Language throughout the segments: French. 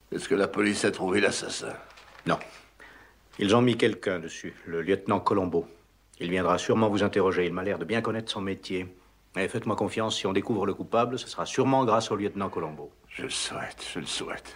Est-ce que la police a trouvé l'assassin? Non. Ils ont mis quelqu'un dessus, le lieutenant Colombo. Il viendra sûrement vous interroger. Il m'a l'air de bien connaître son métier. Et faites-moi confiance, si on découvre le coupable, ce sera sûrement grâce au lieutenant Colombo. Je le souhaite, je le souhaite.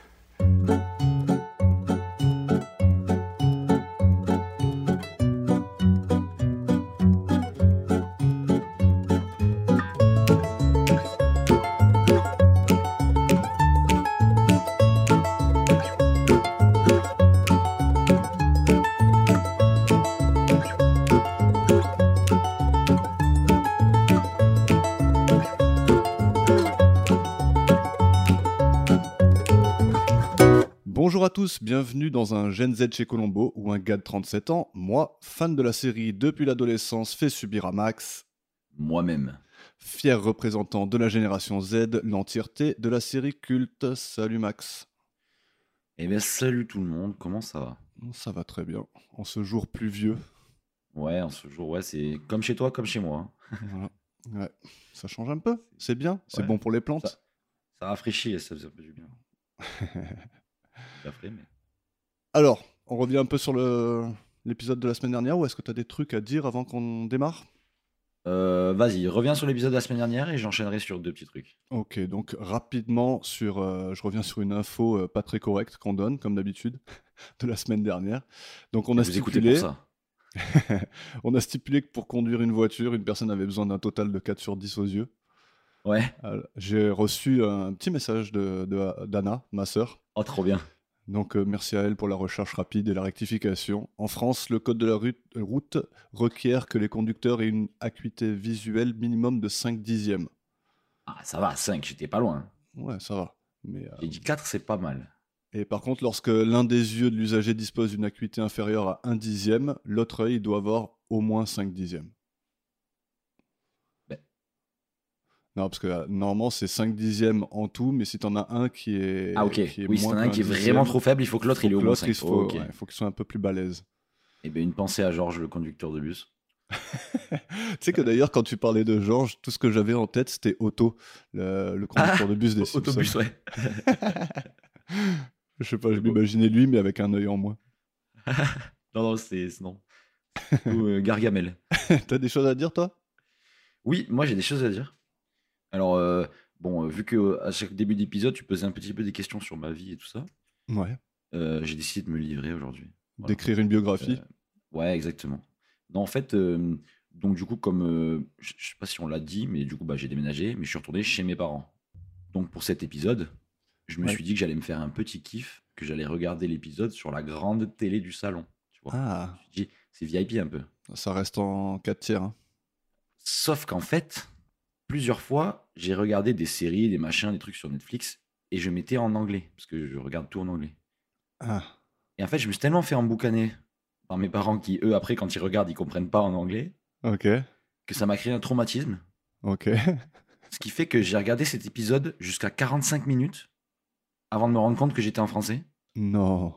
Bonjour à tous, bienvenue dans un Gen Z chez Colombo où un gars de 37 ans, moi, fan de la série depuis l'adolescence, fait subir à Max, Moi-même. fier représentant de la génération Z, l'entièreté de la série culte. Salut Max. Eh bien, salut tout le monde, comment ça va? Ça va très bien, en ce jour pluvieux. Ouais, en ce jour, ouais, c'est comme chez toi, comme chez moi. Voilà. Ouais. Ça change un peu, c'est bien, c'est Ouais. bon pour les plantes. Ça rafraîchit et ça faisait un peu du bien. Ça ferait, mais... Alors, on revient un peu sur l'épisode de la semaine dernière ou est-ce que tu as des trucs à dire avant qu'on démarre? Vas-y, reviens sur l'épisode de la semaine dernière et j'enchaînerai sur deux petits trucs. Ok, donc rapidement, je reviens sur une info pas très correcte qu'on donne, comme d'habitude, de la semaine dernière. Donc on Et a vous écoutez pour ça. on a stipulé que pour conduire une voiture, une personne avait besoin d'un total de 4 sur 10 aux yeux. Ouais. J'ai reçu un petit message d'Anna, ma sœur. Oh, trop bien. Donc merci à elle pour la recherche rapide et la rectification. En France, le code de la route requiert que les conducteurs aient une acuité visuelle minimum de 5 dixièmes. Ah, ça va, 5, j'étais pas loin. Ouais, ça va. Mais, J'ai dit 4, c'est pas mal. Et par contre, lorsque l'un des yeux de l'usager dispose d'une acuité inférieure à 1 dixième, l'autre œil doit avoir au moins 5 dixièmes. Ben. Non, parce que normalement, c'est 5 dixièmes en tout, mais si t'en as un qui est. Ah, ok. Qui est Oui, si moins t'en as un qu'un qui est dixième, vraiment trop faible, il faut que l'autre, il est au moins 5. il faut, Ok. ouais, il faut qu'il soit un peu plus balèze. Eh bien, une pensée à Georges, le conducteur de bus. Tu sais que d'ailleurs, quand tu parlais de Georges, tout ce que j'avais en tête, c'était Otto, le conducteur de bus des Simpsons. Autobus, ouais. Je sais pas, je m'imaginais lui, mais avec un œil en moins. Non, c'est... Non. Ou Gargamel. T'as des choses à dire, toi? Oui, moi j'ai des choses à dire. Alors, vu que à chaque début d'épisode, tu posais un petit peu des questions sur ma vie et tout ça, Ouais. j'ai décidé de me livrer aujourd'hui. Voilà. D'écrire une biographie? Ouais, exactement. Non, en fait, donc du coup, comme je sais pas si on l'a dit, mais du coup, j'ai déménagé, mais je suis retourné chez mes parents. Donc pour cet épisode, je me Ouais. suis dit que j'allais me faire un petit kiff, que j'allais regarder l'épisode sur la grande télé du salon. Tu vois. Ah, Je me suis dit, c'est VIP un peu. ça reste en 4 tiers. Hein. Sauf qu'en fait, plusieurs fois, j'ai regardé des séries, des machins, des trucs sur Netflix, et je mettais en anglais, parce que je regarde tout en anglais. Ah, Et en fait, je me suis tellement fait emboucaner par mes parents qui, eux, après, quand ils regardent, ils comprennent pas en anglais, ok, que ça m'a créé un traumatisme. ok. Ce qui fait que j'ai regardé cet épisode jusqu'à 45 minutes avant de me rendre compte que j'étais en français. Non.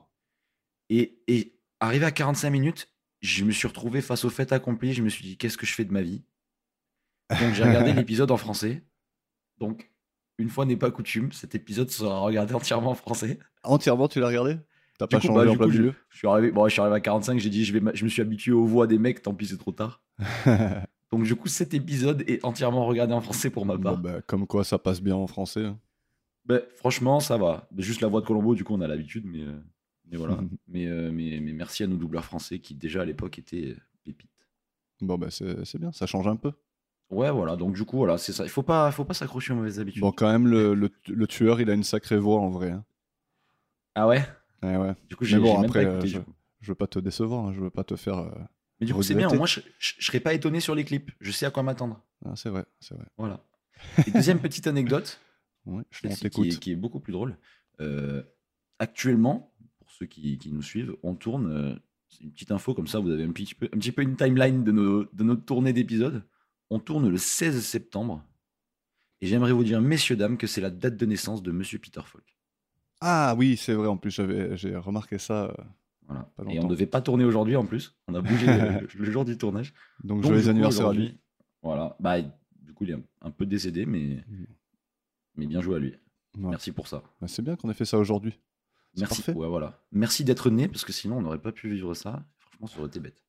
Et arrivé à 45 minutes, je me suis retrouvé face au fait accompli. Je me suis dit, qu'est-ce que je fais de ma vie? Donc, j'ai regardé l'épisode en français. Donc, une fois n'est pas coutume, cet épisode sera regardé entièrement en français. Entièrement, tu l'as regardé? T'as Du pas coup, changé en du plein coup, milieu? je suis arrivé à 45, j'ai dit, je me suis habitué aux voix des mecs, tant pis, c'est trop tard. Donc, du coup, cet épisode est entièrement regardé en français pour ma part. Bon, bah, comme quoi ça passe bien en français. Hein. Franchement, ça va. Juste la voix de Colombo, du coup, on a l'habitude, mais voilà. mais merci à nos doubleurs français qui, déjà à l'époque, étaient pépites. Bon, bah, c'est bien, ça change un peu. Ouais, voilà. Donc, du coup, voilà, c'est ça. Il faut pas s'accrocher aux mauvaises habitudes. Bon, quand même, le tueur, il a une sacrée voix en vrai. Hein. Ah ouais? Ouais. Du coup, Mais j'ai bon, même après, pas écouté, du coup. je veux pas te décevoir, hein, je veux pas te faire. Mais du coup, c'est bien. Au regretter. moins, je serais pas étonné sur les clips. Je sais à quoi m'attendre. Ah, c'est vrai, c'est vrai. Voilà. Et deuxième petite anecdote, Ouais, on celle-ci t'écoute. qui est beaucoup plus drôle. Actuellement, pour ceux qui nous suivent, on tourne. C'est une petite info comme ça, vous avez un petit peu une timeline de notre tournée d'épisodes. On tourne le 16 septembre. Et j'aimerais vous dire, messieurs, dames, que c'est la date de naissance de Monsieur Peter Falk. Ah oui, c'est vrai, en plus, j'ai remarqué ça. Voilà. Pas Et on longtemps. ne devait pas tourner aujourd'hui en plus. On a bougé le jour du tournage. Donc, Donc, joyeux du coup, anniversaire à lui. aujourd'hui, voilà. Du coup, il est un peu décédé, mais bien joué à lui. Ouais. Merci pour ça. Bah, c'est bien qu'on ait fait ça aujourd'hui. C'est Merci. parfait. Ouais, voilà. Merci d'être né, parce que sinon, on n'aurait pas pu vivre ça. Franchement, ça aurait été bête.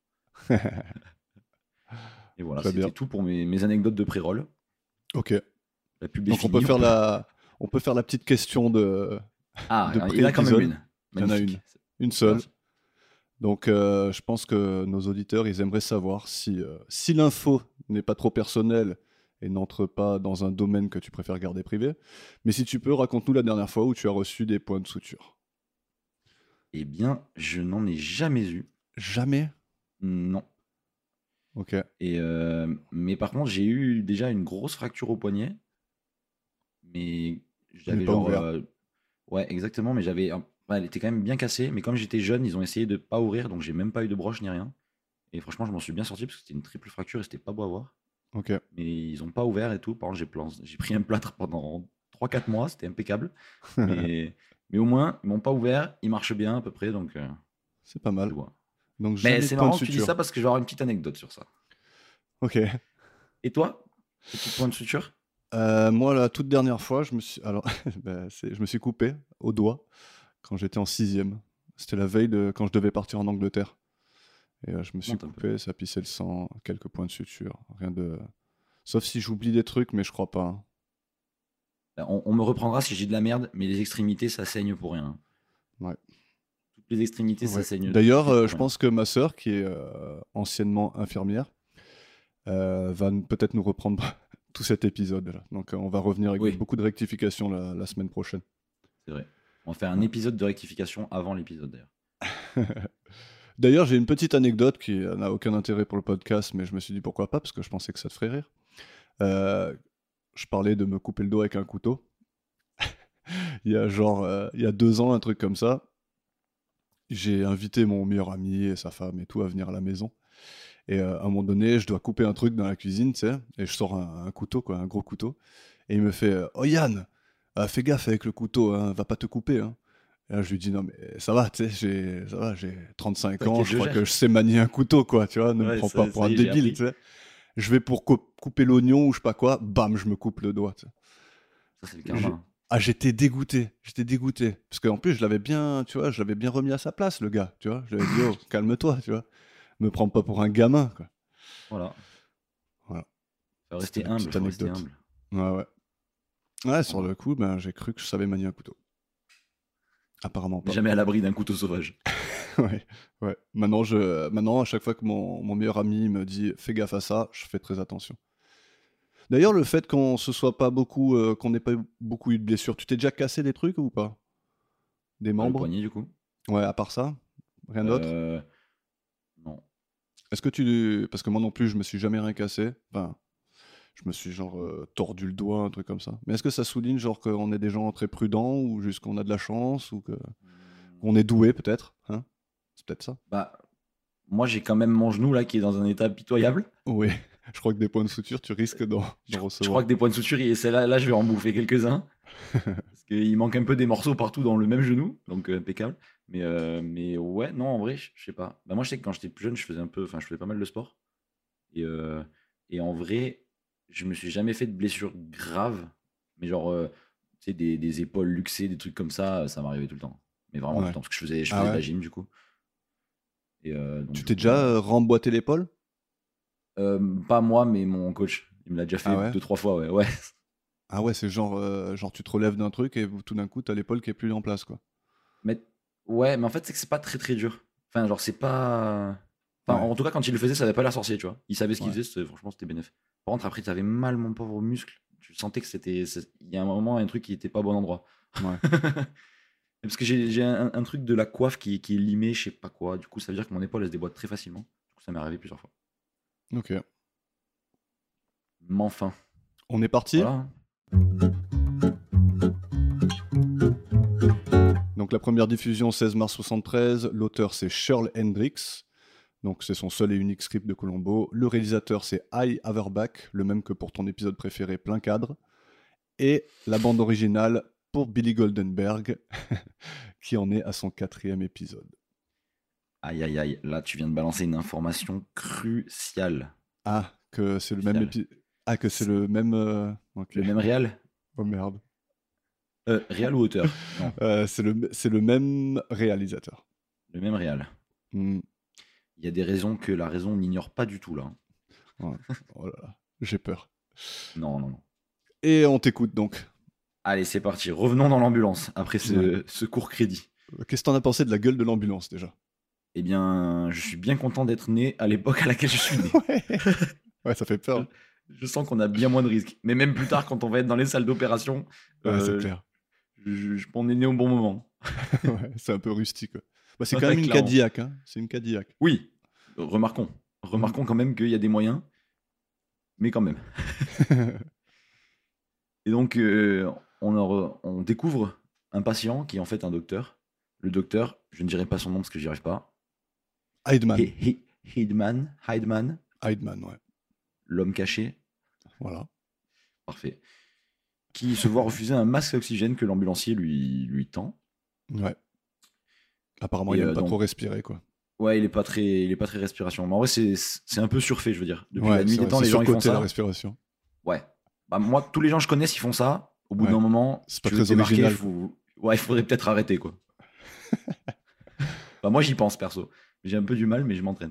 Et voilà, Très bien. c'était tout pour mes anecdotes de pré-roll. Ok. La pub est Donc on finie. peut faire on peut faire la petite question de Ah, de il y en a quand même pré-épisode. une. Il y en a Magnifique. une seule. Merci. Donc je pense que nos auditeurs, ils aimeraient savoir si l'info n'est pas trop personnelle et n'entre pas dans un domaine que tu préfères garder privé. Mais si tu peux, raconte-nous la dernière fois où tu as reçu des points de suture. Eh bien, je n'en ai jamais eu. Jamais? Non. Ok. Mais par contre, j'ai eu déjà une grosse fracture au poignet. Mais j'avais pas genre. ouvert. Ouais, exactement. Mais j'avais. Ouais, elle était quand même bien cassée. Mais comme j'étais jeune, ils ont essayé de pas ouvrir. Donc j'ai même pas eu de broche ni rien. Et franchement, je m'en suis bien sorti parce que c'était une triple fracture et c'était pas beau à voir. Ok. Mais ils ont pas ouvert et tout. Par contre, j'ai pris un plâtre pendant 3-4 mois. C'était impeccable. Mais au moins, ils m'ont pas ouvert. Il marche bien à peu près. Donc, C'est pas mal. je vois. Donc Mais jamais c'est de point de marrant que tu dis suture. ça parce que je vais avoir une petite anecdote sur ça. Ok. Et toi? Petit point de suture? Moi, la toute dernière fois, je me suis, alors, je me suis coupé au doigt quand j'étais en 6e. C'était la veille de quand je devais partir en Angleterre. Et je me suis Monte un peu. coupé, ça pissait le sang, quelques points de suture. Rien de. Sauf si j'oublie des trucs, mais je crois pas. Hein. On me reprendra si j'ai de la merde, mais les extrémités, ça saigne pour rien. Ouais. Toutes les extrémités, ça Ouais. saigne. D'ailleurs, tout de suite pour je rien. pense que ma sœur, qui est anciennement infirmière, va peut-être nous reprendre tout cet épisode-là. Donc on va revenir avec Oui. beaucoup de rectifications la semaine prochaine. C'est vrai. On va faire un épisode de rectification avant l'épisode d'ailleurs. D'ailleurs, j'ai une petite anecdote qui n'a aucun intérêt pour le podcast, mais je me suis dit pourquoi pas, parce que je pensais que ça te ferait rire. Je parlais de me couper le doigt avec un couteau. Il y a 2 ans, un truc comme ça. J'ai invité mon meilleur ami et sa femme et tout à venir à la maison. Et à un moment donné, je dois couper un truc dans la cuisine, tu sais, et je sors un couteau, quoi, un gros couteau. Et il me fait Oh Yann, fais gaffe avec le couteau, hein, va pas te couper. Hein. Et là, je lui dis non, mais ça va, tu sais, j'ai 35 ans, T'inquiète, je je crois gère. que je sais manier un couteau, quoi, tu vois, ne me Ouais, prends ça- pas pour ça un y est, j'ai débile, appris. tu sais. Je vais pour couper l'oignon ou je sais pas quoi, bam, je me coupe le doigt, tu sais. Ça, c'est le karma. J'étais dégoûté, parce qu'en plus, je l'avais bien remis à sa place, le gars, tu vois. Je lui avais dit, oh, calme-toi, tu vois. Me prends pas pour un gamin, quoi. Voilà. Voilà. Faut C'était rester la humble, petite faut rester anecdote. humble. Ouais. Ouais, sur Voilà. le coup, j'ai cru que je savais manier un couteau. Apparemment Mais pas. jamais à l'abri d'un couteau sauvage. Ouais. Maintenant, à chaque fois que mon meilleur ami me dit fais gaffe à ça, je fais très attention. D'ailleurs, le fait qu'on se soit pas beaucoup, qu'on n'ait pas beaucoup eu de blessures, tu t'es déjà cassé des trucs ou pas? Des Le membres? poignet, du coup. Ouais, à part ça, rien d'autre? Non. Est-ce que parce que moi non plus, je me suis jamais rien cassé. Enfin, je me suis genre tordu le doigt, un truc comme ça. Mais est-ce que ça souligne genre qu'on est des gens très prudents ou juste qu'on a de la chance ou qu'on est doué peut-être, hein? C'est peut-être ça. Bah, moi, j'ai quand même mon genou là qui est dans un état pitoyable. Oui, je crois que des points de suture, tu risques d'en Je recevoir. crois que des points de suture, là, je vais en bouffer quelques-uns. Parce qu'il manque un peu des morceaux partout dans le même genou. Donc, impeccable. Mais ouais, non, en vrai, je sais pas. Bah, moi, je sais que quand j'étais plus jeune, je faisais pas mal de sport. Et en vrai, je me suis jamais fait de blessures graves. Mais genre, tu sais, des épaules luxées, des trucs comme ça m'arrivait tout le temps. Mais vraiment tout Ouais. le temps. Parce que je faisais Ah de ouais? la gym, du coup. Donc, Tu du t'es coup, déjà remboîté l'épaule? pas moi, mais mon coach. Il me l'a déjà fait Ah ouais? 2-3 fois, ouais. Ah ouais, c'est genre tu te relèves d'un truc et tout d'un coup, t'as l'épaule qui est plus en place, quoi. Mais ouais, mais en fait, c'est que c'est pas très très dur. Enfin, genre, c'est pas. Enfin, Ouais. en tout cas, quand il le faisait, ça avait pas l'air sorcier, tu vois. Il savait ce qu'il Ouais. faisait, franchement, c'était bénéf. Par contre, après, t'avais mal, mon pauvre muscle. Tu sentais que il y a un moment, un truc qui était pas au bon endroit. Ouais. Parce que j'ai un truc de la coiffe qui est limé, je sais pas quoi. Du coup, ça veut dire que mon épaule, elle se déboîte très facilement. Du coup, ça m'est arrivé plusieurs fois. Ok. Mais enfin, On est parti? voilà. Hein. Donc la première diffusion 16 mars 73, l'auteur c'est Shirl Hendricks, donc c'est son seul et unique script de Columbo. Le réalisateur c'est Hy Averback, le même que pour ton épisode préféré Plein Cadre. Et la bande originale pour Billy Goldenberg, qui en est à son 4e épisode. Aïe, aïe, aïe. Là, tu viens de balancer une information cruciale. Ah, que c'est le même Crucial. épisode. Ah, que c'est le même. Ok. Le même réal? Oh merde. Réal ou auteur? Non, C'est le même réalisateur. le même réal. Hmm. Il y a des raisons que la raison n'ignore pas du tout, là. Ouais. Oh là là, j'ai peur. Non, non, non. Et on t'écoute donc. Allez, c'est parti. Revenons dans l'ambulance après ce court crédit. Qu'est-ce que t'en as pensé de la gueule de l'ambulance déjà? Eh bien, je suis bien content d'être né à l'époque à laquelle je suis né. Ouais. Ouais, ça fait peur. Je sens qu'on a bien moins de risques. Mais même plus tard, quand on va être dans les salles d'opération, Ouais, c'est clair. on est né au bon moment. Ouais, c'est un peu rustique. Quoi. Bah, c'est Ouais, quand même une clairement. Cadillac. Hein. C'est une Cadillac. Oui, remarquons quand même qu'il y a des moyens, mais quand même. Et donc, on découvre un patient qui est en fait un docteur. Le docteur, je ne dirai pas son nom parce que j'y arrive pas. Heidman. Heidman, Heidman, ouais. l'homme caché, Voilà. parfait. Qui se voit refuser un masque à oxygène que l'ambulancier lui tend. Ouais. Apparemment, Et, il aime pas donc- trop respirer, quoi. Ouais, il est pas très respiration. Mais en vrai, c'est un peu surfait, je veux dire. Depuis Ouais, la nuit c'est des vrai, temps, c'est les gens ils font surcoté, la ça. respiration. Ouais. Bah, moi, tous les gens que je connais, ils font ça. Au bout Ouais. d'un moment, C'est pas tu veux te très démarquer, original, il faudrait peut-être arrêter, quoi. Bah, moi, j'y pense, perso. J'ai un peu du mal, mais je m'entraîne.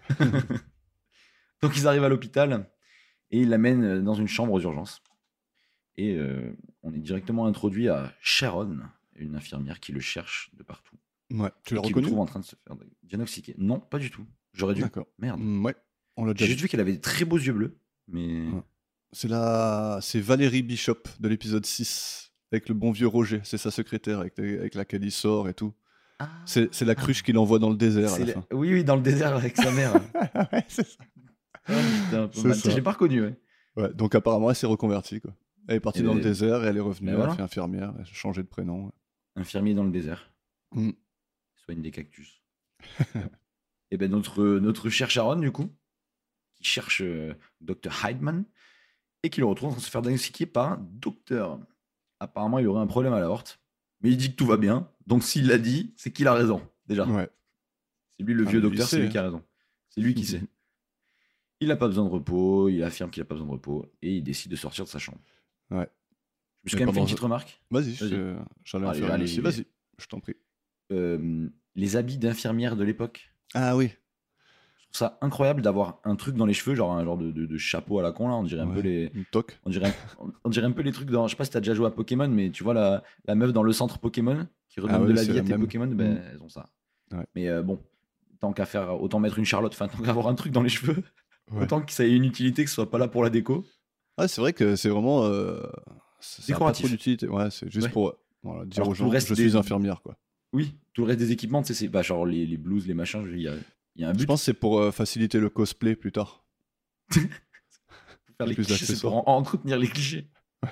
Donc, ils arrivent à l'hôpital et ils l'amènent dans une chambre aux urgences. Et on est directement introduit à Sharon, une infirmière qui le cherche de partout. Ouais. Tu Et l'as qui le reconnu? trouve en train de se faire diagnostiquer. Non, pas du tout. J'aurais dû. D'accord. Merde. Ouais. On l'a J'ai déjà juste vu. vu qu'elle avait des très beaux yeux bleus. Mais. Ouais. C'est Valérie Bishop de l'épisode 6, avec le bon vieux Roger. C'est sa secrétaire avec laquelle il sort et tout. Ah. C'est la cruche qu'il envoie dans le désert à la fin. Oui, dans le désert avec sa mère. Ouais, c'est ça. Ah, c'était un peu C'est mal. ça. Je l'ai pas reconnu, ouais. Ouais, donc apparemment, elle s'est reconvertie, quoi. Elle est partie Et dans le ben- désert et elle est revenue, ben elle voilà. a fait infirmière, elle a changé de prénom. Ouais. Infirmier dans le désert. Mm. Soigne des cactus. Et ben notre cher Sharon, du coup, qui cherche Dr. Heidman et qui le retrouve en train de se faire diagnostiquer par un docteur. Apparemment, il aurait un problème à la horte, mais il dit que tout va bien. Donc s'il l'a dit, c'est qu'il a raison, déjà. Ouais. C'est lui le Ah, vieux mais lui, docteur, il c'est sait, lui qui a raison. C'est lui qui sait. Il n'a pas besoin de repos, il affirme qu'il n'a pas besoin de repos et il décide de sortir de sa chambre. Ouais. Je me suis Mais quand même fait pendant une petite remarque. Vas-y, Vas-y. j'allais en Allez, faire une allez, aussi. j'y vais. Vas-y, je t'en prie. Les habits d'infirmière de l'époque. Ah oui. Je trouve ça incroyable d'avoir un truc dans les cheveux, genre un genre de chapeau à la con là. On dirait un peu Ouais, les, une toque. on dirait un peu les trucs dans. Je sais pas si t'as déjà joué à Pokémon, mais tu vois la meuf dans le centre Pokémon qui redonne ouais, de la c'est vie à la tes même. Pokémon, ben Mm. elles ont ça. Ouais. Mais bon, tant qu'à faire, autant mettre une Charlotte, enfin tant qu'avoir un truc dans les cheveux, Ouais. autant que ça ait une utilité, que ce soit pas là pour la déco. Ah, c'est vrai que c'est vraiment. Ça a pas Décoratif. trop d'utilité. Ouais, c'est juste Ouais. pour voilà, dire Alors, aux tout le gens, reste je des- suis infirmière, quoi. Oui, tout le reste des équipements, tu sais, c'est bah, genre les blouses, les machins, il y a un but Je pense que c'est pour faciliter le cosplay plus tard. pour faire les plus clichés, c'est d'accessoires. pour entretenir les clichés.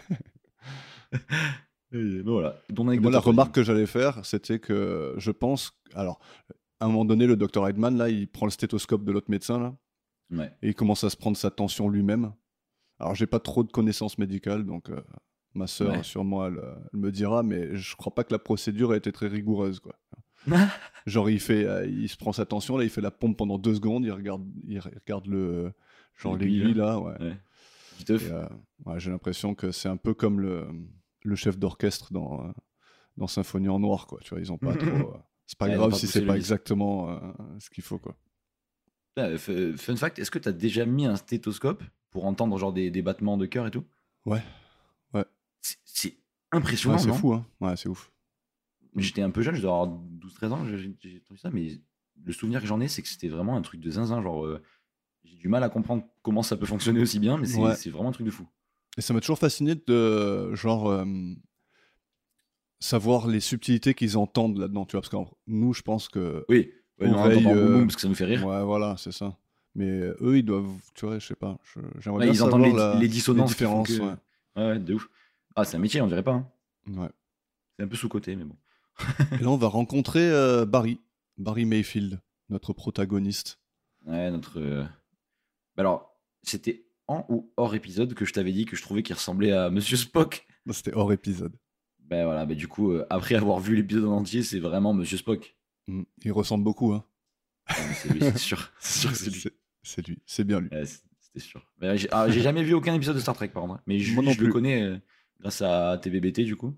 Et ben voilà. Ton Et anecdote moi, la à toi, remarque que j'allais faire, c'était que je pense. Alors, à un moment donné, le docteur Heidman, là, il prend le stéthoscope de l'autre médecin, là, dis. Ouais. et il commence à se prendre sa tension lui-même. Alors, j'ai pas trop de connaissances médicales, donc ma sœur, Ouais. sûrement, elle me dira, mais je crois pas que la procédure a été très rigoureuse, quoi. Genre, il se prend sa tension, là, il fait la pompe pendant 2 secondes, il regarde genre L'aiguille, l'aiguille, là, ouais. Ouais. Viteuf. Et, ouais, j'ai l'impression que c'est un peu comme le chef d'orchestre dans Symphonie en Noir, quoi. Tu vois, ils ont pas trop. C'est pas Ouais, ils ont grave pas si poussé c'est le pas vice. exactement ce qu'il faut, quoi. Fun fact, est-ce que t'as déjà mis un stéthoscope pour entendre genre des battements de cœur et tout? Ouais. C'est impressionnant, Ouais, c'est non? fou, hein. Ouais, c'est ouf. J'étais un peu jeune, je dois avoir 12-13 ans, j'ai entendu ça, mais le souvenir que j'en ai, c'est que c'était vraiment un truc de zinzin. Genre, j'ai du mal à comprendre comment ça peut fonctionner aussi bien, mais Ouais. c'est vraiment un truc de fou. Et ça m'a toujours fasciné de, genre, savoir les subtilités qu'ils entendent là-dedans, tu vois, parce que nous, je pense que. Oui, ouais, nous, on Oreille, entend boum boum parce que ça nous fait rire. Ouais, voilà, c'est ça. Mais eux, ils doivent, tu vois, je sais pas. J'aimerais Ouais, bien ils entendent savoir les dissonances qui font différences. que- Ouais, de ouf. Ah, c'est un métier, on dirait pas. Hein. Ouais. C'est un peu sous-côté, mais bon. Et là, on va rencontrer Barry Mayfield, notre protagoniste. Ouais, notre. Bah alors, c'était en ou hors épisode que je t'avais dit que je trouvais qu'il ressemblait à Monsieur Spock. Non, c'était hors épisode. Ben voilà, du coup, après avoir vu l'épisode en entier, c'est vraiment Monsieur Spock. Il ressemble beaucoup, hein. Ouais, mais c'est lui, c'est sûr. C'est sûr que c'est lui. C'est lui, c'est bien lui. Ouais, c'était sûr. Mais j'ai jamais vu aucun épisode de Star Trek, par contre. Mais Moi non je le plus. connais grâce à TVBT, du coup.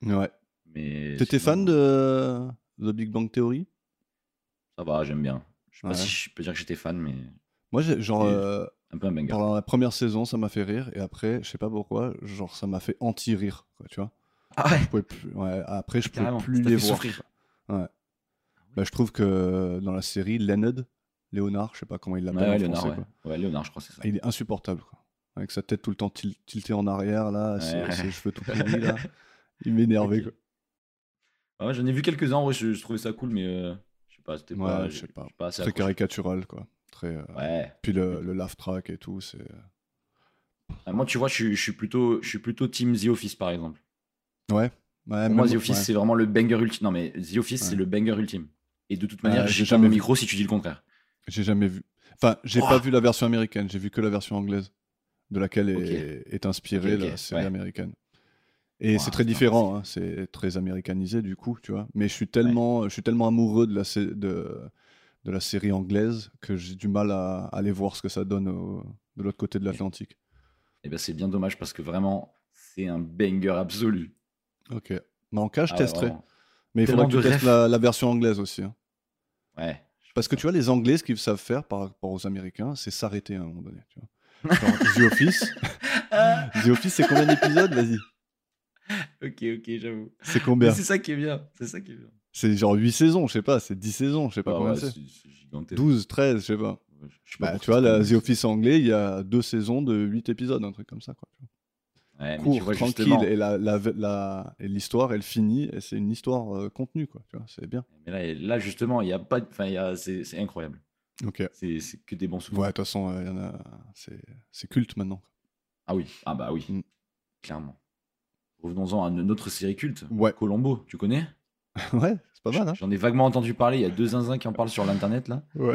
Ouais. Mais T'étais sinon, fan de The Big Bang Theory? ça va, j'aime bien. Je sais pas Ouais. si je peux dire que j'étais fan, mais Moi, genre, c'est un peu un banger. pendant la première saison, ça m'a fait rire, et après, je sais pas pourquoi, genre, ça m'a fait anti-rire, quoi, tu vois. Ah ouais, Je pouvais plus, ouais, après, je pouvais carrément. plus Ça t'a les fait voir. souffrir. quoi. Ouais. Bah, je trouve que dans la série, Léonard, je sais pas comment il l'appelle Ouais, en Léonard, français, ouais. quoi. Ouais, Léonard, je crois, c'est ça. Ah, il est insupportable, quoi. Avec sa tête tout le temps tiltée en arrière, là, Ouais. ses cheveux tout pourris, là. Il m'énervait, Ok. quoi. Ah ouais, j'en ai vu quelques-uns, en vrai, je trouvais ça cool, mais je sais pas, c'était pas. Ouais, je sais pas. J'ai pas assez Très accroché. caricatural, quoi. Très, Ouais. Puis le laugh track et tout, c'est... Moi, tu vois, je suis plutôt Team The Office, par exemple. Ouais. Pour même moi, The Office, ouais. c'est vraiment le banger ultime. Non, mais The Office, Ouais. c'est le banger ultime. Et de toute manière, j'ai j'ai jamais mon vu. micro si tu dis le contraire. J'ai jamais vu. Enfin, j'ai Oh pas vu la version américaine, j'ai vu que la version anglaise, de laquelle Ok. est inspirée Ok, la série ouais. américaine. Et c'est Ouah, très putain, différent, hein, c'est très américanisé du coup, tu vois. Mais je suis tellement amoureux de de la série anglaise que j'ai du mal à aller voir ce que ça donne de l'autre côté de l'Atlantique. Et ben, c'est bien dommage parce que vraiment, c'est un banger absolu. Ok. Mais en cas, je Ah ouais, testerai. vraiment. Mais il Tellement faudra que tu de testes refs. la version anglaise aussi. Hein. Ouais. Parce que tu vois, les Anglais, ce qu'ils savent faire par rapport aux Américains, c'est s'arrêter à un moment donné. Tu vois. Genre, The Office. The Office, c'est combien d'épisodes? Vas-y. Ok, j'avoue. C'est Mais combien? c'est ça qui est bien. C'est ça qui est bien. C'est genre 8 saisons, je sais pas, c'est 10 saisons, je sais pas Ah combien ouais, c'est. c'est gigantesque. 12, 13, je sais pas. Je sais pas Bah, pour tu ça, vois, c'est pas la mal. The Office anglais, il y a 2 saisons de 8 épisodes, un truc comme ça. Quoi. Ouais, mais tu Court, vois, tranquille, justement. et l'histoire, elle finit, et c'est une histoire contenue, quoi. Tu vois, c'est bien. Mais là justement, il y a pas. Enfin, c'est incroyable. Ok. C'est que des bons souvenirs. Ouais, de toute façon, il y en a... c'est culte maintenant. Ah oui, ah bah oui, Mm. clairement. Revenons-en à une autre série culte. Ouais. Columbo, tu connais? Ouais, c'est pas mal, hein. J'en ai vaguement entendu parler. Il y a 2 zinzins qui en parlent sur l'internet là. Ouais.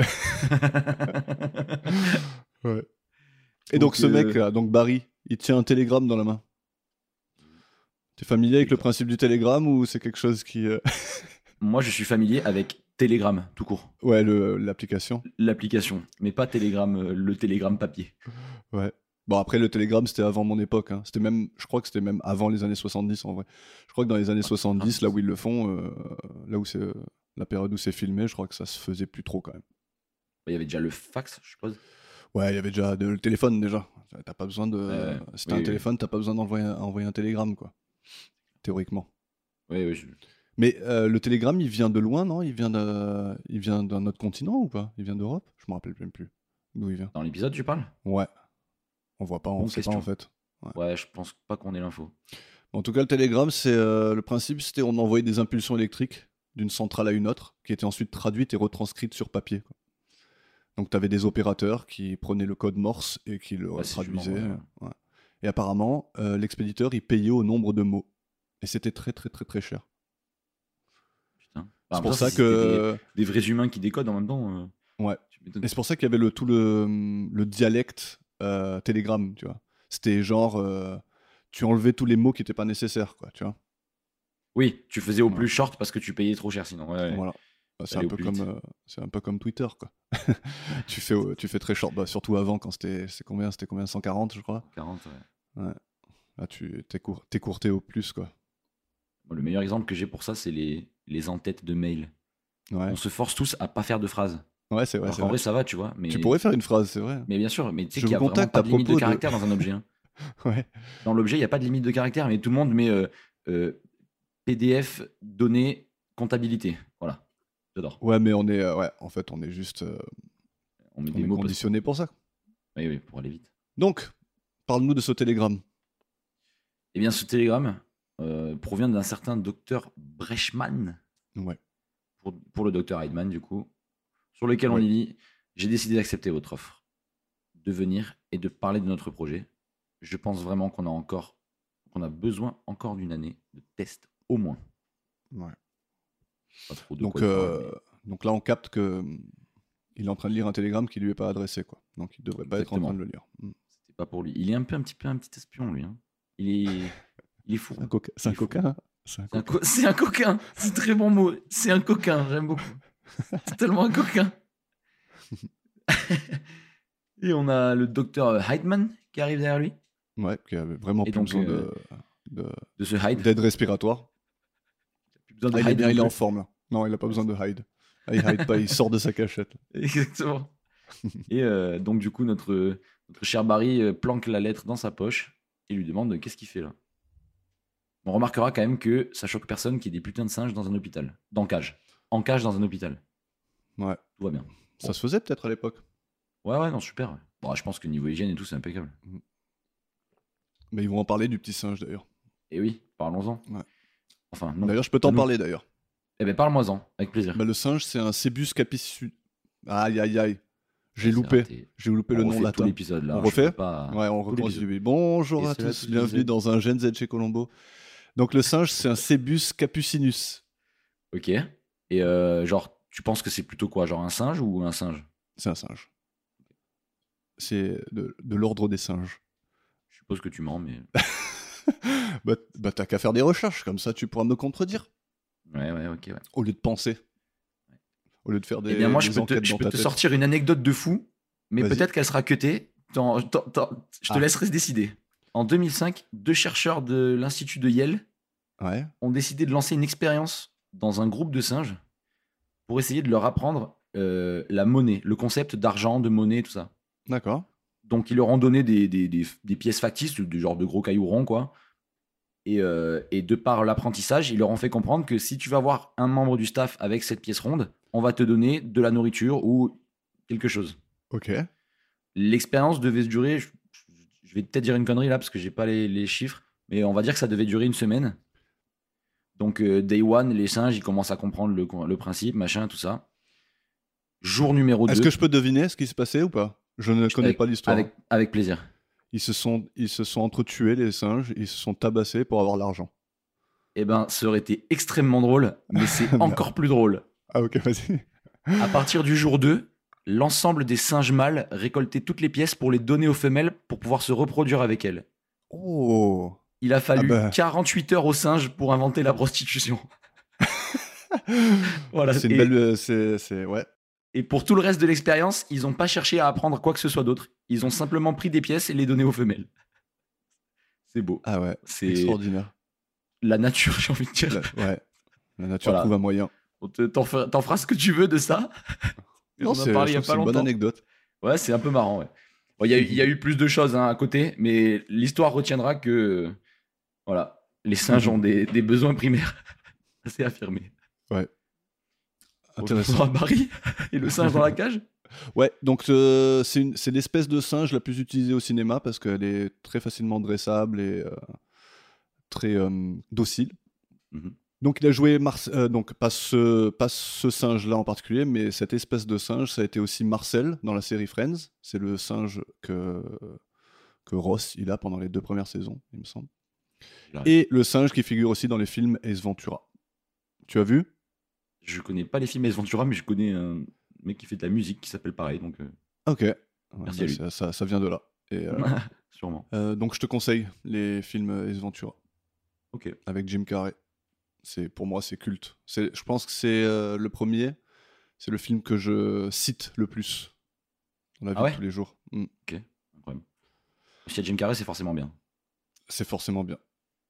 Ouais. Et donc, ce mec, là, donc Barry, il tient un télégramme dans la main. T'es familier avec le principe du télégramme ou c'est quelque chose qui... Moi, je suis familier avec Telegram, tout court. Ouais, l'application. L'application, mais pas Telegram, le télégramme papier. Ouais. Bon, après, le télégramme, c'était avant mon époque. Hein. Je crois que c'était même avant les années 70, en vrai. Je crois que dans les années 70, là où ils le font, là où c'est la période où c'est filmé, je crois que ça se faisait plus trop, quand même. Il y avait déjà le fax, je suppose. Ouais, il y avait déjà le téléphone, déjà. T'as pas besoin de... Si t'as oui, un téléphone, t'as pas besoin d'envoyer un télégramme, quoi. Théoriquement. Oui. Mais le télégramme, il vient de loin, non? Il vient d'un autre continent ou pas? Il vient d'Europe? Je me rappelle même plus d'où il vient. Dans l'épisode, tu parles? Ouais. On voit pas, on Bonne sait pas question. en fait. Ouais, je pense pas qu'on ait l'info. En tout cas, le télégramme, c'est le principe, c'était on envoyait des impulsions électriques d'une centrale à une autre, qui étaient ensuite traduites et retranscrites sur papier. Quoi. Donc, tu avais des opérateurs qui prenaient le code Morse et qui le traduisaient. Ouais. Et apparemment, l'expéditeur, il payait au nombre de mots. Et c'était très, très, très, très cher. Putain. C'est pour ça que... Des vrais humains qui décodent en même temps. Ouais. Tu m'étonnes. Et c'est pour ça qu'il y avait tout le dialecte télégramme, tu vois. C'était genre, tu enlevais tous les mots qui n'étaient pas nécessaires, quoi, tu vois. Oui, tu faisais au plus short parce que tu payais trop cher sinon. Ouais. Voilà. Bah, c'est Aller un au peu plus comme, c'est un peu comme Twitter, quoi. tu fais très short, bah, surtout avant quand c'était combien 140, je crois. 40, ouais. Ouais. Là, t'écourtais au plus, quoi. Bon, le meilleur exemple que j'ai pour ça, c'est les en-têtes de mail. Ouais. On se force tous à pas faire de phrases. Ouais, c'est vrai. Alors qu'en vrai, ça va, tu vois. Mais... Tu pourrais faire une phrase, c'est vrai. Mais bien sûr, mais tu sais Je qu'il y a vous vraiment contacte pas à de limite de propos de- caractère dans un objet. Hein. Ouais. Dans l'objet, il n'y a pas de limite de caractère, mais tout le monde met PDF, données, comptabilité. Voilà. J'adore. Ouais, mais on est, en fait, on est juste, On met on des est mots. conditionné pour ça. Oui, pour aller vite. Donc, parle-nous de ce télégramme. Eh bien, ce télégramme provient d'un certain docteur Brechmann, Ouais. pour le docteur Heidman, du coup, sur lequel on Ouais. y dit « J'ai décidé d'accepter votre offre, de venir et de parler de notre projet. Je pense vraiment qu'on a besoin encore d'une année de test, au moins. Ouais. » Pas trop de Donc, quoi il parle, mais- donc là, on capte que il est en train de lire un télégramme qui lui est pas adressé, quoi. Donc, il devrait pas être en train de le lire. C'était pas pour lui. Il est un petit espion, lui. Hein. Il est fou. C'est un coquin. Hein. C'est un coquin. C'est un très bon mot. C'est un coquin. J'aime beaucoup. C'est tellement un coquin. Et on a le docteur Heidman qui arrive derrière lui. Ouais, qui avait vraiment Et plus donc, besoin de ce Hyde. d'aide respiratoire. besoin de Ah, il est hide bien, non il est en plus. forme là. Non, il a pas besoin de hide. Ah, il hide pas, il sort de sa cachette. Exactement. Et donc, du coup, notre cher Barry planque la lettre dans sa poche et lui demande qu'est-ce qu'il fait là. On remarquera quand même que ça choque personne qu'il y ait des putains de singes dans un hôpital. En cage dans un hôpital. Ouais. Tout va bien. Ça se faisait peut-être à l'époque. Ouais, non, super. Ouais. Bon, je pense que niveau hygiène et tout, c'est impeccable. Mais ils vont en parler du petit singe d'ailleurs. Et oui, parlons-en. Ouais. Enfin, non. D'ailleurs, je peux t'en Nous. parler d'ailleurs. Eh ben, parle-moi-en, avec plaisir. Bah, le singe, c'est un Cébus capicinus. Aïe, aïe, aïe. J'ai C'est loupé. raté. J'ai loupé le On nom refait tout latin. l'épisode là. On je refait peux pas- Ouais, on tout recommence l'épisode. du début. Bonjour Et à cela tous, tout bienvenue disait. dans un Gen Z chez Colombo. Donc le singe, c'est un Cébus capucinus. Ok. Et genre, tu penses que c'est plutôt quoi? Genre un singe ou un singe? C'est un singe. C'est de l'ordre des singes. Je suppose que tu mens, mais. Bah t'as qu'à faire des recherches, comme ça tu pourras me contredire. Ouais, ok, ouais. Au lieu de penser. Au lieu de faire des, Eh bien, moi, des je peux enquêtes te dans ta tête. sortir une anecdote de fou, mais Vas-y. peut-être qu'elle sera cutée. Je te Ah. laisserai décider. En 2005, 2 chercheurs de l'Institut de Yale Ouais. ont décidé de lancer une expérience dans un groupe de singes pour essayer de leur apprendre la monnaie, le concept d'argent, de monnaie, tout ça. D'accord. Donc, ils leur ont donné des pièces factices, du genre de gros cailloux ronds, quoi. Et de par l'apprentissage, ils leur ont fait comprendre que si tu vas voir un membre du staff avec cette pièce ronde, on va te donner de la nourriture ou quelque chose. Ok. L'expérience devait se durer, je vais peut-être dire une connerie là parce que j'ai pas les chiffres, mais on va dire que ça devait durer une semaine. Donc, day one, les singes, ils commencent à comprendre le principe, machin, tout ça. Jour numéro 2. Est-ce que je peux deviner ce qui se passait ou pas? Je ne connais pas l'histoire. Avec plaisir. Ils se sont entretués, les singes, ils se sont tabassés pour avoir l'argent. Eh ben, ça aurait été extrêmement drôle, mais c'est encore plus drôle. Ah ok, vas-y. À partir du jour 2, l'ensemble des singes mâles récoltaient toutes les pièces pour les donner aux femelles pour pouvoir se reproduire avec elles. Oh. Il a fallu Ah bah. 48 heures aux singes pour inventer la prostitution. Voilà. C'est une et, belle... c'est... Ouais. et pour tout le reste de l'expérience, ils n'ont pas cherché à apprendre quoi que ce soit d'autre. Ils ont simplement pris des pièces et les donné aux femelles. C'est beau. Ah ouais, C'est extraordinaire. la nature, j'ai envie de dire. Ouais. La nature Voilà. trouve un moyen. T'en feras ce que tu veux de ça. Non, On en a parlé il y a je trouve que pas c'est une bonne longtemps. anecdote. Ouais, c'est un peu marrant. Ouais. Bon, il y a eu plus de choses à côté, mais l'histoire retiendra que voilà, les singes ont des besoins primaires assez affirmés. Ouais. Intéressant. Intéressant. Barry et le singe dans la cage. Ouais, donc c'est l'espèce de singe la plus utilisée au cinéma parce qu'elle est très facilement dressable et très docile. Mhm. Donc il a joué donc pas ce singe-là en particulier, mais cette espèce de singe, ça a été aussi Marcel dans la série Friends. C'est le singe que Ross il a pendant les 2 premières saisons, il me semble. Et le singe qui figure aussi dans les films Ace Ventura. Tu as vu? Je connais pas les films Ace Ventura, mais je connais un mec qui fait de la musique qui s'appelle pareil, donc Ok. Ouais, Merci à lui. ça vient de là. Et, sûrement. donc je te conseille les films Ace Ventura Ok. avec Jim Carrey. Pour moi, c'est culte. Je pense que c'est le premier. C'est le film que je cite le plus dans la vie Ah ouais de tous les jours. Ok. Incroyable. Si y a Jim Carrey, c'est forcément bien. C'est forcément bien.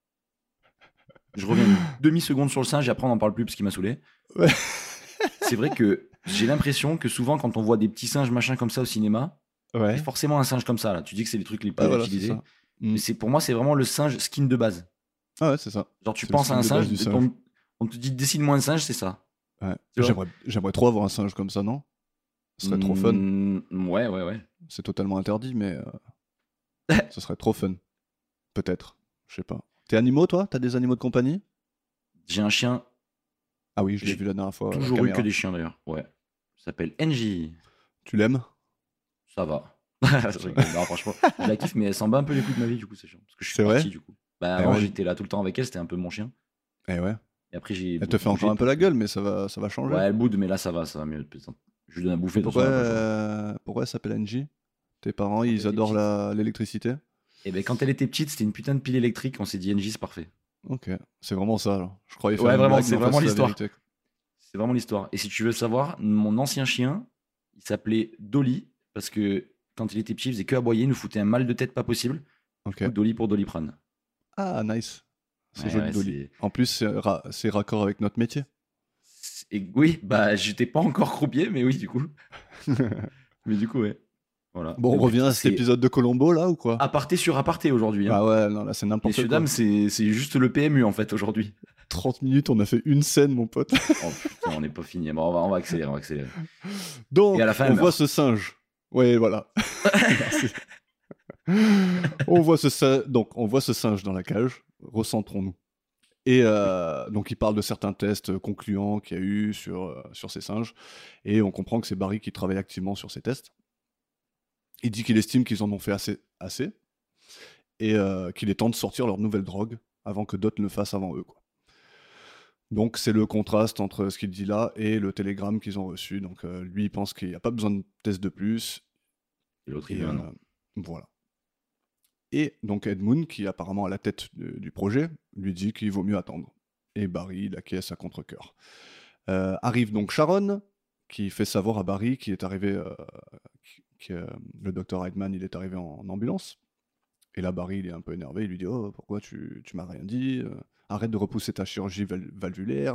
Je reviens une demi-seconde sur le singe et après on n'en parle plus parce qu'il m'a saoulé. Ouais. C'est vrai que j'ai l'impression que souvent quand on voit des petits singes machin comme ça au cinéma, Ouais. c'est forcément un singe comme ça là. Tu dis que c'est les trucs les plus Ah, voilà, c'est utilisés. ça. Mais pour moi, c'est vraiment le singe skin de base. Ah ouais, c'est ça. Genre tu C'est penses le à un skin de base singe, du singe. on te dit dessine-moi un singe, c'est ça. Ouais. Tu vois J'aimerais trop avoir un singe comme ça, non? Ce serait trop fun. Ouais. C'est totalement interdit, mais ce serait trop fun. Peut-être. Je sais pas. T'es animaux, toi? T'as des animaux de compagnie? J'ai un chien, Ah oui, je l'ai J'ai vu la dernière fois. à la toujours eu caméra. que des chiens d'ailleurs. Ouais. Il s'appelle NJ. Tu l'aimes? Ça va. Je rigole. Non, franchement, je la kiffe, mais elle s'en bat un peu les coups de ma vie, du coup, c'est chiant. Parce que je suis C'est vrai parti, du coup. Bah, Eh avant, ouais. j'étais là tout le temps avec elle, c'était un peu mon chien. Eh ouais. Et après, j'ai. Elle te fait encore un peu la gueule, mais ça va changer. Ouais, elle boude, mais là, ça va mieux. Je lui donne à bouffer, de toute façon, elle a pas le choix. Pourquoi elle s'appelle Angie? Tes parents, elle ils était adorent petite. l'électricité? Et ben, quand elle était petite, c'était une putain de pile électrique. On s'est dit NJ, c'est parfait. Ok, c'est vraiment ça. Alors. Je croyais faire Ouais, une vraiment, blague, c'est mais en fait, vraiment la l'histoire. vérité. C'est vraiment l'histoire. Et si tu veux savoir, mon ancien chien, il s'appelait Dolly, parce que quand il était petit, il faisait que aboyer, il nous foutait un mal de tête pas possible. Ok. Du coup, Dolly pour Doliprane. Ah, nice. C'est Ouais, joli, ouais, Dolly. En plus, c'est raccord avec notre métier. Oui, bah, j'étais pas encore croupier, mais oui, du coup. Mais du coup, ouais. Voilà. Bon, on Donc, revient putain, à cet épisode de Colombo, là, ou quoi? aparté sur aparté aujourd'hui. Hein. Ah ouais, non, là, c'est n'importe Messieurs, quoi. dames, c'est juste le PMU, en fait, aujourd'hui. 30 minutes, on a fait une scène, mon pote. Oh putain, on n'est pas fini. Bon, on va accélérer, on va accélérer. Donc, Et à la fin, on elle voit meurt. ce singe. Ouais, voilà. Merci. On voit donc, on voit ce singe dans la cage. Recentrons-nous. Et donc, il parle de certains tests concluants qu'il y a eu sur ces singes. Et on comprend que c'est Barry qui travaille activement sur ces tests. Il dit qu'il estime qu'ils en ont fait assez et qu'il est temps de sortir leur nouvelle drogue avant que d'autres ne le fassent avant eux, quoi. Donc c'est le contraste entre ce qu'il dit là et le télégramme qu'ils ont reçu. Donc lui, il pense qu'il n'y a pas besoin de tests de plus. Et l'autre, il Et dit non. voilà. Et donc Edmund, qui est apparemment à la tête du projet, lui dit qu'il vaut mieux attendre. Et Barry, il acquiesce à contre-cœur. Arrive donc Sharon, qui fait savoir à Barry qu'il est arrivé... le docteur Heidman, il est arrivé en ambulance. Et là, Barry, il est un peu énervé. Il lui dit « Oh, pourquoi tu m'as rien dit arrête de repousser ta chirurgie valvulaire. »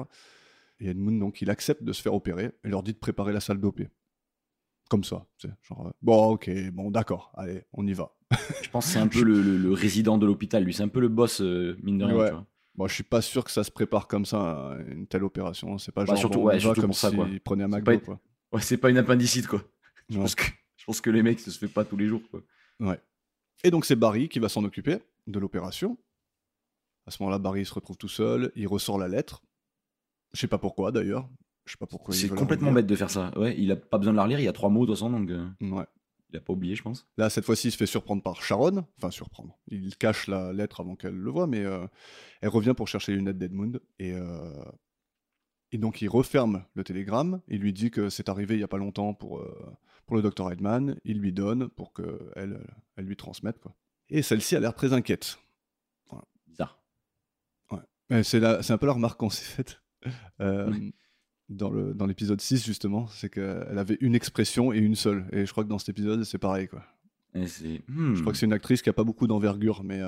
Et Edmund, donc, il accepte de se faire opérer et leur dit de préparer la salle d'OP. Comme ça, tu sais, genre, bon, ok, bon, d'accord, allez, on y va. Je pense que c'est un peu le résident de l'hôpital. Lui, c'est un peu le boss, mine de rien. Ouais. Tu vois. Bon, je suis pas sûr que ça se prépare comme ça, une telle opération. C'est pas Bah, genre, surtout, bon, on ouais, y va surtout comme pour ça, quoi. s'il prenait un C'est McDo, pas- quoi. Ouais, c'est pas une appendicite, quoi. Je Ouais. pense que les mecs, ça se fait pas tous les jours, quoi. Ouais. Et donc, c'est Barry qui va s'en occuper de l'opération. À ce moment-là, Barry se retrouve tout seul, il ressort la lettre. Je sais pas pourquoi, d'ailleurs. Je sais pas pourquoi il C'est veut la complètement relire. bête de faire ça. Ouais, il a pas besoin de la relire, il y a 3 mots de toute façon, donc Ouais. il a pas oublié, je pense. Là, cette fois-ci, il se fait surprendre par Sharon. Enfin, surprendre. Il cache la lettre avant qu'elle le voie, mais elle revient pour chercher les lunettes d'Edmund. Et donc, il referme le télégramme. Il lui dit que c'est arrivé il y a pas longtemps pour le Dr. Heidman. Il lui donne pour qu'elle lui transmette, quoi. Et celle-ci a l'air très inquiète. Bizarre. Ouais. C'est un peu la remarque qu'on s'est faite dans l'épisode 6, justement. C'est qu'elle avait une expression et une seule. Et je crois que dans cet épisode, c'est pareil, quoi. Et c'est... Je crois que c'est une actrice qui a pas beaucoup d'envergure, mais...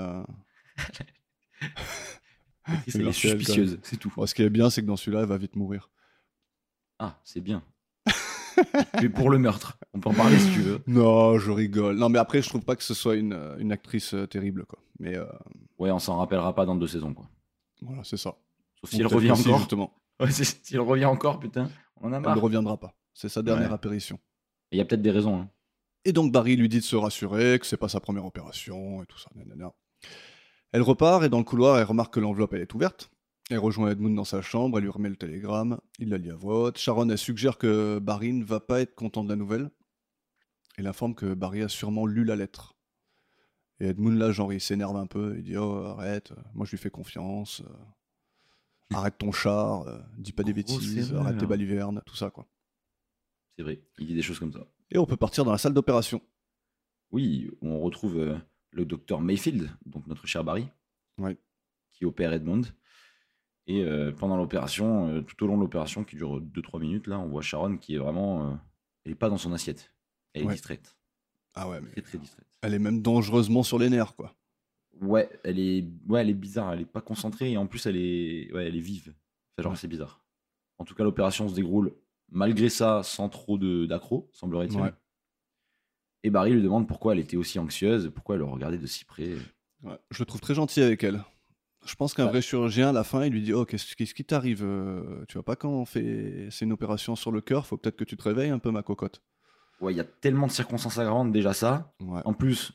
L'actrice, elle est Merci, elle, suspicieuse, c'est tout. Bon, ce qui est bien, c'est que dans celui-là, elle va vite mourir. Ah, c'est bien. Mais pour le meurtre, on peut en parler si tu veux. Non, je rigole. Non, mais après, je trouve pas que ce soit une actrice terrible, quoi. Mais Ouais, on s'en rappellera pas dans 2 saisons, quoi. voilà, c'est ça. Sauf si elle Peut-être revient que si, encore. justement. Ouais, si elle revient encore, putain, on en a Elle marre. ne reviendra pas. C'est sa dernière Ouais. apparition. Il y a peut-être des raisons. Hein. Et donc Barry lui dit de se rassurer, que c'est pas sa première opération et tout ça. Nanana. Elle repart et dans le couloir, elle remarque que l'enveloppe elle est ouverte. Elle rejoint Edmund dans sa chambre, elle lui remet le télégramme, il la lit à voix haute. Sharon elle suggère que Barry ne va pas être content de la nouvelle. Elle informe que Barry a sûrement lu la lettre. Et Edmund là, genre il s'énerve un peu, il dit oh arrête, moi je lui fais confiance, arrête ton char, dis pas des Grosse bêtises, erreur. arrête tes balivernes, tout ça quoi. C'est vrai, il dit des choses comme ça. Et on peut partir dans la salle d'opération. Oui, on retrouve le docteur Mayfield, donc notre cher Barry, Ouais. qui opère Edmund. Et pendant l'opération, tout au long de l'opération, qui dure 2-3 minutes, là, on voit Sharon qui est vraiment... elle n'est pas dans son assiette. Elle est Ouais. distraite. Ah ouais, mais Très, très distraite. elle est même dangereusement sur les nerfs quoi. Ouais, elle est bizarre. Elle est pas concentrée et en plus, elle est vive. Enfin, genre, Ouais. c'est bizarre. En tout cas, l'opération se déroule malgré ça, sans trop d'accro, semblerait-il. Ouais. Et Barry lui demande pourquoi elle était aussi anxieuse, pourquoi elle le regardait de si près. Ouais, je le trouve très gentil avec elle. Je pense qu'un Ouais. vrai chirurgien, à la fin, il lui dit oh, qu'est-ce qui t'arrive Tu vois pas quand c'est une opération sur le cœur, faut peut-être que tu te réveilles un peu, ma cocotte. Ouais, il y a tellement de circonstances aggravantes déjà ça. Ouais. En plus,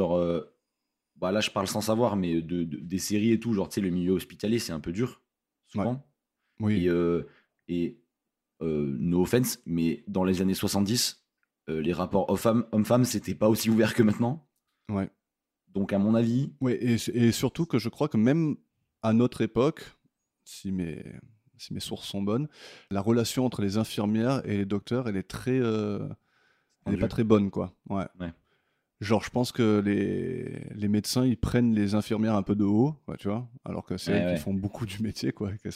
bah là je parle sans savoir, mais des séries et tout, genre tu sais, le milieu hospitalier c'est un peu dur, souvent. Oui. Et no offense, mais dans les années 70, les rapports homme-femme c'était pas aussi ouvert que maintenant. Ouais. Donc à mon avis, Ouais, et surtout que je crois que même à notre époque, si mes sources sont bonnes, la relation entre les infirmières et les docteurs, elle est très, elle est pas très bonne, quoi. Ouais. Ouais. Genre, je pense que les médecins, ils prennent les infirmières un peu de haut, ouais, tu vois, alors que c'est Ouais, elles ouais. qui font beaucoup du métier, quoi, et elles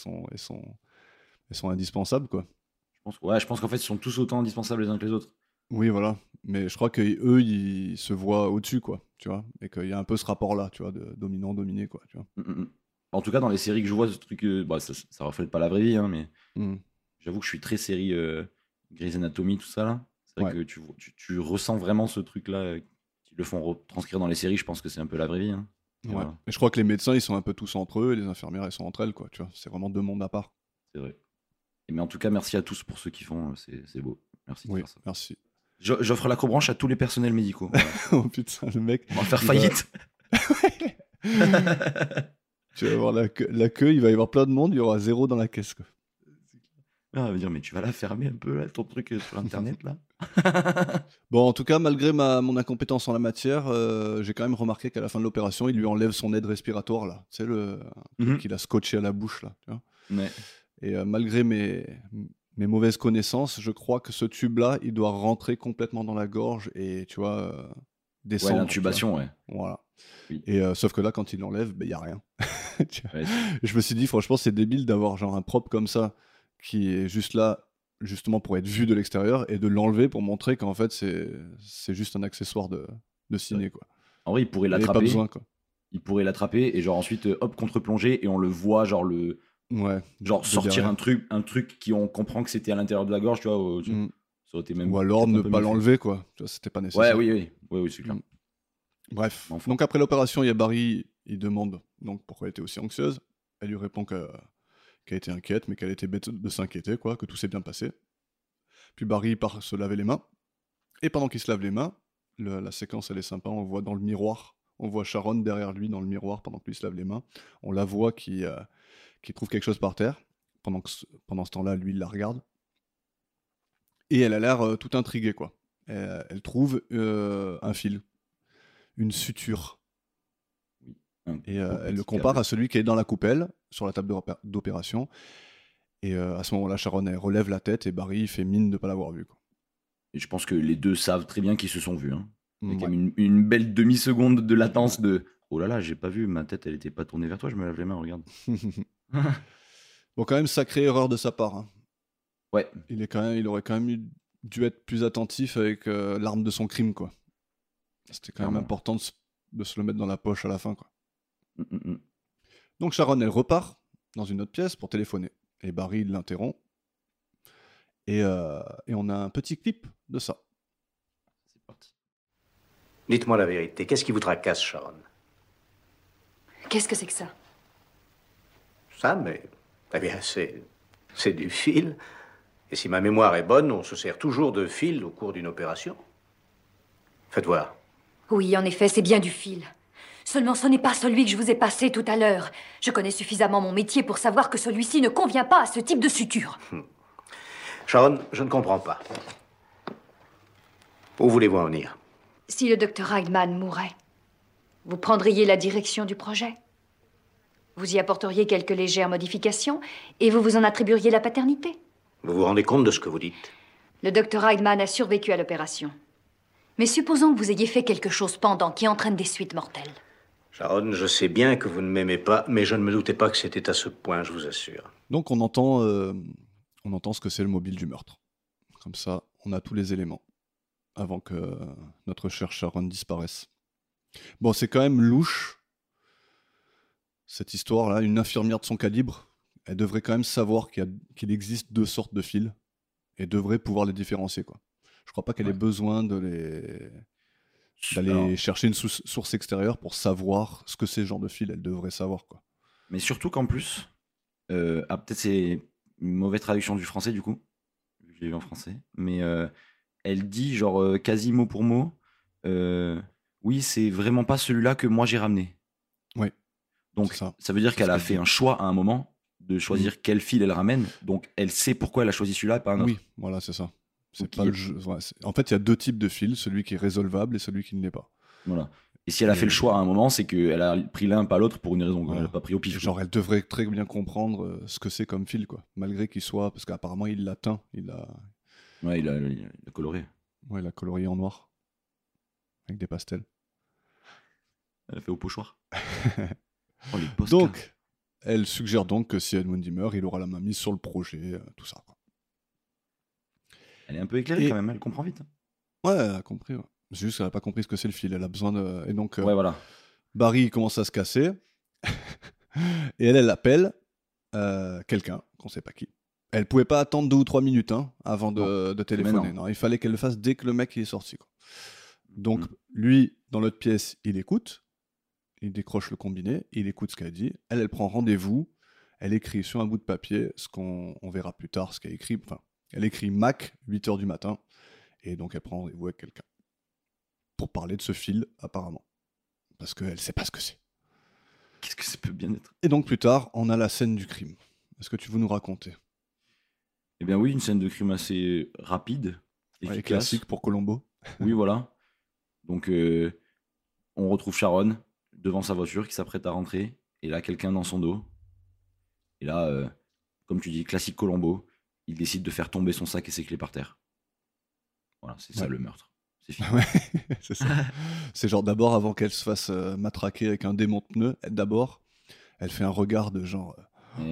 sont indispensables, quoi. je pense qu'en fait ils sont tous autant indispensables les uns que les autres. Oui, voilà. Mais je crois qu'eux, ils se voient au-dessus, quoi, tu vois, et qu'il y a un peu ce rapport-là, tu vois, de dominant-dominé, quoi, tu vois. Mm, mm, mm. En tout cas, dans les séries que je vois, ce truc, bah, ça reflète pas la vraie vie, hein, mais Hmm. j'avoue que je suis très série Grey's Anatomy, tout ça là. C'est vrai Ouais. que tu ressens vraiment ce truc-là, qu'ils le font retranscrire dans les séries. Je pense que c'est un peu la vraie vie. Hein. Et Ouais. voilà, Et je crois que les médecins, ils sont un peu tous entre eux, et les infirmières, elles sont entre elles, quoi. Tu vois, c'est vraiment deux mondes à part. c'est vrai. Mais en tout cas, merci à tous pour ceux qui font. C'est beau. Merci de Oui, faire ça. merci. J'offre l'acrobranche à tous les personnels médicaux. Voilà. Oh putain, le mec. On va faire il va- faillite. Tu vas voir la queue, il va y avoir plein de monde, il y aura 0 dans la caisse, quoi. Ah, on va dire, mais tu vas la fermer un peu, là, ton truc sur Internet, là. Bon, en tout cas, malgré mon incompétence en la matière, j'ai quand même remarqué qu'à la fin de l'opération, il lui enlève son aide respiratoire, là. Tu sais, le truc Mhm. qu'il a scotché à la bouche, là. Tu vois. Ouais. Et malgré mes mauvaises connaissances, je crois que ce tube-là, il doit rentrer complètement dans la gorge et, tu vois, Ouais, descendre. l'intubation, ouais. Tu vois. Voilà. Oui. Et sauf que là, quand il l'enlève, il n'y a rien. Tu vois. Ouais, Et je me suis dit, franchement, c'est débile d'avoir genre un prop comme ça qui est juste là, justement pour être vu de l'extérieur et de l'enlever pour montrer qu'en fait, c'est juste un accessoire de ciné, quoi. En vrai, il pourrait Il n'y avait pas l'attraper. besoin, quoi. Il pourrait l'attraper et genre ensuite, hop, contre-plongée et on le voit, genre, Ouais. genre de sortir derrière. un truc qui on comprend que c'était à l'intérieur de la gorge, tu vois. Mm. Ça aurait été même. Ou alors peut-être ne un peu pas mieux fait. l'enlever, quoi. Tu vois, c'était pas Ouais, nécessaire. oui, c'est clair. Mm. Bref. Enfin. Donc après l'opération, il y a Barry, il demande donc pourquoi elle était aussi anxieuse. Elle lui répond qu'elle était inquiète, mais qu'elle était bête de s'inquiéter, quoi, que tout s'est bien passé. Puis Barry part se laver les mains. Et pendant qu'il se lave les mains, la séquence, elle est sympa, on voit dans le miroir, on voit Sharon derrière lui dans le miroir pendant que lui se lave les mains. On la voit qui trouve quelque chose par terre. Pendant ce temps-là, lui, il la regarde. Et elle a l'air tout intriguée, quoi. Elle trouve un fil, une suture. Et elle le compare à celui qui est dans la coupelle, sur la table d'opération. Et à ce moment-là, Sharon, elle relève la tête et Barry fait mine de ne pas l'avoir vu, quoi. Et je pense que les deux savent très bien qu'ils se sont vus. Hein. Il y a quand Ouais. même une belle demi-seconde de latence de oh là là, j'ai pas vu, ma tête elle était pas tournée vers toi, je me lave les mains, regarde. Bon, quand même, sacrée erreur de sa part. Hein. Ouais. Il aurait quand même dû être plus attentif avec l'arme de son crime, quoi. C'était quand même Clairement. important de se le mettre dans la poche à la fin, quoi. Mm. Donc Sharon, elle repart dans une autre pièce pour téléphoner. Et Barry l'interrompt. Et on a un petit clip de ça. C'est parti. Dites-moi la vérité, qu'est-ce qui vous tracasse, Sharon? Qu'est-ce que c'est que ça? Ça, mais... Eh bien, c'est du fil. Et si ma mémoire est bonne, on se sert toujours de fil au cours d'une opération. Faites voir. Oui, en effet, c'est bien du fil. Seulement, ce n'est pas celui que je vous ai passé tout à l'heure. Je connais suffisamment mon métier pour savoir que celui-ci ne convient pas à ce type de suture. Sharon, je ne comprends pas. Où voulez-vous en venir? Si le docteur Heidman mourait, vous prendriez la direction du projet? Vous y apporteriez quelques légères modifications et vous vous en attribueriez la paternité? Vous vous rendez compte de ce que vous dites? Le docteur Heidman a survécu à l'opération. Mais supposons que vous ayez fait quelque chose pendant qui entraîne des suites mortelles. Sharon, je sais bien que vous ne m'aimez pas, mais je ne me doutais pas que c'était à ce point, je vous assure. Donc on entend ce que c'est le mobile du meurtre. Comme ça, on a tous les éléments avant que notre chère Sharon disparaisse. Bon, c'est quand même louche, cette histoire-là. Une infirmière de son calibre, elle devrait quand même savoir qu'il existe deux sortes de fils et devrait pouvoir les différencier, quoi. Je crois pas qu'elle ait besoin d'aller chercher une source extérieure pour savoir ce que c'est ce genre de fil. Elle devrait savoir, quoi. Mais surtout qu'en plus, peut-être c'est une mauvaise traduction du français du coup, vu que je l'ai vu en français, mais elle dit genre quasi mot pour mot, oui c'est vraiment pas celui-là que moi j'ai ramené. Oui. Donc ça veut dire C'est qu'elle ce a qu'elle fait dit. un choix à un moment de choisir quel fil elle ramène, donc elle sait pourquoi elle a choisi celui-là et pas un autre. Oui, voilà, c'est ça. C'est Donc, pas le jeu. Ouais, en fait, il y a deux types de fils, celui qui est résolvable et celui qui ne l'est pas. Voilà. Et si elle a fait le choix à un moment, c'est qu'elle a pris l'un pas l'autre pour une raison. Voilà. Elle a pas pris au pif. Genre, elle devrait très bien comprendre ce que c'est comme fil, quoi. Malgré qu'il soit, parce qu'apparemment il l'a teint, Ouais, il a coloré. ouais, il a colorié en noir avec des pastels. Elle a fait au pochoir. Oh, les postes. Donc, elle suggère donc que si Edmund meurt, il aura la main mise sur le projet, tout ça, quoi. Elle est un peu éclairée Et- quand même, elle comprend vite. Ouais, elle a compris. Ouais. C'est juste qu'elle a pas compris ce que c'est le fil. Elle a besoin de. Et donc, Ouais, voilà. Barry il commence à se casser. Et elle appelle quelqu'un, qu'on sait pas qui. Elle pouvait pas attendre 2 ou 3 minutes avant de téléphoner. non. Non, il fallait qu'elle le fasse dès que le mec il est sorti, quoi. Donc, Mhm. lui, dans l'autre pièce, il écoute. Il décroche le combiné, il écoute ce qu'elle dit. Elle prend rendez-vous. Elle écrit sur un bout de papier ce on verra plus tard, ce qu'elle écrit. Enfin, elle écrit Mac, 8h du matin. Et donc, elle prend rendez-vous avec quelqu'un. Pour parler de ce fil, apparemment. Parce qu'elle sait pas ce que c'est. Qu'est-ce que ça peut bien être? Et donc, plus tard, on a la scène du crime. Est-ce que tu veux nous raconter? Eh bien oui, une scène de crime assez rapide, Ouais, efficace. classique pour Colombo. Oui, voilà. Donc, on retrouve Sharon devant sa voiture qui s'apprête à rentrer. Et là, quelqu'un dans son dos. Et là, comme tu dis, classique Colombo, il décide de faire tomber son sac et ses clés par terre. Voilà, c'est ça Ouais. le meurtre. C'est fini. Ouais, c'est ça. C'est genre d'abord, avant qu'elle se fasse matraquer avec un démon de pneu, d'abord, elle fait un regard de genre Et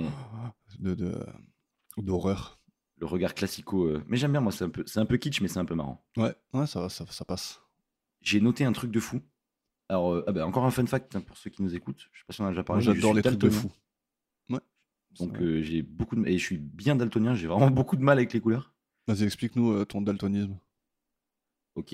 d'horreur. le regard classico. Mais j'aime bien, moi, c'est un peu kitsch, mais c'est un peu marrant. Ouais, ça va, ça passe. J'ai noté un truc de fou. Alors, encore un fun fact pour ceux qui nous écoutent. Je sais pas si on en a déjà Moi, parlé. mais je j'adore suis les trucs de daltonien. fou. Ouais. Donc, C'est vrai. j'ai beaucoup de... Et je suis bien daltonien, j'ai vraiment beaucoup de mal avec les couleurs. Vas-y, explique-nous ton daltonisme. Ok.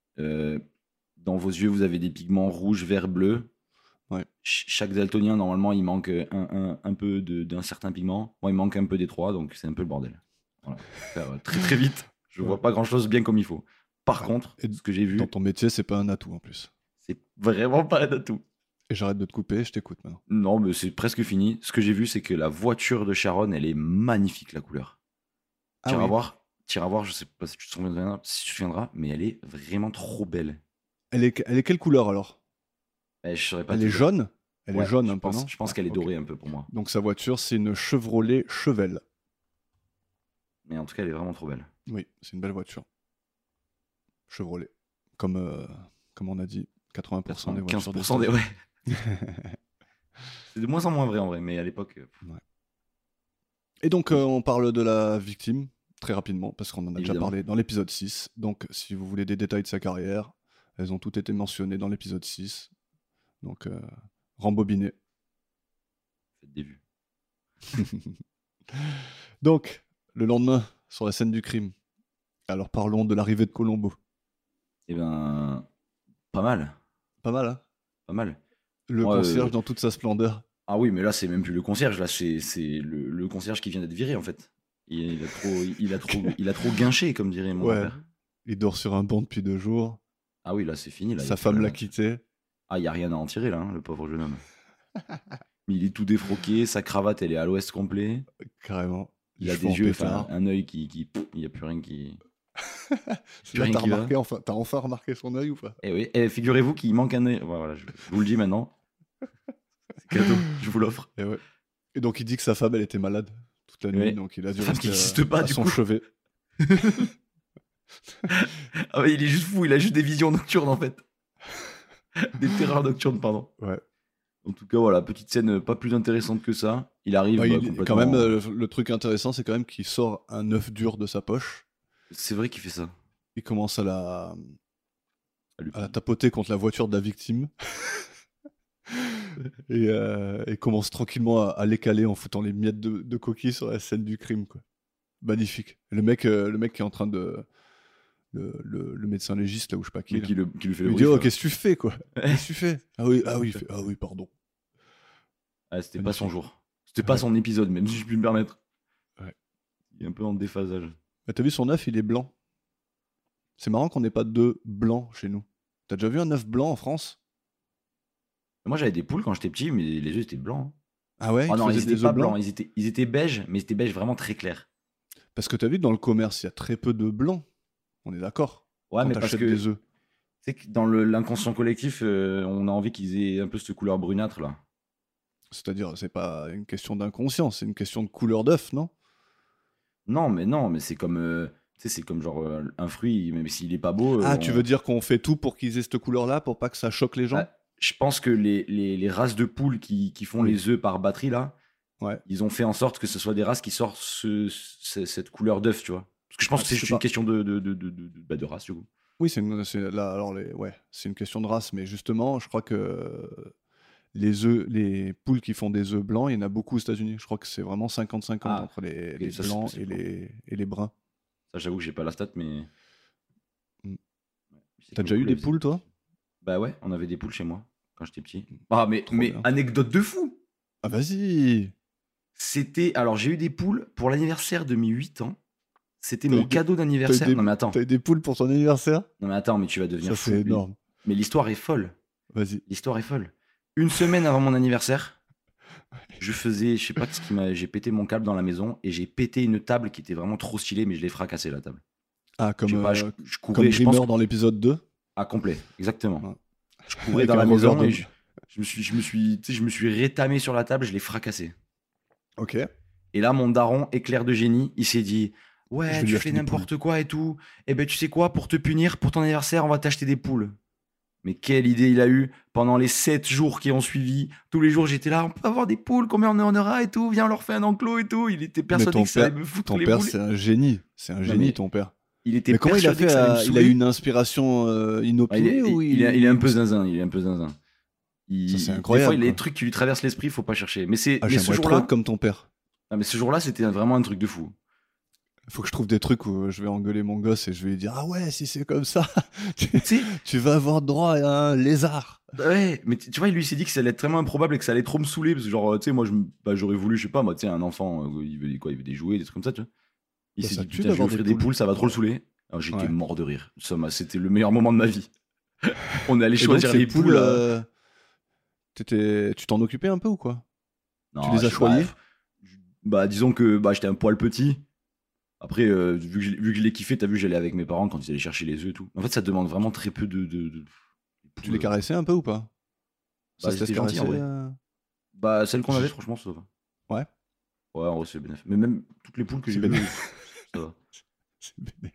Dans vos yeux, vous avez des pigments rouge, vert, bleu. Ouais. Chaque daltonien, normalement, il manque un peu d'un certain pigment. Moi, il manque un peu des trois, donc c'est un peu le bordel. Voilà. Faut faire très très vite. Je vois pas grand-chose bien comme il faut. Par Ouais. contre, Et ce que j'ai vu, Dans ton métier, c'est pas un atout en plus. c'est vraiment pas un atout. Et j'arrête de te couper, je t'écoute maintenant. Non, mais c'est presque fini. Ce que j'ai vu, c'est que la voiture de Sharon, elle est magnifique, la couleur. Ah T'iras oui. voir, je sais pas si tu te souviendras, mais elle est vraiment trop belle. Elle est quelle couleur alors? Je saurais pas Elle te est dire. jaune? Elle est Ouais, jaune je un peu, non? pense, je pense Ouais, qu'elle est ok. dorée un peu pour moi. Donc sa voiture, c'est une Chevrolet Chevelle. Mais en tout cas, elle est vraiment trop belle. Oui, c'est une belle voiture. Chevrolet. Comme on a dit, 80% des voitures. 15% des... Ouais. C'est de moins en moins vrai en vrai, mais à l'époque... Et donc, on parle de la victime, très rapidement, parce qu'on en a déjà Évidemment. parlé dans l'épisode 6. Donc, si vous voulez des détails de sa carrière, elles ont toutes été mentionnées dans l'épisode 6. Donc, rembobinez. Faites des vues. Donc, le lendemain, sur la scène du crime, alors parlons de l'arrivée de Colombo. Eh ben, pas mal. Pas mal, hein? Pas mal. Le Moi, concierge dans toute sa splendeur. Ah oui, mais là, c'est même plus le concierge. Là, c'est le concierge qui vient d'être viré, en fait. Il a trop guinché, comme dirait mon Ouais. père. Il dort sur un banc depuis 2 jours. Ah oui, là, c'est fini. Là, Sa femme l'a quitté. Ah, il n'y a rien à en tirer, là, le pauvre jeune homme. Mais il est tout défroqué, sa cravate, elle est à l'ouest complet. Carrément. Il a cheveux en des yeux, pétard. un œil qui... Il n'y a plus rien qui... C'est là, rien t'as qui va. remarqué, t'as enfin remarqué son œil ou pas? Eh oui, figurez-vous qu'il manque un œil. Voilà, je vous le dis maintenant. C'est cadeau, je vous l'offre. Et ouais. Et donc il dit que sa femme elle était malade toute la nuit, Ouais. donc il a dû Sa femme qui rester n'existe pas, à du son coup. chevet. Ah ouais, il est juste fou, il a juste des visions nocturnes en fait. Des terreurs nocturnes, pardon. Ouais. En tout cas, voilà, petite scène pas plus intéressante que ça. Il arrive Ouais, complètement... quand même, le truc intéressant, c'est quand même qu'il sort un œuf dur de sa poche. C'est vrai qu'il fait ça. Il commence à la lui tapoter contre la voiture de la victime. et commence tranquillement à l'écaler en foutant les miettes de coquilles sur la scène du crime, quoi. Magnifique. Le mec qui est en train de... Le médecin légiste, là où je sais pas qui. qui lui fait le Il dit, brief, oh, là. qu'est-ce que tu fais, quoi? Qu'est-ce que tu fais? Ah oui, il fait, ah oui, pardon. Ah, c'était pas son Magnifique. jour. C'était pas Ouais. son épisode, même si je puis me permettre. Ouais. Il est un peu en déphasage. Ah, t'as vu son œuf, il est blanc. C'est marrant qu'on n'ait pas deux blancs chez nous. T'as déjà vu un œuf blanc en France? Moi, j'avais des poules quand j'étais petit, mais les œufs étaient blancs. Hein. Ah ouais, Oh non, ils faisaient étaient des pas œufs blancs? blancs, ils étaient beiges, mais c'était beige vraiment très clair. Parce que t'as vu que dans le commerce, il y a très peu de blancs. On est d'accord. Ouais, Quand mais parce t'achètes que des œufs. c'est que dans l'inconscient collectif, on a envie qu'ils aient un peu cette couleur brunâtre là. C'est-à-dire, c'est pas une question d'inconscience, c'est une question de couleur d'œuf, non? Non, mais c'est comme, tu sais, c'est comme genre un fruit, même s'il est pas beau. Ah, tu veux dire qu'on fait tout pour qu'ils aient cette couleur-là, pour pas que ça choque les gens? Ah, je pense que les races de poules qui font Oui. les œufs par batterie là, Ouais. ils ont fait en sorte que ce soit des races qui sortent cette couleur d'œuf, tu vois. Parce que je pense Ah, que c'est je sais juste une pas. question de race du coup. Oui, c'est une question de race, mais justement, je crois que les poules qui font des œufs blancs, il y en a beaucoup aux États-Unis. Je crois que c'est vraiment 50-50 Ah, entre les, ok, les ça, c'est blancs possible. et les bruns. Ça, j'avoue que j'ai pas la stat, mais. Mm. Je sais T'as que déjà eu beaucoup des les poules, toi? Bah ouais, on avait des poules chez moi quand j'étais petit. Ah, mais Trop bien. anecdote de fou. Ah, vas-y! C'était. Alors, j'ai eu des poules pour l'anniversaire de mes 8 ans. C'était T'as eu mon des- cadeau d'anniversaire. Non, mais attends. T'as eu des poules pour ton anniversaire? Non, mais attends, mais tu vas devenir Ça, fou. c'est énorme. Mais l'histoire est folle. Vas-y. L'histoire est folle. Une semaine avant mon anniversaire, je sais pas ce qui m'a. J'ai pété mon câble dans la maison et j'ai pété une table qui était vraiment trop stylée, mais je l'ai fracassée, la table. Ah, Je sais pas, je comme courais, je pense. Dreamer dans l'épisode 2? Ah, complet, exactement. Ouais. Je courais Avec dans la un maison revers et de- je me suis rétamé sur la table, je l'ai fracassé. Ok. Et là, mon daron, éclair de génie, il s'est dit Je ouais, vais lui tu acheter fais des n'importe quoi et tout. Eh ben, tu sais quoi, pour te punir, pour ton anniversaire, on va t'acheter des poules. Mais quelle idée il a eu pendant les 7 jours qui ont suivi. Tous les jours, j'étais là, on peut avoir des poules, combien on en aura et tout. Viens, on leur fait un enclos et tout. Il était Mais persuadé que ça allait me foutre ton les père, boules. c'est un génie. C'est un Non, génie, mais ton père. Il était Mais comment il a persuadé fait que ça allait me Il a saouler. eu une inspiration Ah, inopinée ou il est un peu zinzin. Il est un peu zinzin. Ça, c'est Des incroyable, fois, il a des quoi. trucs qui lui traversent l'esprit, faut pas chercher. Mais c'est, Ah, mais ce j'aimerais trop jour-là, être comme ton père. mais ce jour-là, c'était vraiment un truc de fou. Faut que je trouve des trucs où je vais engueuler mon gosse et je vais lui dire ah ouais, si c'est comme ça, tu, Tu sais, tu vas avoir droit à un lézard. ouais, mais tu vois, il lui s'est dit que ça allait être vraiment improbable et que ça allait trop me saouler parce que genre, tu sais, moi, j'aurais voulu, je sais pas, moi, tu sais, un enfant, il veut quoi, il veut des jouets, des trucs comme ça, tu vois. Il Bah, s'est ça dit tue putain, je vais d'avoir offrir des des poules. poules, ça va trop le saouler. Alors j'étais Ouais. mort de rire. C'était le meilleur moment de ma vie. On est allé Et donc choisir ces les poules. tu t'en occupais un peu ou quoi? Non, tu les as je sais pas, choyés? disons que j'étais un poil petit. Après, vu que je l'ai kiffé, t'as vu, j'allais avec mes parents quand ils allaient chercher les œufs et tout. En fait, ça demande vraiment très peu de Tu les caressais un peu ou pas? Ça Bah, se laisse c'était gentil, caresser, en vrai. Celle qu'on avait, franchement, ça va. Ouais. Ouais, en vrai, c'est bénéf. Mais même toutes les poules que C'est j'ai vues, bénéf. ça va. C'est bénéf.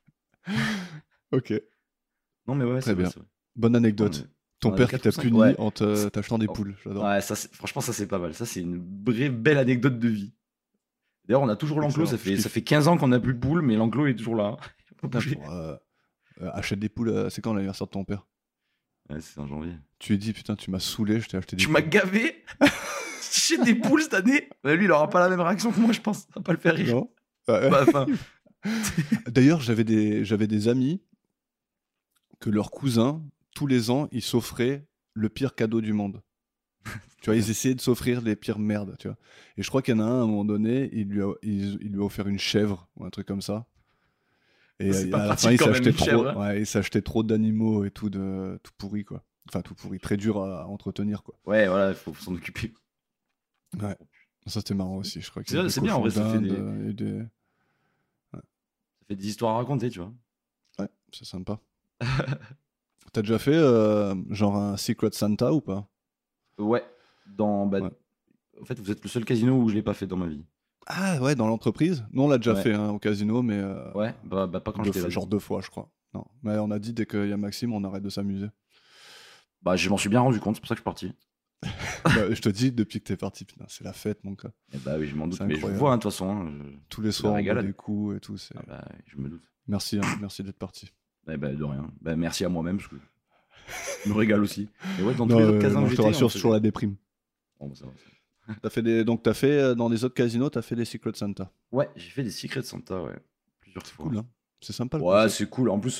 Ok, Non, mais ouais, très c'est vrai, bien. c'est vrai. Bonne anecdote. On Ton avait père qui quatre t'a ou cinq, puni ouais. en t'achetant des poules, j'adore. Ouais, franchement, ça, c'est pas mal. Ça, c'est une vraie belle anecdote de vie. D'ailleurs, on a toujours l'enclos. Excellent, je Ça kiffe. fait 15 ans qu'on n'a plus de poules, mais l'enclos est toujours là. Il a pas Putain, bougé. achète des poules, c'est quand l'anniversaire de ton père? Ouais, c'est en janvier. Tu lui dis putain, tu m'as saoulé, je t'ai acheté des Tu poules. m'as gavé. J'ai des poules cette année. Bah, lui, il aura pas la même réaction que moi, je pense. Ça va pas le faire rire. Non. Ouais. Bah, enfin, D'ailleurs, j'avais des amis que leurs cousins, tous les ans, ils s'offraient le pire cadeau du monde. Tu vois, ils essayaient de s'offrir les pires merdes, tu vois. Et je crois qu'il y en a un, à un moment donné, il lui a offert une chèvre ou un truc comme ça. Et c'est à pas la fin, pratique il quand même, s'achetait une trop, chèvre, hein. ouais, il s'achetait trop d'animaux et tout, tout pourri, quoi. Enfin, tout pourri, très dur à entretenir, quoi. ouais, voilà, il faut s'en occuper. Ouais. Ça, c'était marrant aussi, je crois. qu'il y C'est a des c'est bien, en vrai, cochons ça fait d'Inde et Ça fait des histoires à raconter, tu vois. Ouais, c'est sympa. T'as déjà fait genre un Secret Santa ou pas? Ouais. Ouais. En fait, vous êtes le seul casino où je l'ai pas fait dans ma vie. Ah ouais, dans l'entreprise? Nous, on l'a déjà Ouais. fait hein, au casino, mais Ouais, bah pas quand j'étais là. genre 2 fois, je crois. Non, mais on a dit dès qu'il y a Maxime, on arrête de s'amuser. Bah, je m'en suis bien rendu compte, c'est pour ça que je suis parti. Bah, je te dis, depuis que t'es parti, putain, c'est la fête, mon gars. Et bah oui, je m'en doute. C'est Mais je incroyable. vois, hein, de toute façon. Hein, Tous les C'est soirs, la on boit régalade. des coups et tout. ah bah, je me doute. Merci, hein, merci d'être parti. Eh bah, de rien. Bah, merci à moi-même, parce que je me régale aussi. Et ouais, dans Non, tous les autres casinos non, où je te j'étais, rassure, on c'est toujours la déprime. Bon, bah, ça va, ça va. T'as fait dans les autres casinos, t'as fait des Secret Santa. Ouais, j'ai fait des Secrets de Santa, ouais. Plusieurs fois. Cool, hein. C'est sympa le Ouais, concept. c'est cool. En plus,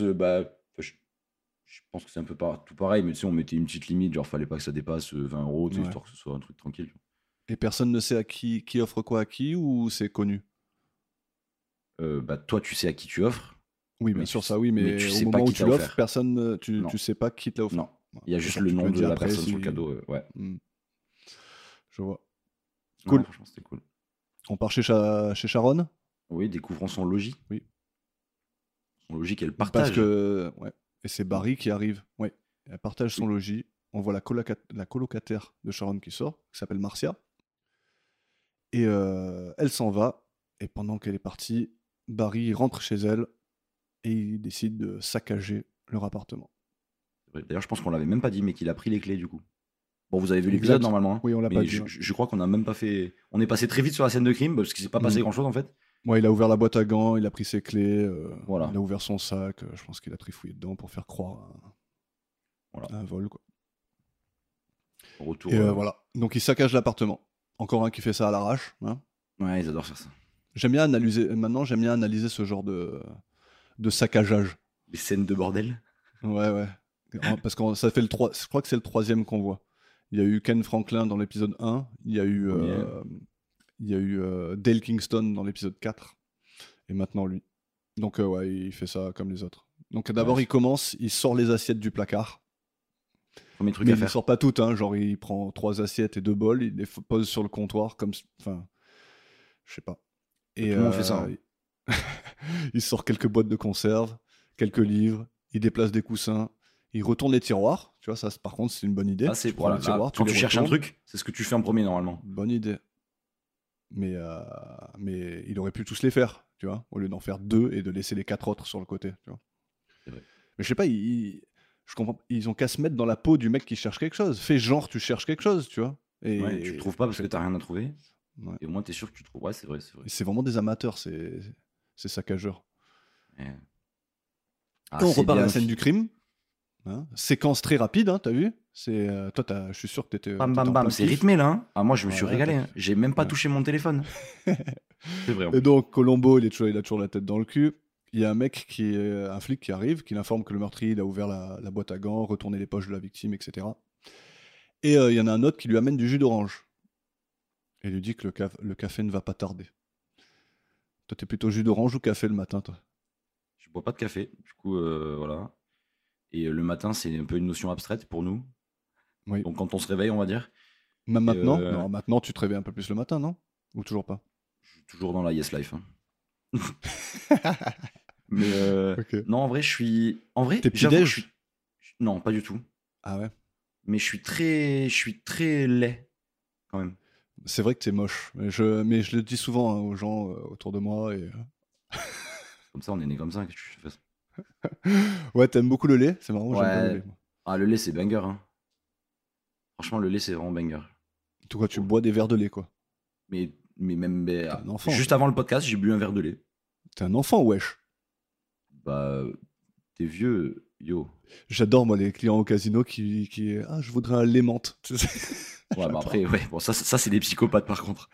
je pense que c'est un peu tout pareil, mais tu sais, on mettait une petite limite, genre fallait pas que ça dépasse 20 €, tu sais, Ouais. histoire que ce soit un truc tranquille. Tu vois. Et personne ne sait à qui offre quoi à qui ou c'est connu? Toi, tu sais à qui tu offres. Oui, bien Mais sûr, tu ça sais- oui, mais mais tu au sais pas moment où qui tu t'a l'offres, offert. personne, Non. tu sais pas qui te l'a offert. Non, il y a juste D'accord, le tu nom me de dis la après personne si- sur le cadeau. Ouais. Hmm. Je vois. Non, Cool. franchement, c'était cool. On part chez Sharon? Oui, découvrons son logis. Oui. Son logis qu'elle Parce partage. que, ouais. Et c'est Barry qui arrive. Ouais. Elle partage son logis. On voit la colocataire de Sharon qui sort, qui s'appelle Marcia. Et elle s'en va. Et pendant qu'elle est partie, Barry rentre chez elle et il décide de saccager leur appartement. D'ailleurs, je pense qu'on l'avait même pas dit, mais qu'il a pris les clés du coup. Bon, vous avez vu Exact. l'épisode normalement. Hein, Oui, on l'a mais pas dit. je crois qu'on a même pas fait. On est passé très vite sur la scène de crime parce qu'il s'est pas passé Mhm. grand chose en fait. Ouais, il a ouvert la boîte à gants, il a pris ses clés, Voilà. il a ouvert son sac, je pense qu'il a trifouillé dedans pour faire croire à Voilà. un vol, quoi. Retour. Et voilà. Donc il saccage l'appartement. Encore un qui fait ça à l'arrache. Hein. Ouais, ils adorent faire ça. J'aime bien analyser ce genre de saccageage. Les scènes de bordel. Ouais. Parce que ça fait je crois que c'est le 3e qu'on voit. Il y a eu Ken Franklin dans l'épisode 1. Il y a eu, Dale Kingston dans l'épisode 4. Et maintenant lui. Donc ouais, il fait ça comme les autres. Donc d'abord il sort les assiettes du placard. Premier truc Mais à il ne faire. sort pas toutes, hein. Genre il prend 3 assiettes et 2 bols, il les pose sur le comptoir comme... Enfin, je sais pas. Et Tout le monde fait ça. Hein. il sort quelques boîtes de conserve, quelques livres, il déplace des coussins, il retourne les tiroirs. Tu vois, ça par contre c'est une bonne idée. Ah, c'est Tu prends les tiroirs, quand les tu cherches un retournes. truc, c'est ce que tu fais en premier normalement. Bonne idée. Mais il aurait pu tous les faire, tu vois, au lieu d'en faire 2 et de laisser les 4 autres sur le côté. Tu vois. C'est vrai. Mais je sais pas, je comprends. Ils ont qu'à se mettre dans la peau du mec qui cherche quelque chose. Fais genre tu cherches quelque chose, tu vois. Et Ouais, tu le trouves pas parce que t'as rien à trouver. Ouais. Et au moins t'es sûr que tu trouves. Ouais, c'est vrai. C'est vraiment des amateurs, ces saccageurs. Ouais. Et on repart à la scène du crime. Hein. Séquence très rapide, hein, t'as vu. Toi, je suis sûr que t'étais. Bam bam bam, c'est rythmé là. Hein. Ah, moi je me suis Ouais, régalé. Hein. J'ai même pas touché mon téléphone. C'est vrai. Et donc Colombo, il a toujours la tête dans le cul. Il y a un flic qui arrive, qui l'informe que le meurtrier il a ouvert la boîte à gants, retourné les poches de la victime, etc. Et il y en a un autre qui lui amène du jus d'orange. Et lui dit que le café ne va pas tarder. Toi, t'es plutôt jus d'orange ou café le matin, toi? Je bois pas de café. Du coup, voilà. Et le matin, c'est un peu une notion abstraite pour nous. Oui. Donc quand on se réveille, on va dire. Même maintenant? Non, maintenant tu te réveilles un peu plus le matin, non? Ou toujours pas? Je suis toujours dans la yes life. Hein. Mais Ok. non, en vrai, je suis. En vrai, T'es j'avoue que petit-déj? Non, pas du tout. Ah ouais? Mais je suis très laid quand même. C'est vrai que t'es moche. Mais je le dis souvent hein, aux gens autour de moi. Et... Comme ça, on est né comme ça. Que tu fais ça. Ouais, t'aimes beaucoup le lait? C'est marrant, j'aime pas le Ouais. lait. Moi. Ah, le lait, c'est banger. Hein. Franchement, le lait, c'est vraiment banger. En tout cas, tu bois des verres de lait, quoi. Mais même. T'es un enfant. Juste avant le podcast, j'ai bu un verre de lait. T'es un enfant, wesh. Bah, t'es vieux, yo. J'adore, moi, les clients au casino qui ah, je voudrais un lait menthe. Ouais, bah après, ouais. Bon, ça c'est des psychopathes par contre.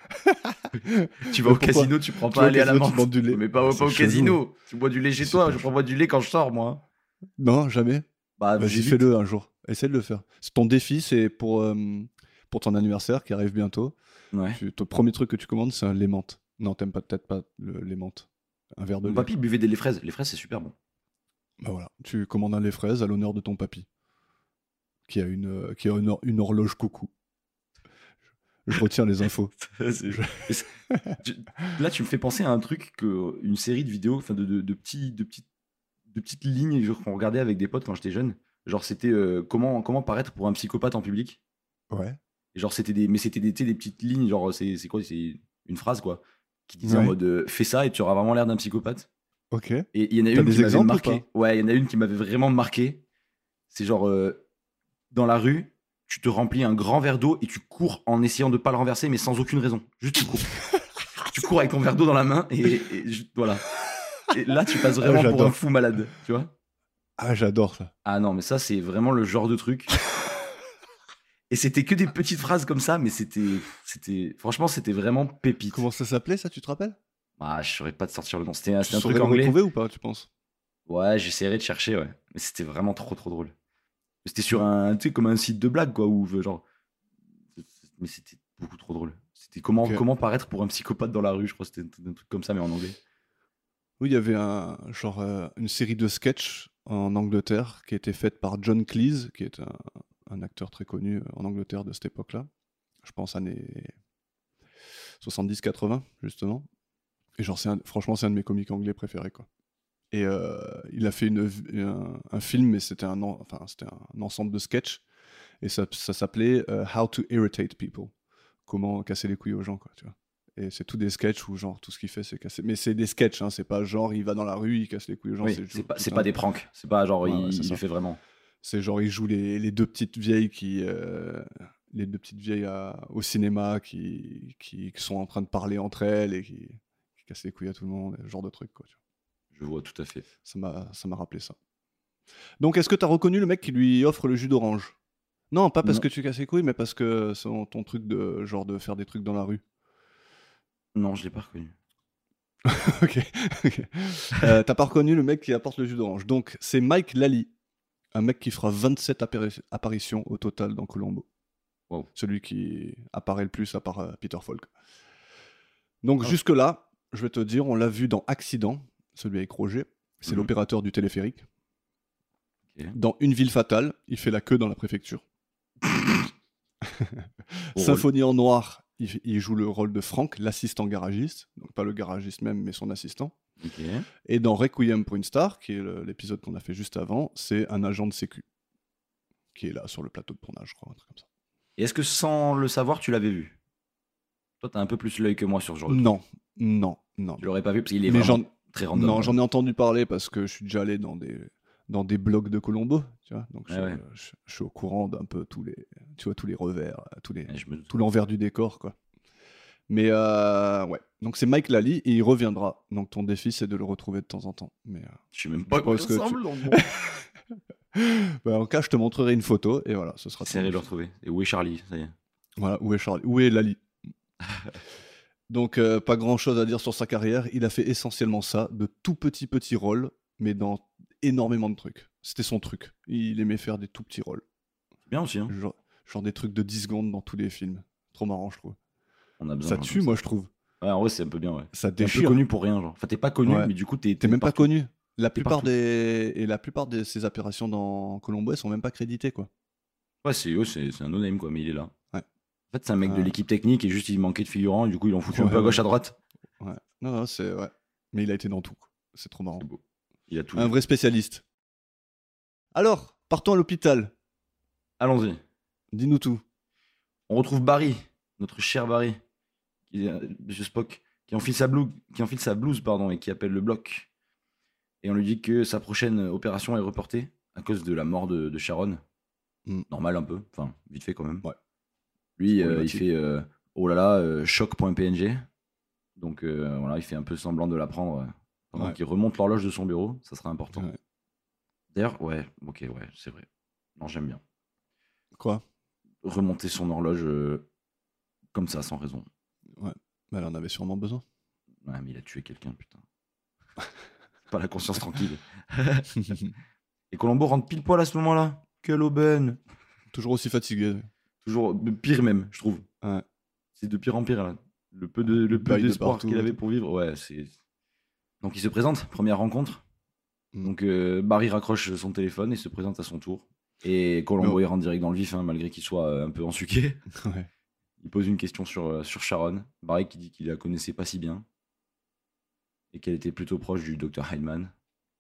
Tu vas au Pourquoi casino, tu prends Tu pas vas un au lait à la casino, tu menthe. demandes du lait. Mais pas Ah, au c'est chelou. casino. Tu bois du lait chez C'est toi. pas Je prends pas du lait quand je sors, moi. Non, jamais. Bah, Vas-y, j'évite. fais-le un jour. Essaie de le faire. C'est ton défi, c'est pour ton anniversaire qui arrive bientôt. Ouais. Ton premier truc que tu commandes, c'est un lait menthe. Non, t'aimes peut-être pas le lait menthe. Un verre de Mon lait. papy buvait des laits fraises. Les fraises, c'est super bon. Bah voilà, tu commandes un lait fraise à l'honneur de ton papy, qui a une horloge coucou. Je retiens les infos. Là, tu me fais penser à un truc une série de vidéos, enfin de petites lignes genre, qu'on regardait avec des potes quand j'étais jeune. Genre, c'était comment paraître pour un psychopathe en public. Ouais. Et genre, c'était des petites lignes, genre, c'est quoi? C'est une phrase, quoi, qui disait en Ouais. mode fais ça et tu auras vraiment l'air d'un psychopathe. Ok. Et il y en a T'as une des qui m'avait exemples ou marqué. Ouais, il y en a une qui m'avait vraiment marqué. C'est genre, dans la rue, tu te remplis un grand verre d'eau et tu cours en essayant de pas le renverser, mais sans aucune raison. Juste tu cours. Tu cours avec ton verre d'eau dans la main et voilà. Et là, tu passes vraiment pour j'adore. un fou malade, tu vois. Ah, j'adore ça. Ah non, mais ça, c'est vraiment le genre de truc. Et c'était que des petites phrases comme ça, mais franchement, c'était vraiment pépite. Comment ça s'appelait ça, tu te rappelles? Ah, je saurais pas te sortir le nom. C'était un Tu truc saurais le anglais. retrouver ou pas, tu penses? Ouais, j'essaierai de chercher, ouais. Mais c'était vraiment trop drôle. C'était sur un, tu sais, comme un site de blague, quoi, où genre. Mais c'était beaucoup trop drôle. C'était Ok. comment paraître pour un psychopathe dans la rue, je crois que c'était un truc comme ça, mais en anglais. Oui, il y avait une série de sketchs en Angleterre qui était faite par John Cleese, qui est un acteur très connu en Angleterre de cette époque-là. Je pense années 70-80, justement. Et genre, franchement, c'est un de mes comiques anglais préférés, quoi. Et il a fait un film, mais c'était un ensemble de sketchs. Et ça s'appelait How to Irritate People. Comment casser les couilles aux gens, quoi, tu vois. Et c'est tous des sketchs où, genre, tout ce qu'il fait, c'est casser. Mais c'est des sketchs, hein, c'est pas genre, il va dans la rue, il casse les couilles aux gens. Oui, c'est pas des pranks. C'est pas genre, Ouais, ouais, c'est il ça. le fait vraiment. C'est genre, il joue les deux petites vieilles au cinéma qui sont en train de parler entre elles et qui cassent les couilles à tout le monde, ce genre de truc, quoi, tu vois. Je vois tout à fait. Ça m'a rappelé ça. Donc, est-ce que tu as reconnu le mec qui lui offre le jus d'orange? Non, pas parce Non. que tu casses les couilles, mais parce que c'est ton truc de genre de faire des trucs dans la rue. Non, je l'ai pas reconnu. Ok. ok. T'as pas reconnu le mec qui apporte le jus d'orange. Donc, c'est Mike Lally, un mec qui fera 27 apparitions au total dans Columbo. Wow. Celui qui apparaît le plus à part Peter Falk. Donc, Ah. jusque-là, je vais te dire, on l'a vu dans Accident, celui avec Roger. C'est Mhm. l'opérateur du téléphérique. Ok. Dans Une ville fatale, il fait la queue dans la préfecture. Au Symphonie en noir, il joue le rôle de Frank, l'assistant garagiste. Donc pas le garagiste même, mais son assistant. Ok. Et dans Requiem pour une star, qui est l'épisode qu'on a fait juste avant, c'est un agent de sécu. Qui est là sur le plateau de tournage, je crois, un truc comme ça. Et est-ce que sans le savoir, tu l'avais vu? Toi, t'as un peu plus l'œil que moi sur ce genre de truc. Non. Tu l'aurais pas vu parce qu'il est Mais vraiment très random. Non, j'en ai entendu parler parce que je suis déjà allé dans des blogs de Colombo, tu vois. Donc Ouais. je suis au courant d'un peu tous les revers, Ouais, je me doute. tout l'envers du décor, quoi. Mais ouais. Donc c'est Mike Lally et il reviendra. Donc ton défi, c'est de le retrouver de temps en temps. Mais Je sais même pas à quoi il pense que tu- ressemble. Donc bon. en cas, je te montrerai une photo et voilà, ce sera C'est ton serré de le défi. retrouver. Et où est Charlie? Ça y est. Voilà, où est Charlie? Où est Lally? Donc pas grand chose à dire sur sa carrière. Il a fait essentiellement ça, de tout petits rôles, mais dans énormément de trucs. C'était son truc. Il aimait faire des tout petits rôles. C'est bien aussi. Hein. Genre des trucs de 10 secondes dans tous les films. Trop marrant, je trouve. On a besoin Ça de gens tue, comme moi, je trouve. Ouais, en vrai, c'est un peu bien, ouais. Ça T'es un peu déchire. connu pour rien, genre. Enfin, t'es pas connu, Ouais. mais du coup, t'es T'es même pas partout. connu. La T'es plupart partout. de ses apparitions dans Colombo, elles sont même pas créditées, quoi. Ouais, c'est un no-name, quoi, mais il est là. Ouais. En fait, c'est un mec de Ah. l'équipe technique et juste il manquait de figurants, et du coup, ils l'ont foutu un Ouais, peu à gauche, ouais. à droite. Ouais. Non, c'est... Ouais. Mais il a été dans tout, quoi. C'est trop marrant. C'est beau. Il a tout. Un vu. vrai spécialiste. Alors, partons à l'hôpital. Allons-y. Dis-nous tout. On retrouve Barry, notre cher Barry, qui est Monsieur Spock, qui enfile sa blouse, pardon, et qui appelle le bloc. Et on lui dit que sa prochaine opération est reportée à cause de la mort de Sharon. Mm. Normal un peu, enfin vite fait quand même. Ouais. Lui, il Problématique. fait oh là là, choc.png. Donc voilà, il fait un peu semblant de l'apprendre pendant Ouais. qu'il remonte l'horloge de son bureau. Ça sera important. Ouais. D'ailleurs, ouais, ok, ouais, c'est vrai. Non, j'aime bien. Quoi? Remonter son horloge comme ça, sans raison. Ouais. Mais elle en avait sûrement besoin. Ouais, mais il a tué quelqu'un, putain. Pas la conscience tranquille. Et Colombo rentre pile poil à ce moment-là. Quelle aubaine. Toujours aussi fatigué. Toujours de pire même, je trouve. Ouais. C'est de pire en pire, là. Le peu bail de d'espoir partout, qu'il avait tout. pour vivre. Ouais, c'est... Donc il se présente, première rencontre. Mm. Donc Barry raccroche son téléphone et se présente à son tour. Et Colombo, Oh. il rentre direct dans le vif, hein, malgré qu'il soit un peu ensuqué. Ouais. Il pose une question sur Sharon. Barry qui dit qu'il la connaissait pas si bien. Et qu'elle était plutôt proche du Dr Heidemann.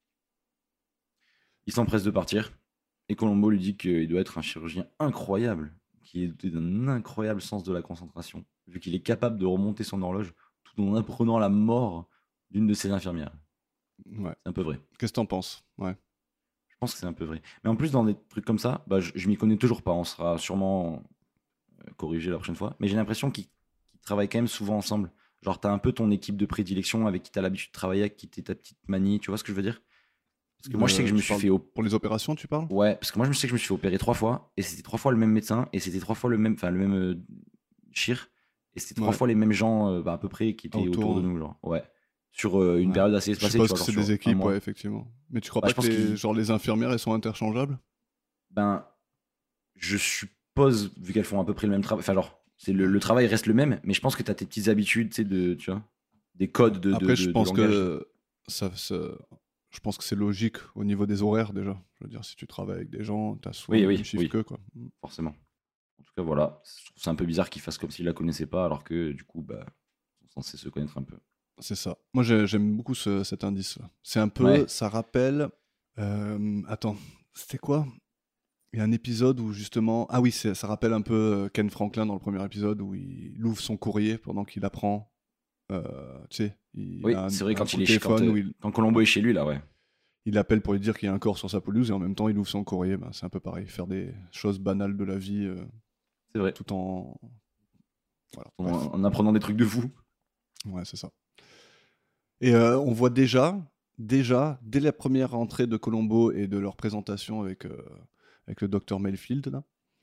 Il s'empresse de partir. Et Colombo lui dit qu'il doit être un chirurgien incroyable, qui est doté d'un incroyable sens de la concentration, vu qu'il est capable de remonter son horloge tout en apprenant la mort d'une de ses infirmières. Ouais. C'est un peu vrai. Qu'est-ce que t'en penses? Ouais. Je pense que c'est un peu vrai. Mais en plus, dans des trucs comme ça, bah, je m'y connais toujours pas. On sera sûrement corrigé la prochaine fois. Mais j'ai l'impression qu'ils travaillent quand même souvent ensemble. Genre, t'as un peu ton équipe de prédilection avec qui t'as l'habitude de travailler, avec qui t'es ta petite manie. Tu vois ce que je veux dire? Parce que moi, je sais que je me Tu suis parles fait pour les opérations, tu parles? Ouais, parce que moi, je sais que je me suis fait opérer 3 fois. Et c'était 3 fois le même médecin. Et c'était 3 fois le même chir. Et c'était 3 Ouais. fois les mêmes gens, à peu près, qui étaient autour de Autour. nous. Genre. Ouais. Sur une Ouais. période assez Je espacée. tu suppose vois, que genre c'est sur des un équipes, mois. ouais, effectivement. Mais tu crois Bah, pas je pense que genre, les infirmières, elles sont interchangeables? Ben, je suppose, vu qu'elles font à peu près le même travail, enfin genre, c'est le travail reste le même, mais je pense que tu as tes petites habitudes, tu sais, tu vois, des codes de Après, je de pense langage. que je pense que c'est logique au niveau des horaires déjà. Je veux dire, si tu travailles avec des gens, t'as souvent Oui, le oui, même chiffre oui. qu'eux, quoi. Forcément. En tout cas, voilà, je trouve ça un peu bizarre qu'ils fassent comme s'ils la connaissaient pas, alors que du coup, bah, ils sont censés se connaître un peu. C'est ça. Moi, j'aime beaucoup cet indice-là. C'est un peu, Ouais. ça rappelle. Attends, c'était quoi? Il y a un épisode où justement, ah oui, ça rappelle un peu Ken Franklin dans le premier épisode où il ouvre son courrier pendant qu'il apprend. Tu sais, il Oui, a c'est vrai, un quand coup il de est chez, téléphone où quand Colombo est chez lui, là, ouais. il appelle pour lui dire qu'il y a un corps sur sa pelouse et en même temps il ouvre son courrier. Ben, c'est un peu pareil, faire des choses banales de la vie C'est vrai. tout en. Voilà. En, Bref. en apprenant des trucs de fou. Ouais, c'est ça. Et on voit déjà, dès la première entrée de Colombo et de leur présentation avec le docteur Mayfield, là,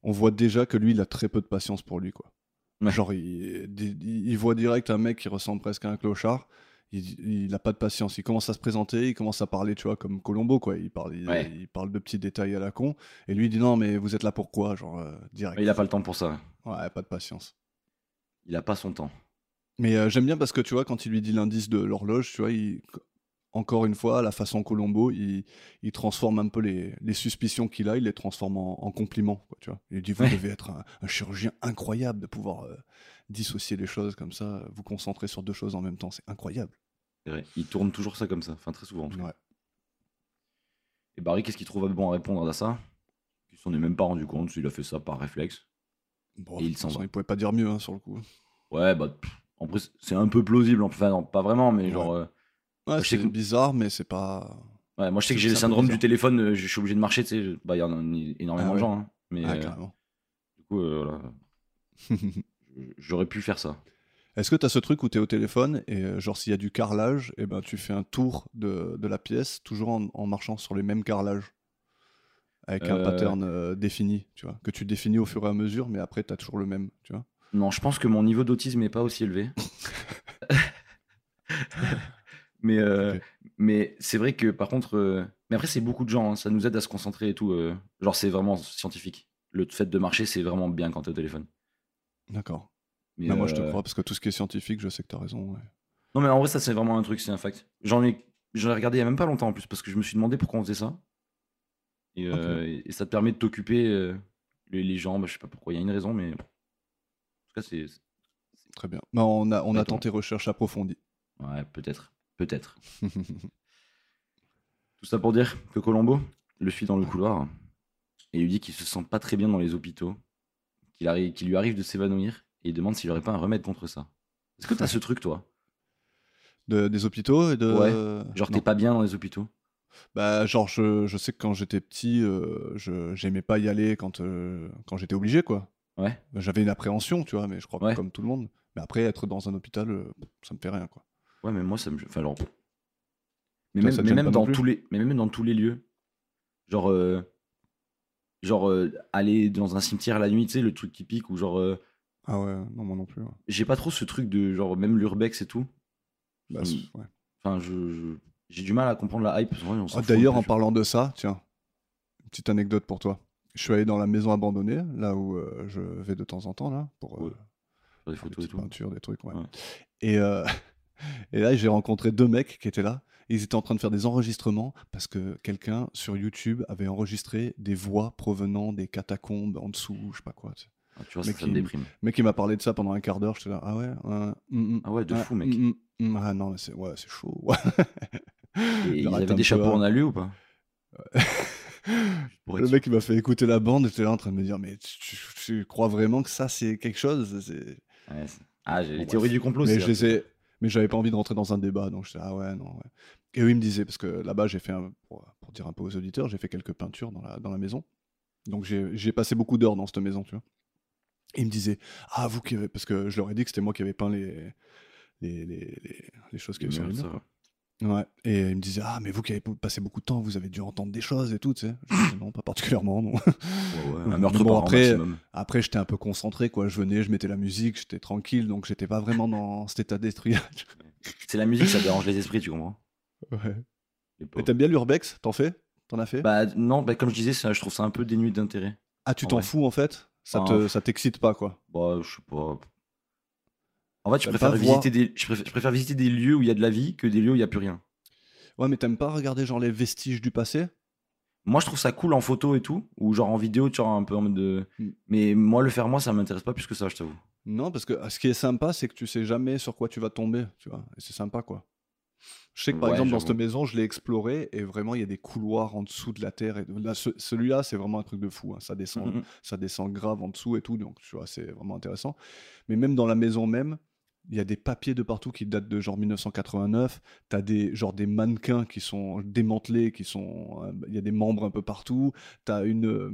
on voit déjà que lui, il a très peu de patience pour lui, quoi. Ouais. Genre, il voit direct un mec qui ressemble presque à un clochard. Il a pas de patience. Il commence à se présenter, il commence à parler, tu vois, comme Colombo, quoi. Ouais. Il parle de petits détails à la con. Et lui, il dit non, mais vous êtes là pour quoi? Genre, direct. Il a pas le temps pour ça. Ouais, pas de patience. Il a pas son temps. Mais j'aime bien parce que, tu vois, quand il lui dit l'indice de l'horloge, tu vois, encore une fois, à la façon Colombo, il transforme un peu les suspicions qu'il a, il les transforme en compliments, quoi, tu vois. Il dit, vous Ouais. devez être un chirurgien incroyable de pouvoir dissocier les choses comme ça, vous concentrer sur deux choses en même temps, c'est incroyable. C'est vrai. Il tourne toujours ça comme ça. Enfin, très souvent. En tout cas. Ouais. Et Barry, qu'est-ce qu'il trouve bon à répondre à ça? Il s'en est même pas rendu compte. Il a fait ça par réflexe. Bon, Et il de toute s'en façon, va. il pouvait pas dire mieux, hein, sur le coup. Ouais, bah, en plus, c'est un peu plausible. Enfin, non, pas vraiment, mais Ouais. genre. Ouais, je sais c'est que- bizarre, mais c'est pas... Ouais, moi, je sais que C'est j'ai le un peu syndrome du bizarre. téléphone. Je suis obligé de marcher, tu sais. Bah, il y en a énormément Ah de ouais. gens. Hein, mais Ah, carrément. du coup, voilà. J'aurais pu faire ça. Est-ce que tu as ce truc où tu es au téléphone et genre s'il y a du carrelage, et ben tu fais un tour de la pièce toujours en marchant sur les mêmes carrelages avec un Euh, pattern défini, tu vois, que tu définis au fur et à mesure, mais après tu as toujours le même, tu vois. Non, je pense que mon niveau d'autisme n'est pas aussi élevé. mais Ok. mais c'est vrai que par contre. Mais après, c'est beaucoup de gens. Hein, ça nous aide à se concentrer et tout. Genre, c'est vraiment scientifique. Le fait de marcher, c'est vraiment bien quand t'es au téléphone. D'accord. Mais Mais moi je te crois parce que tout ce qui est scientifique, je sais que tu as raison. Ouais. non, mais en vrai, ça, c'est vraiment un truc, c'est un fact. J'en ai regardé il y a même pas longtemps en plus, parce que je me suis demandé pourquoi on faisait ça. Et, Ok. et ça te permet de t'occuper les jambes. Je sais pas pourquoi, il y a une raison, mais en tout cas, c'est. Très bien. Ben, on Ouais, attend tes recherches approfondies. Ouais, peut-être. Peut-être. Tout ça pour dire que Colombo le suit dans le couloir et lui dit qu'il se sent pas très bien dans les hôpitaux, qu'il lui arrive de s'évanouir et il demande s'il aurait pas un remède contre ça. Est-ce que t'as ce truc, toi? Des hôpitaux et de... Ouais. Genre, Non. t'es pas bien dans les hôpitaux? Bah, genre, je sais que quand j'étais petit, j'aimais pas y aller quand j'étais obligé, quoi. Ouais. Bah, j'avais une appréhension, tu vois, mais je crois que Ouais. comme tout le monde. Mais après, être dans un hôpital, ça me fait rien, quoi. Ouais, mais moi, ça me. Enfin, genre. Mais Toi, même, ça te mais gêne même pas non dans plus? tous les lieux. Genre, aller dans un cimetière la nuit, tu sais, le truc typique où genre. Ah ouais, non, moi non plus. Ouais. J'ai pas trop ce truc de genre, même l'urbex et tout. Bah, ouais. Enfin, j'ai du mal à comprendre la hype. Ouais, on s'en Ah, fout un d'ailleurs, peu, en tu vois. parlant de ça, tiens, une petite anecdote pour toi. Je suis allé dans la maison abandonnée, là où je vais de temps en temps, là, pour Ouais. Faire des faire des photos et petites tout. peintures, des trucs, ouais. Ouais. Et, et là, j'ai rencontré deux mecs qui étaient là. Ils étaient en train de faire des enregistrements parce que quelqu'un sur YouTube avait enregistré des voix provenant des catacombes en dessous, je sais pas quoi. Tu sais. Ah, tu vois, Mec, ça me déprime. Le mec, il m'a parlé de ça pendant un quart d'heure. J'étais là, ah ouais, Ah ouais, de fou, mec. ah non, mais c'est chaud. Ouais. Et ils J'arrête avaient un des peu, chapeaux hein. en alu ou pas? Pour Le être mec, il m'a fait écouter la bande. J'étais là en train de me dire, mais tu crois vraiment que ça, c'est quelque chose? Ouais, ah, j'ai Bon, les théories bref. du complot, Mais c'est je les ai... Mais j'avais pas envie de rentrer dans un débat, donc j'étais ah ouais, non, ouais. Et eux, ils me disaient, parce que là-bas, j'ai fait, pour dire un peu aux auditeurs, j'ai fait quelques peintures dans la maison. Donc j'ai passé beaucoup d'heures dans cette maison, tu vois. Et ils me disaient, ah, vous qui avez... Parce que je leur ai dit que c'était moi qui avais peint les choses qu'il y avait sur les murs, quoi. Ouais. Et ils me disaient, ah, mais vous qui avez passé beaucoup de temps, vous avez dû entendre des choses et tout, tu sais. Je disais, non, pas particulièrement, non. Ouais, un meurtre Mais bon, par an maximum. après, j'étais un peu concentré, quoi. Je venais, je mettais la musique, j'étais tranquille, donc j'étais pas vraiment dans cet état d'esprit. C'est la musique, ça dérange les esprits, tu comprends? Ouais. Les Et pauvres. t'aimes bien l'urbex? T'en fais? T'en as fait? Bah non, bah, comme je disais, je trouve ça un peu dénué d'intérêt. Ah, tu en t'en vrai. fous en fait? Enfin, Ça t'excite pas, quoi. Bah, je sais pas. En fait, je T'aimes préfère pas visiter je préfère visiter des lieux où il y a de la vie que des lieux où il y a plus rien. Ouais, mais t'aimes pas regarder genre les vestiges du passé? Moi, je trouve ça cool en photo et tout, ou genre en vidéo, tu vois, un peu en mode de. Mm. Mais moi, le faire moi, ça m'intéresse pas plus que ça, je t'avoue. Non, parce que ce qui est sympa, c'est que tu sais jamais sur quoi tu vas tomber, tu vois. Et c'est sympa, quoi. Je sais que par Ouais, exemple, dans j'avoue. cette maison, je l'ai exploré et vraiment, il y a des couloirs en dessous de la terre. Et là, celui-là, c'est vraiment un truc de fou, hein. Ça descend grave en dessous et tout, donc tu vois, c'est vraiment intéressant. Mais même dans la maison même, il y a des papiers de partout qui datent de genre 1989. T'as des mannequins qui sont démantelés, il y a des membres un peu partout. T'as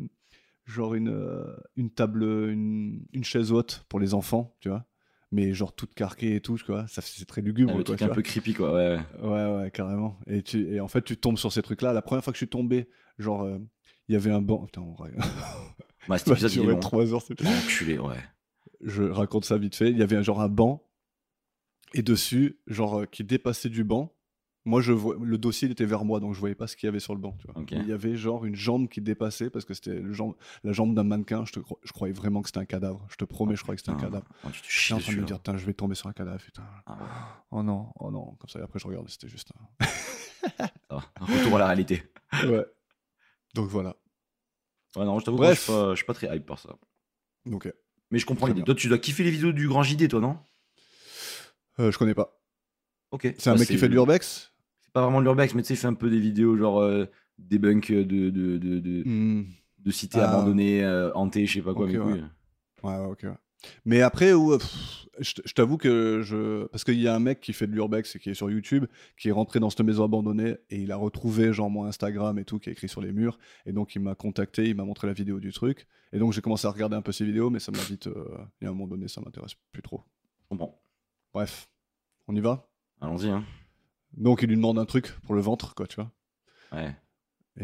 une table, une chaise haute pour les enfants, tu vois. Mais genre toute carquée et tout, tu vois. C'est très lugubre, Le quoi, truc tu un vois. peu creepy, quoi. Ouais. Ouais, carrément. Et en fait, tu tombes sur ces trucs-là. La première fois que je suis tombé, genre, Il y avait un banc. Putain, en vrai. Bah, cet Ça va épisode, il est durer long. 3 heures. Enculé, ouais. Je raconte ça vite fait. Il y avait un banc. Et dessus, qui dépassait du banc. Moi, le dossier il était vers moi, donc je voyais pas ce qu'il y avait sur le banc. Tu vois. Ok. Mais il y avait une jambe qui dépassait parce que c'était la jambe d'un mannequin. Je croyais vraiment que c'était un cadavre. Je te promets, je croyais que c'était un cadavre. Oh, tu te J'étais chies en train de dessus, me là. dire, putain, je vais tomber sur un cadavre, putain. Ah ouais, Oh non. Comme ça, et après, je regardais, c'était juste ça va. Retour à la réalité. Ouais. Donc voilà. Ouais, non, je t'avoue que Bref. moi, je suis pas très hype par ça. Ok. Mais je comprends Très l'idée. bien. Toi, tu dois kiffer les vidéos du Grand JD, toi, non? Je connais pas. Ok. C'est un mec qui fait de l'urbex? C'est pas vraiment de l'urbex, mais tu sais, il fait un peu des vidéos genre debunk Hmm. de cités Ah. abandonnées, hantées, je sais pas quoi, Ok, mes ouais. couilles. Ouais, ok. Mais après, je t'avoue que parce qu'il y a un mec qui fait de l'urbex et qui est sur YouTube, qui est rentré dans cette maison abandonnée et il a retrouvé mon Instagram et tout, qui est écrit sur les murs. Et donc il m'a contacté, il m'a montré la vidéo du truc. Et donc j'ai commencé à regarder un peu ses vidéos, mais ça m'a vite. Il y a un moment donné, ça m'intéresse plus trop. Je comprends. Bref, on y va. Allons-y, hein. Donc il lui demande un truc pour le ventre, quoi, tu vois. Ouais. Et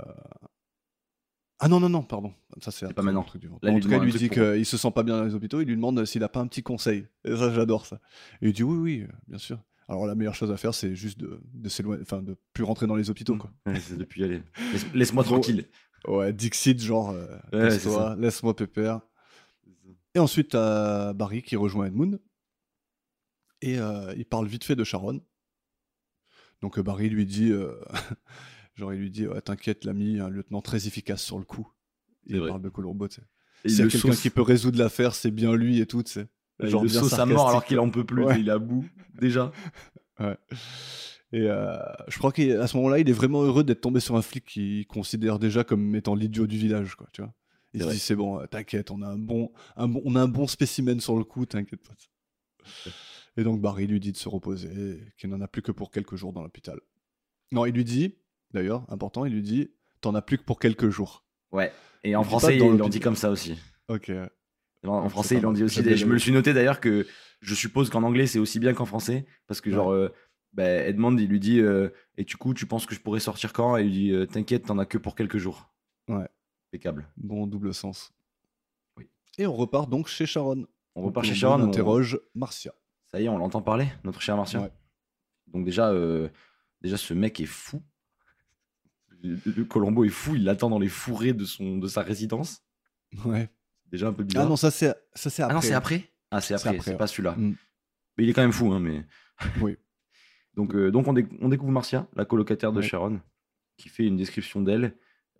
ah non, pardon. Ça, c'est pas après, maintenant. le truc du ventre. Là, il En lui tout cas, il demande lui un dit truc pour- qu'il se sent pas bien dans les hôpitaux. Il lui demande s'il a pas un petit conseil. Et ça, j'adore ça. Et il dit oui, bien sûr. Alors, la meilleure chose à faire, c'est juste de s'éloigner, enfin, de plus rentrer dans les hôpitaux, quoi. Ouais, c'est depuis y aller. Laisse-moi Bon, tranquille. Ouais, Dixit, c'est casse-toi, laisse-moi pépère. Et ensuite, t'as Barry qui rejoint Edmund. Et il parle vite fait de Sharon. Donc, Barry lui dit, il lui dit, ouais, t'inquiète, l'ami, un lieutenant très efficace sur le coup. C'est Il vrai. parle de Colombo, tu sais. Et S'il y a le quelqu'un sauce- qui peut résoudre l'affaire, c'est bien lui et tout, tu sais. il Genre le bien sauce à mort alors sarcastique, qu'il en peut plus, Ouais. il est à bout, déjà. Ouais. Et je crois qu'à ce moment-là, il est vraiment heureux d'être tombé sur un flic qu'il considère déjà comme étant l'idiot du village, quoi, tu vois. Il C'est se vrai. dit, c'est bon, t'inquiète, on a un bon spécimen sur le coup, t'inquiète pas. Et donc Barry lui dit de se reposer, qu'il n'en a plus que pour quelques jours dans l'hôpital. Non, il lui dit, d'ailleurs, important, il lui dit, t'en as plus que pour quelques jours. Ouais. Et Il en dit français, pas ils dans l'ont l'hôpital. dit comme ça aussi. Ok. En C'est français, pas ils l'ont mal. dit aussi. J'avais Je me le suis noté d'ailleurs que je suppose qu'en anglais, c'est aussi bien qu'en français. Parce que, Edmond, il lui dit et du coup, tu penses que je pourrais sortir quand? Et il lui dit t'inquiète, t'en as que pour quelques jours. Ouais. Impeccable. Bon double sens. Oui. Et on repart donc chez Sharon. On repart Donc, chez Sharon. On on- interroge Marcia. Ça y est, on l'entend parler, notre cher Martien. Ouais. Donc, déjà, ce mec est fou. Le Colombo est fou. Il l'attend dans les fourrés de sa résidence. Ouais. Déjà un peu bizarre. Ah non, ça c'est après. Ah non, c'est après? Ah, c'est après, après, c'est ouais. pas celui-là. Mm. Mais il est quand même fou, hein, mais. Oui. Donc on découvre Marcia, la colocataire de Ouais. Sharon, qui fait une description d'elle.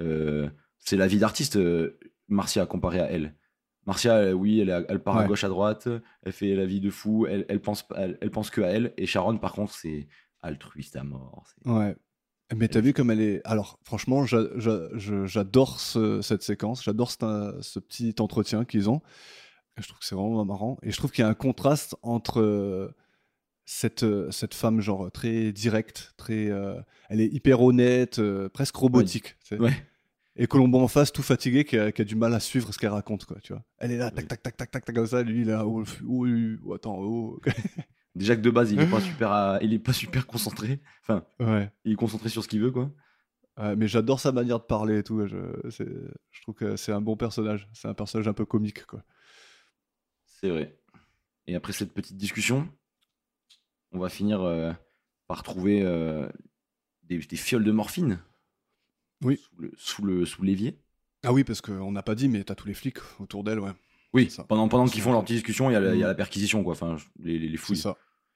C'est la vie d'artiste, Marcia, comparée à elle. Marcia, oui, elle part à Ouais. gauche, à droite, elle fait la vie de fou, elle pense que à elle. Et Sharon, par contre, c'est altruiste à mort. Ouais. Mais t'as vu comme elle est. Alors, franchement, j'adore cette séquence, j'adore ce petit entretien qu'ils ont. Je trouve que c'est vraiment marrant. Et je trouve qu'il y a un contraste entre cette femme, très directe, elle est hyper honnête, presque robotique. Tu sais. Ouais. Et Colombo en face, tout fatigué, qui a du mal à suivre ce qu'elle raconte, quoi, tu vois. Elle est là, tac, tac, tac, tac, tac, tac, comme ça. Lui, il est là, attends. Déjà que de base, il est pas super concentré. Enfin, Ouais. il est concentré sur ce qu'il veut, quoi. Ouais, mais j'adore sa manière de parler et tout. Je trouve que c'est un bon personnage. C'est un personnage un peu comique, quoi. C'est vrai. Et après cette petite discussion, on va finir par trouver des fioles de morphine. Oui. Sous l'évier. Ah oui, parce qu'on n'a pas dit, mais t'as tous les flics autour d'elle, ouais. Oui, C'est ça. pendant qu'ils font leur petite discussion, il y a Mm. la perquisition, quoi. Enfin, les C'est fouilles. ça.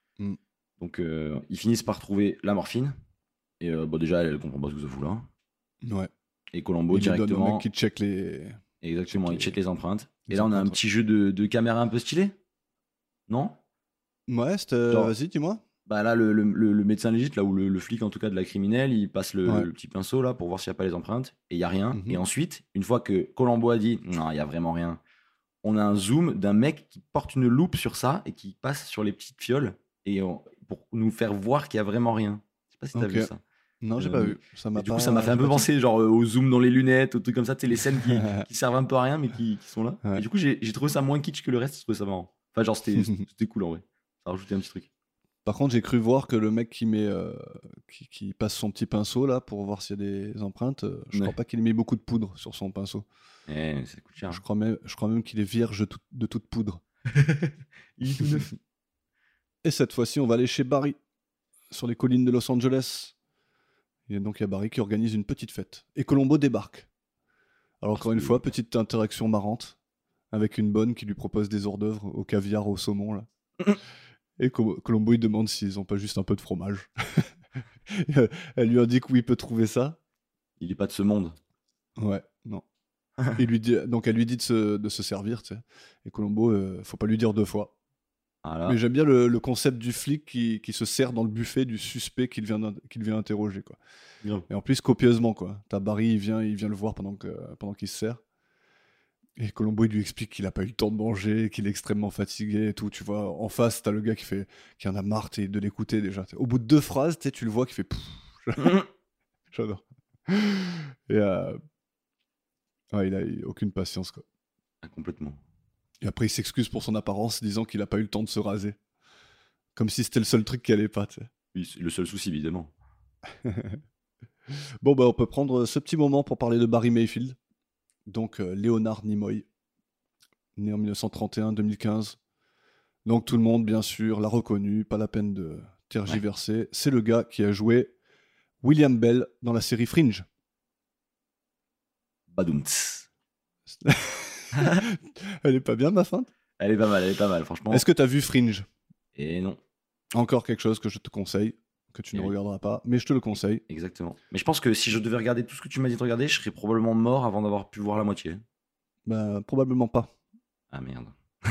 Donc, ils finissent par trouver la morphine. Et déjà, elle comprend pas ce que ça fout là. Ouais. Et Colombo, Il lui donne au directement. mec qui check les. Exactement, il check check les empreintes. les Et là, on a un empreintes, petit jeu de caméra un peu stylé. Non? Ouais, Genre- vas-y, dis-moi. Bah là, le médecin légiste, là où le flic en tout cas de la criminelle, il passe Ouais. le petit pinceau là pour voir s'il n'y a pas les empreintes et il n'y a rien. Mhm. Et ensuite, une fois que Colombo a dit non, il n'y a vraiment rien, on a un zoom d'un mec qui porte une loupe sur ça et qui passe sur les petites fioles pour nous faire voir qu'il n'y a vraiment rien. Je sais pas si t'as Ok. vu ça. Non, j'ai Euh, pas vu. Ça Et m'a du pas. coup, ça m'a fait un j'ai peu pas penser genre au zoom dans les lunettes, aux trucs comme ça, tu sais, les scènes qui servent un peu à rien mais qui sont là. Ouais. Et du coup, j'ai trouvé ça moins kitsch que le reste, je trouvais ça marrant. Enfin, genre, c'était cool en vrai. Ça a rajouté un petit truc. Par contre, j'ai cru voir que le mec qui passe son petit pinceau là pour voir s'il y a des empreintes, je Ouais. crois pas qu'il ait mis beaucoup de poudre sur son pinceau. Ça coûte cher. Je crois même qu'il est vierge de toute poudre. Il est tout neuf. Et cette fois-ci, on va aller chez Barry, sur les collines de Los Angeles. Et donc il y a Barry qui organise une petite fête. Et Columbo débarque. Alors encore une fois, petite interaction marrante avec une bonne qui lui propose des hors d'œuvre au caviar, au saumon là. Et Columbo il demande s'ils ont pas juste un peu de fromage. Elle lui indique où il peut trouver ça. Il est pas de ce monde. Ouais, non. Donc elle lui dit de se servir, tu sais. Et Columbo, faut pas lui dire 2 fois. Voilà. Mais j'aime bien le concept du flic qui se sert dans le buffet du suspect qu'il vient interroger, quoi. Grave. Et en plus, copieusement, quoi. T'as Barry, il vient le voir pendant qu'il se sert. Et Columbo, il lui explique qu'il a pas eu le temps de manger, qu'il est extrêmement fatigué et tout. Tu vois, en face, t'as le gars qui en a marre de l'écouter déjà. Au bout de 2 phrases, tu le vois qui fait Pfff. J'adore. Et ouais, il a aucune patience, quoi. Ah, complètement. Et après, il s'excuse pour son apparence, disant qu'il a pas eu le temps de se raser. Comme si c'était le seul truc qui allait pas, tu sais. Oui, c'est le seul souci, évidemment. Bon, bah, on peut prendre ce petit moment pour parler de Barry Mayfield. Donc, Leonard Nimoy, né en 1931-2015. Donc, tout le monde, bien sûr, l'a reconnu, pas la peine de tergiverser. Ouais. C'est le gars qui a joué William Bell dans la série Fringe. Badoumts. Elle est pas bien, ma feinte ? Elle est pas mal, franchement. Est-ce que t'as vu Fringe ? Et non. Encore quelque chose que je te conseille, que tu ne regarderas pas, mais je te le conseille. Exactement. Mais je pense que si je devais regarder tout ce que tu m'as dit de regarder, je serais probablement mort avant d'avoir pu voir la moitié. Bah, probablement pas. Ah merde.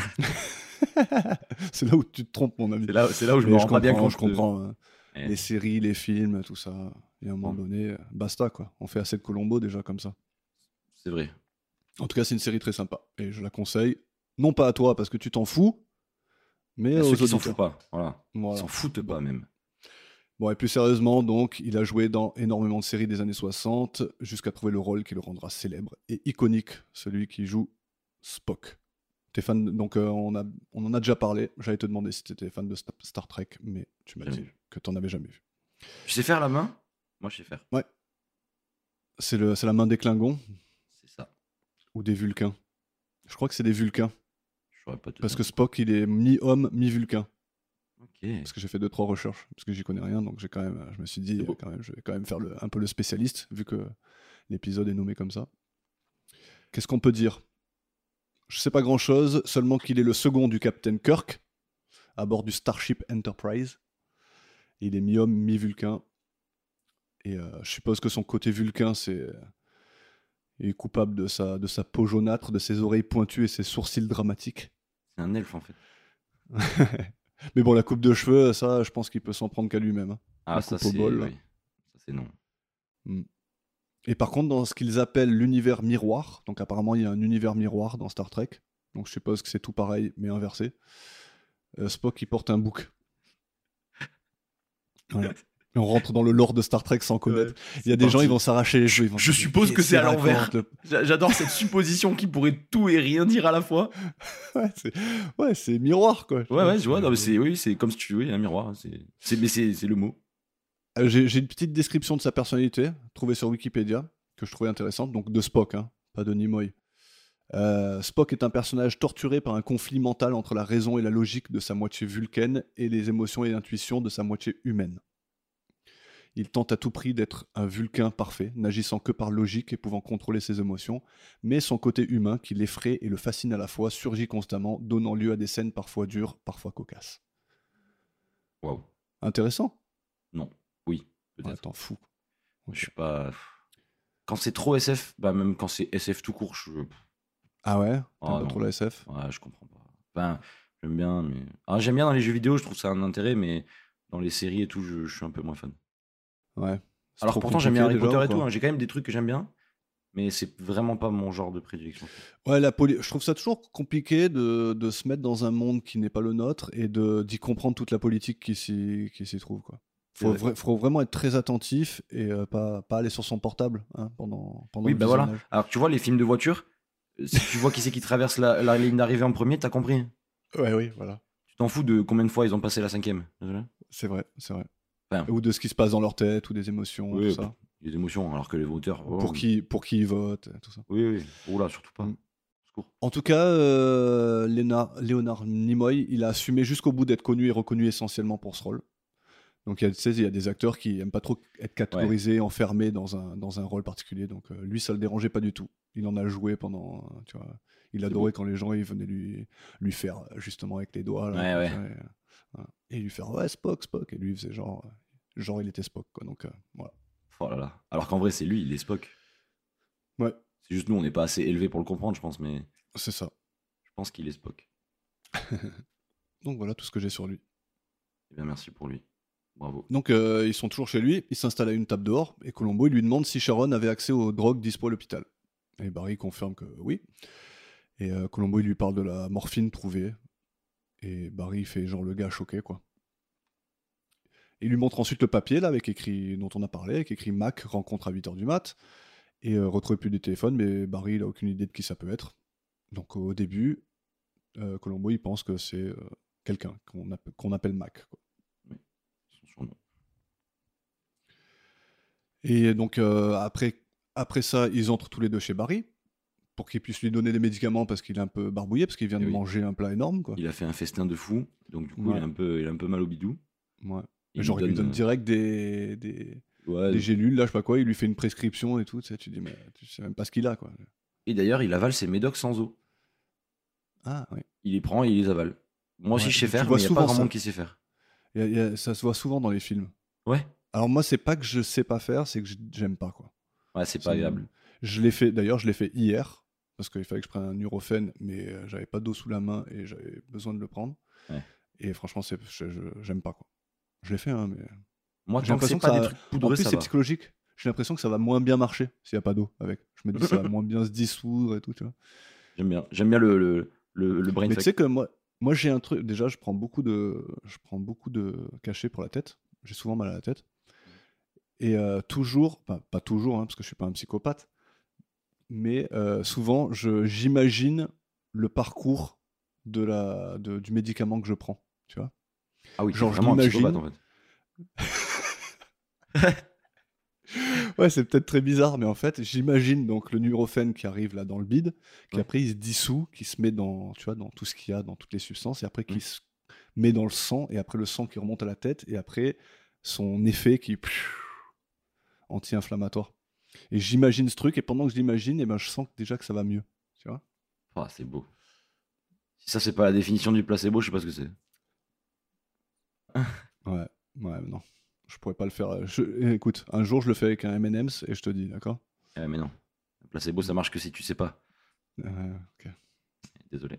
C'est là où tu te trompes, mon ami. C'est là où je me rends pas bien compte. Je comprends. Les séries, les films, tout ça. Et à un moment donné, basta, quoi. On fait assez de Columbo déjà comme ça. C'est vrai. En tout cas, c'est une série très sympa. Et je la conseille. Non pas à toi, parce que tu t'en fous, mais aux ceux qui auditeurs. s'en foutent pas. Voilà. Ils s'en foutent pas, même. Bon, et plus sérieusement, donc, il a joué dans énormément de séries des années 60, jusqu'à trouver le rôle qui le rendra célèbre et iconique, celui qui joue Spock. T'es fan donc, on en a déjà parlé. J'allais te demander si t'étais fan de Star Trek, mais tu m'as dit que t'en avais jamais vu. Tu sais faire la main ? Moi, je sais faire. Ouais. C'est la main des Klingons ? C'est ça. Ou des Vulcains ? Je crois que c'est des Vulcains. Parce que dire. Spock, il est mi-homme, mi-Vulcain. Ok. Parce que j'ai fait 2-3 recherches, parce que j'y connais rien, donc je me suis dit, je vais quand même faire un peu le spécialiste, vu que l'épisode est nommé comme ça. Qu'est-ce qu'on peut dire ? Je sais pas grand-chose, seulement qu'il est le second du Captain Kirk, à bord du Starship Enterprise. Il est mi-homme, mi-vulcain. Et je suppose que son côté vulcain, il est coupable de sa peau jaunâtre, de ses oreilles pointues et ses sourcils dramatiques. C'est un elfe, en fait. Mais bon, la coupe de cheveux, ça, je pense qu'il peut s'en prendre qu'à lui-même. Ah, ça, c'est bol, oui. Ça, c'est non. Et par contre, dans ce qu'ils appellent l'univers miroir, donc apparemment, il y a un univers miroir dans Star Trek, donc je suppose que c'est tout pareil, mais inversé. Spock, il porte un bouc. Voilà. On rentre dans le lore de Star Trek sans connaître. Il y a des gens, ils vont s'arracher les cheveux. Je suppose que c'est à l'envers. J'adore cette supposition qui pourrait tout et rien dire à la fois. Ouais, c'est miroir, quoi. Ouais, je vois. Non, mais c'est comme si tu veux, il y a un miroir. C'est le mot. J'ai une petite description de sa personnalité, trouvée sur Wikipédia, que je trouvais intéressante. Donc de Spock, hein, pas de Nimoy. Spock est un personnage torturé par un conflit mental entre la raison et la logique de sa moitié vulcaine et les émotions et l'intuition de sa moitié humaine. Il tente à tout prix d'être un vulcain parfait, n'agissant que par logique et pouvant contrôler ses émotions, mais son côté humain, qui l'effraie et le fascine à la fois, surgit constamment, donnant lieu à des scènes parfois dures, parfois cocasses. Waouh. Intéressant ? Non. Oui, peut-être. Ouais, t'en fous. Okay. Je suis pas... Quand c'est trop SF, bah même quand c'est SF tout court, je... Ah ouais ? T'aimes pas trop la SF ? Ouais, je comprends pas. Enfin, j'aime bien, mais... Alors, j'aime bien dans les jeux vidéo, je trouve ça un intérêt, mais dans les séries et tout, je suis un peu moins fan. Ouais. Alors pourtant j'aime bien Harry Potter et tout, hein. J'ai quand même des trucs que j'aime bien, mais c'est vraiment pas mon genre de prédilection. Ouais, je trouve ça toujours compliqué de se mettre dans un monde qui n'est pas le nôtre et d'y comprendre toute la politique qui s'y trouve, quoi. Faut vraiment être très attentif et pas aller sur son portable, hein, pendant oui, le bah visionnage. voilà. Alors tu vois les films de voiture, si tu vois qui c'est qui traverse la ligne d'arrivée en premier, t'as compris. Ouais, oui, voilà. Tu t'en fous de combien de fois ils ont passé la 5e. C'est vrai, c'est vrai. Enfin, Ou de ce qui se passe dans leur tête, ou des émotions, oui, tout ça. des émotions, alors que les voteurs. Oh, Pour qui ils votent, tout ça. Oui, oui. Oh là, surtout pas. Mm. Au secours. En tout cas, Léonard Nimoy, il a assumé jusqu'au bout d'être connu et reconnu essentiellement pour ce rôle. Donc tu sais, il y a des acteurs qui aiment pas trop être catégorisés, enfermés dans un rôle particulier. Donc lui, ça le dérangeait pas du tout. Il en a joué pendant, tu vois. Il adorait quand les gens ils venaient lui faire justement avec les doigts là, Ouais, comme ça, et lui faire ouais Spock. Et lui il faisait genre il était Spock quoi. Donc voilà. Oh là là. Alors qu'en vrai, c'est lui, il est Spock. Ouais, C'est juste nous, on n'est pas assez élevés pour le comprendre, je pense, mais c'est ça. je pense qu'il est Spock. Donc voilà tout ce que j'ai sur lui. Eh bien, merci pour lui. Bravo. Donc ils sont toujours chez lui, il s'installe à une table dehors, et Colombo il lui demande si Sharon avait accès aux drogues dispo à l'hôpital. Et Barry confirme que oui. Et Colombo il lui parle de la morphine trouvée. Et Barry fait genre le gars choqué quoi. Il lui montre ensuite le papier là avec écrit dont on a parlé, avec écrit Mac rencontre à 8h du mat. Et retrouve plus des téléphones, mais Barry il a aucune idée de qui ça peut être. Donc au début, Colombo il pense que c'est quelqu'un qu'on appelle Mac, quoi. Son surnom. Et donc après ça, ils entrent tous les deux chez Barry pour qu'il puisse lui donner des médicaments parce qu'il est un peu barbouillé, parce qu'il vient de manger un plat énorme, quoi. Il a fait un festin de fou, donc du coup, il a un peu mal au bidou. Ouais. Il Genre, il lui donne donne, direct des gélules, là, je sais pas quoi, il lui fait une prescription et tout, tu sais, tu dis, mais tu sais même pas ce qu'il a, quoi. Et d'ailleurs, il avale ses médocs sans eau. Ah, oui. Il les prend et il les avale. Moi aussi, Ouais, je sais tu faire, vois mais il n'y a souvent pas grand ça. monde qui sait faire. Ça se voit souvent dans les films. Ouais. Alors moi, c'est pas que je sais pas faire, c'est que j'aime pas, quoi. Ouais, c'est pas agréable. D'ailleurs, je l'ai fait hier, parce qu'il fallait que je prenne un Nurofen, mais j'avais pas d'eau sous la main et j'avais besoin de le prendre. Ouais. Et franchement, j'aime pas, quoi. Je l'ai fait, hein, mais... Moi, J'ai tant que c'est l'impression pas que des ça- trucs poudreux, En plus, ça c'est va. psychologique. J'ai l'impression que ça va moins bien marcher s'il n'y a pas d'eau avec. Je me dis ça va moins bien se dissoudre et tout, tu vois. J'aime bien le brain Mais tu fuck. sais que moi j'ai un truc. Déjà, je prends beaucoup de cachets pour la tête. J'ai souvent mal à la tête. Et toujours, pas toujours, hein, parce que je suis pas un psychopathe, mais souvent, j'imagine le parcours du médicament que je prends, tu vois. Ah oui, t'es genre, je vraiment un l'imagine. psychopathe, en fait. Ouais, c'est peut-être très bizarre, mais en fait, j'imagine donc le Nurofen qui arrive là dans le bide, qui Ouais. après il se dissout, qui se met dans, tu vois, dans tout ce qu'il y a, dans toutes les substances, et après qui Mm. se met dans le sang, et après le sang qui remonte à la tête, et après son effet qui anti-inflammatoire. Et j'imagine ce truc, et pendant que je l'imagine, et ben, je sens déjà que ça va mieux, tu vois. Ah, c'est beau. Si ça, c'est pas la définition du placebo, je sais pas ce que c'est. Ouais, non. Je pourrais pas le faire. Écoute, un jour je le fais avec un M&M's et je te dis, d'accord. Mais non. Le placebo, ça marche que si tu sais pas. Ok. Désolé.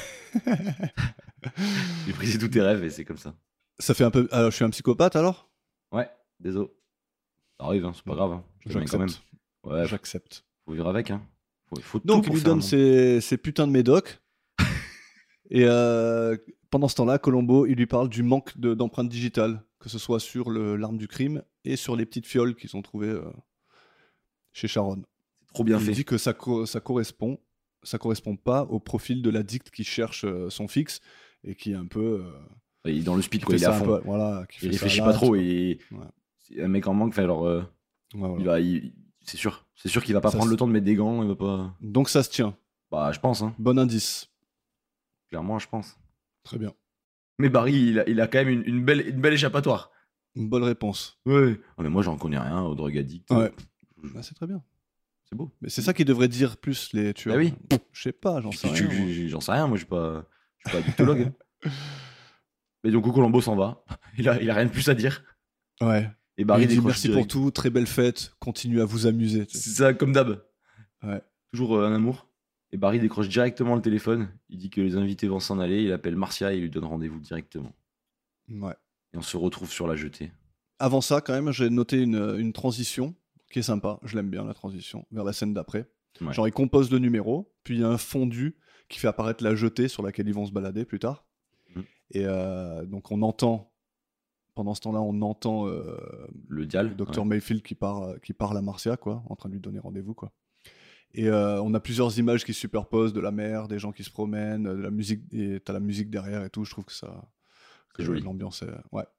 J'ai brisé tous tes rêves et c'est comme ça. Ça fait un peu. Alors, je suis un psychopathe alors. Ouais, désolé. Ça arrive, hein, c'est pas grave. Hein. Je t'aime quand même. J'accepte. Ouais, J'accepte. faut vivre avec. Hein. Faut tout Donc il pour lui faire un donne monde. ses putains de médocs. Et pendant ce temps-là, Colombo, il lui parle du manque d'empreintes digitales, que ce soit sur l'arme du crime et sur les petites fioles qu'ils ont trouvées chez Sharon. C'est trop bien Il fait. dit que ça correspond pas au profil de l'addict qui cherche son fixe et qui est un peu. Il est dans le speed, Qui quoi. fait Il est à ça un fond. peu, voilà, qui fait Il ça réfléchit là, pas trop. tu vois. Et Ouais. c'est un mec en manque. Enfin, alors, Ouais, voilà. c'est sûr. C'est sûr qu'il va pas Ça prendre se- le temps de mettre des gants. Il va pas. Donc ça se tient. Bah, je pense. Hein. Bon indice. Clairement, je pense. Très bien. Mais Barry, il a quand même une belle échappatoire. Une bonne réponse. Ouais. Ah, mais moi, j'en connais rien aux drogues addicts. Ouais. Bah, c'est très bien. C'est beau. Mais c'est ça qui devrait dire plus les tueurs. Ah oui. Je sais pas, j'en sais rien. moi. J'en sais rien, moi, je suis pas addictologue. Hein. Mais donc, Colombo s'en va. Il a rien de plus à dire. Ouais. Et Barry Il dit décroche merci pour direct. tout, très belle fête, continuez à vous amuser. Tu sais. C'est ça, comme d'hab. Ouais. Toujours un amour. Et Barry décroche directement le téléphone. Il dit que les invités vont s'en aller. Il appelle Marcia et il lui donne rendez-vous directement. Ouais. Et on se retrouve sur la jetée. Avant ça, quand même, j'ai noté une transition qui est sympa. Je l'aime bien, la transition, vers la scène d'après. Ouais. Genre, ils composent le numéro, puis il y a un fondu qui fait apparaître la jetée sur laquelle ils vont se balader plus tard. Mhm. Et donc, on entend, pendant ce temps-là, Le dial. le docteur ouais. Mayfield qui parle à Marcia, quoi, en train de lui donner rendez-vous, quoi. Et on a plusieurs images qui se superposent, de la mer, des gens qui se promènent, de la musique, et t'as la musique derrière et tout. Je trouve que C'est joli. l'ambiance est... Ouais.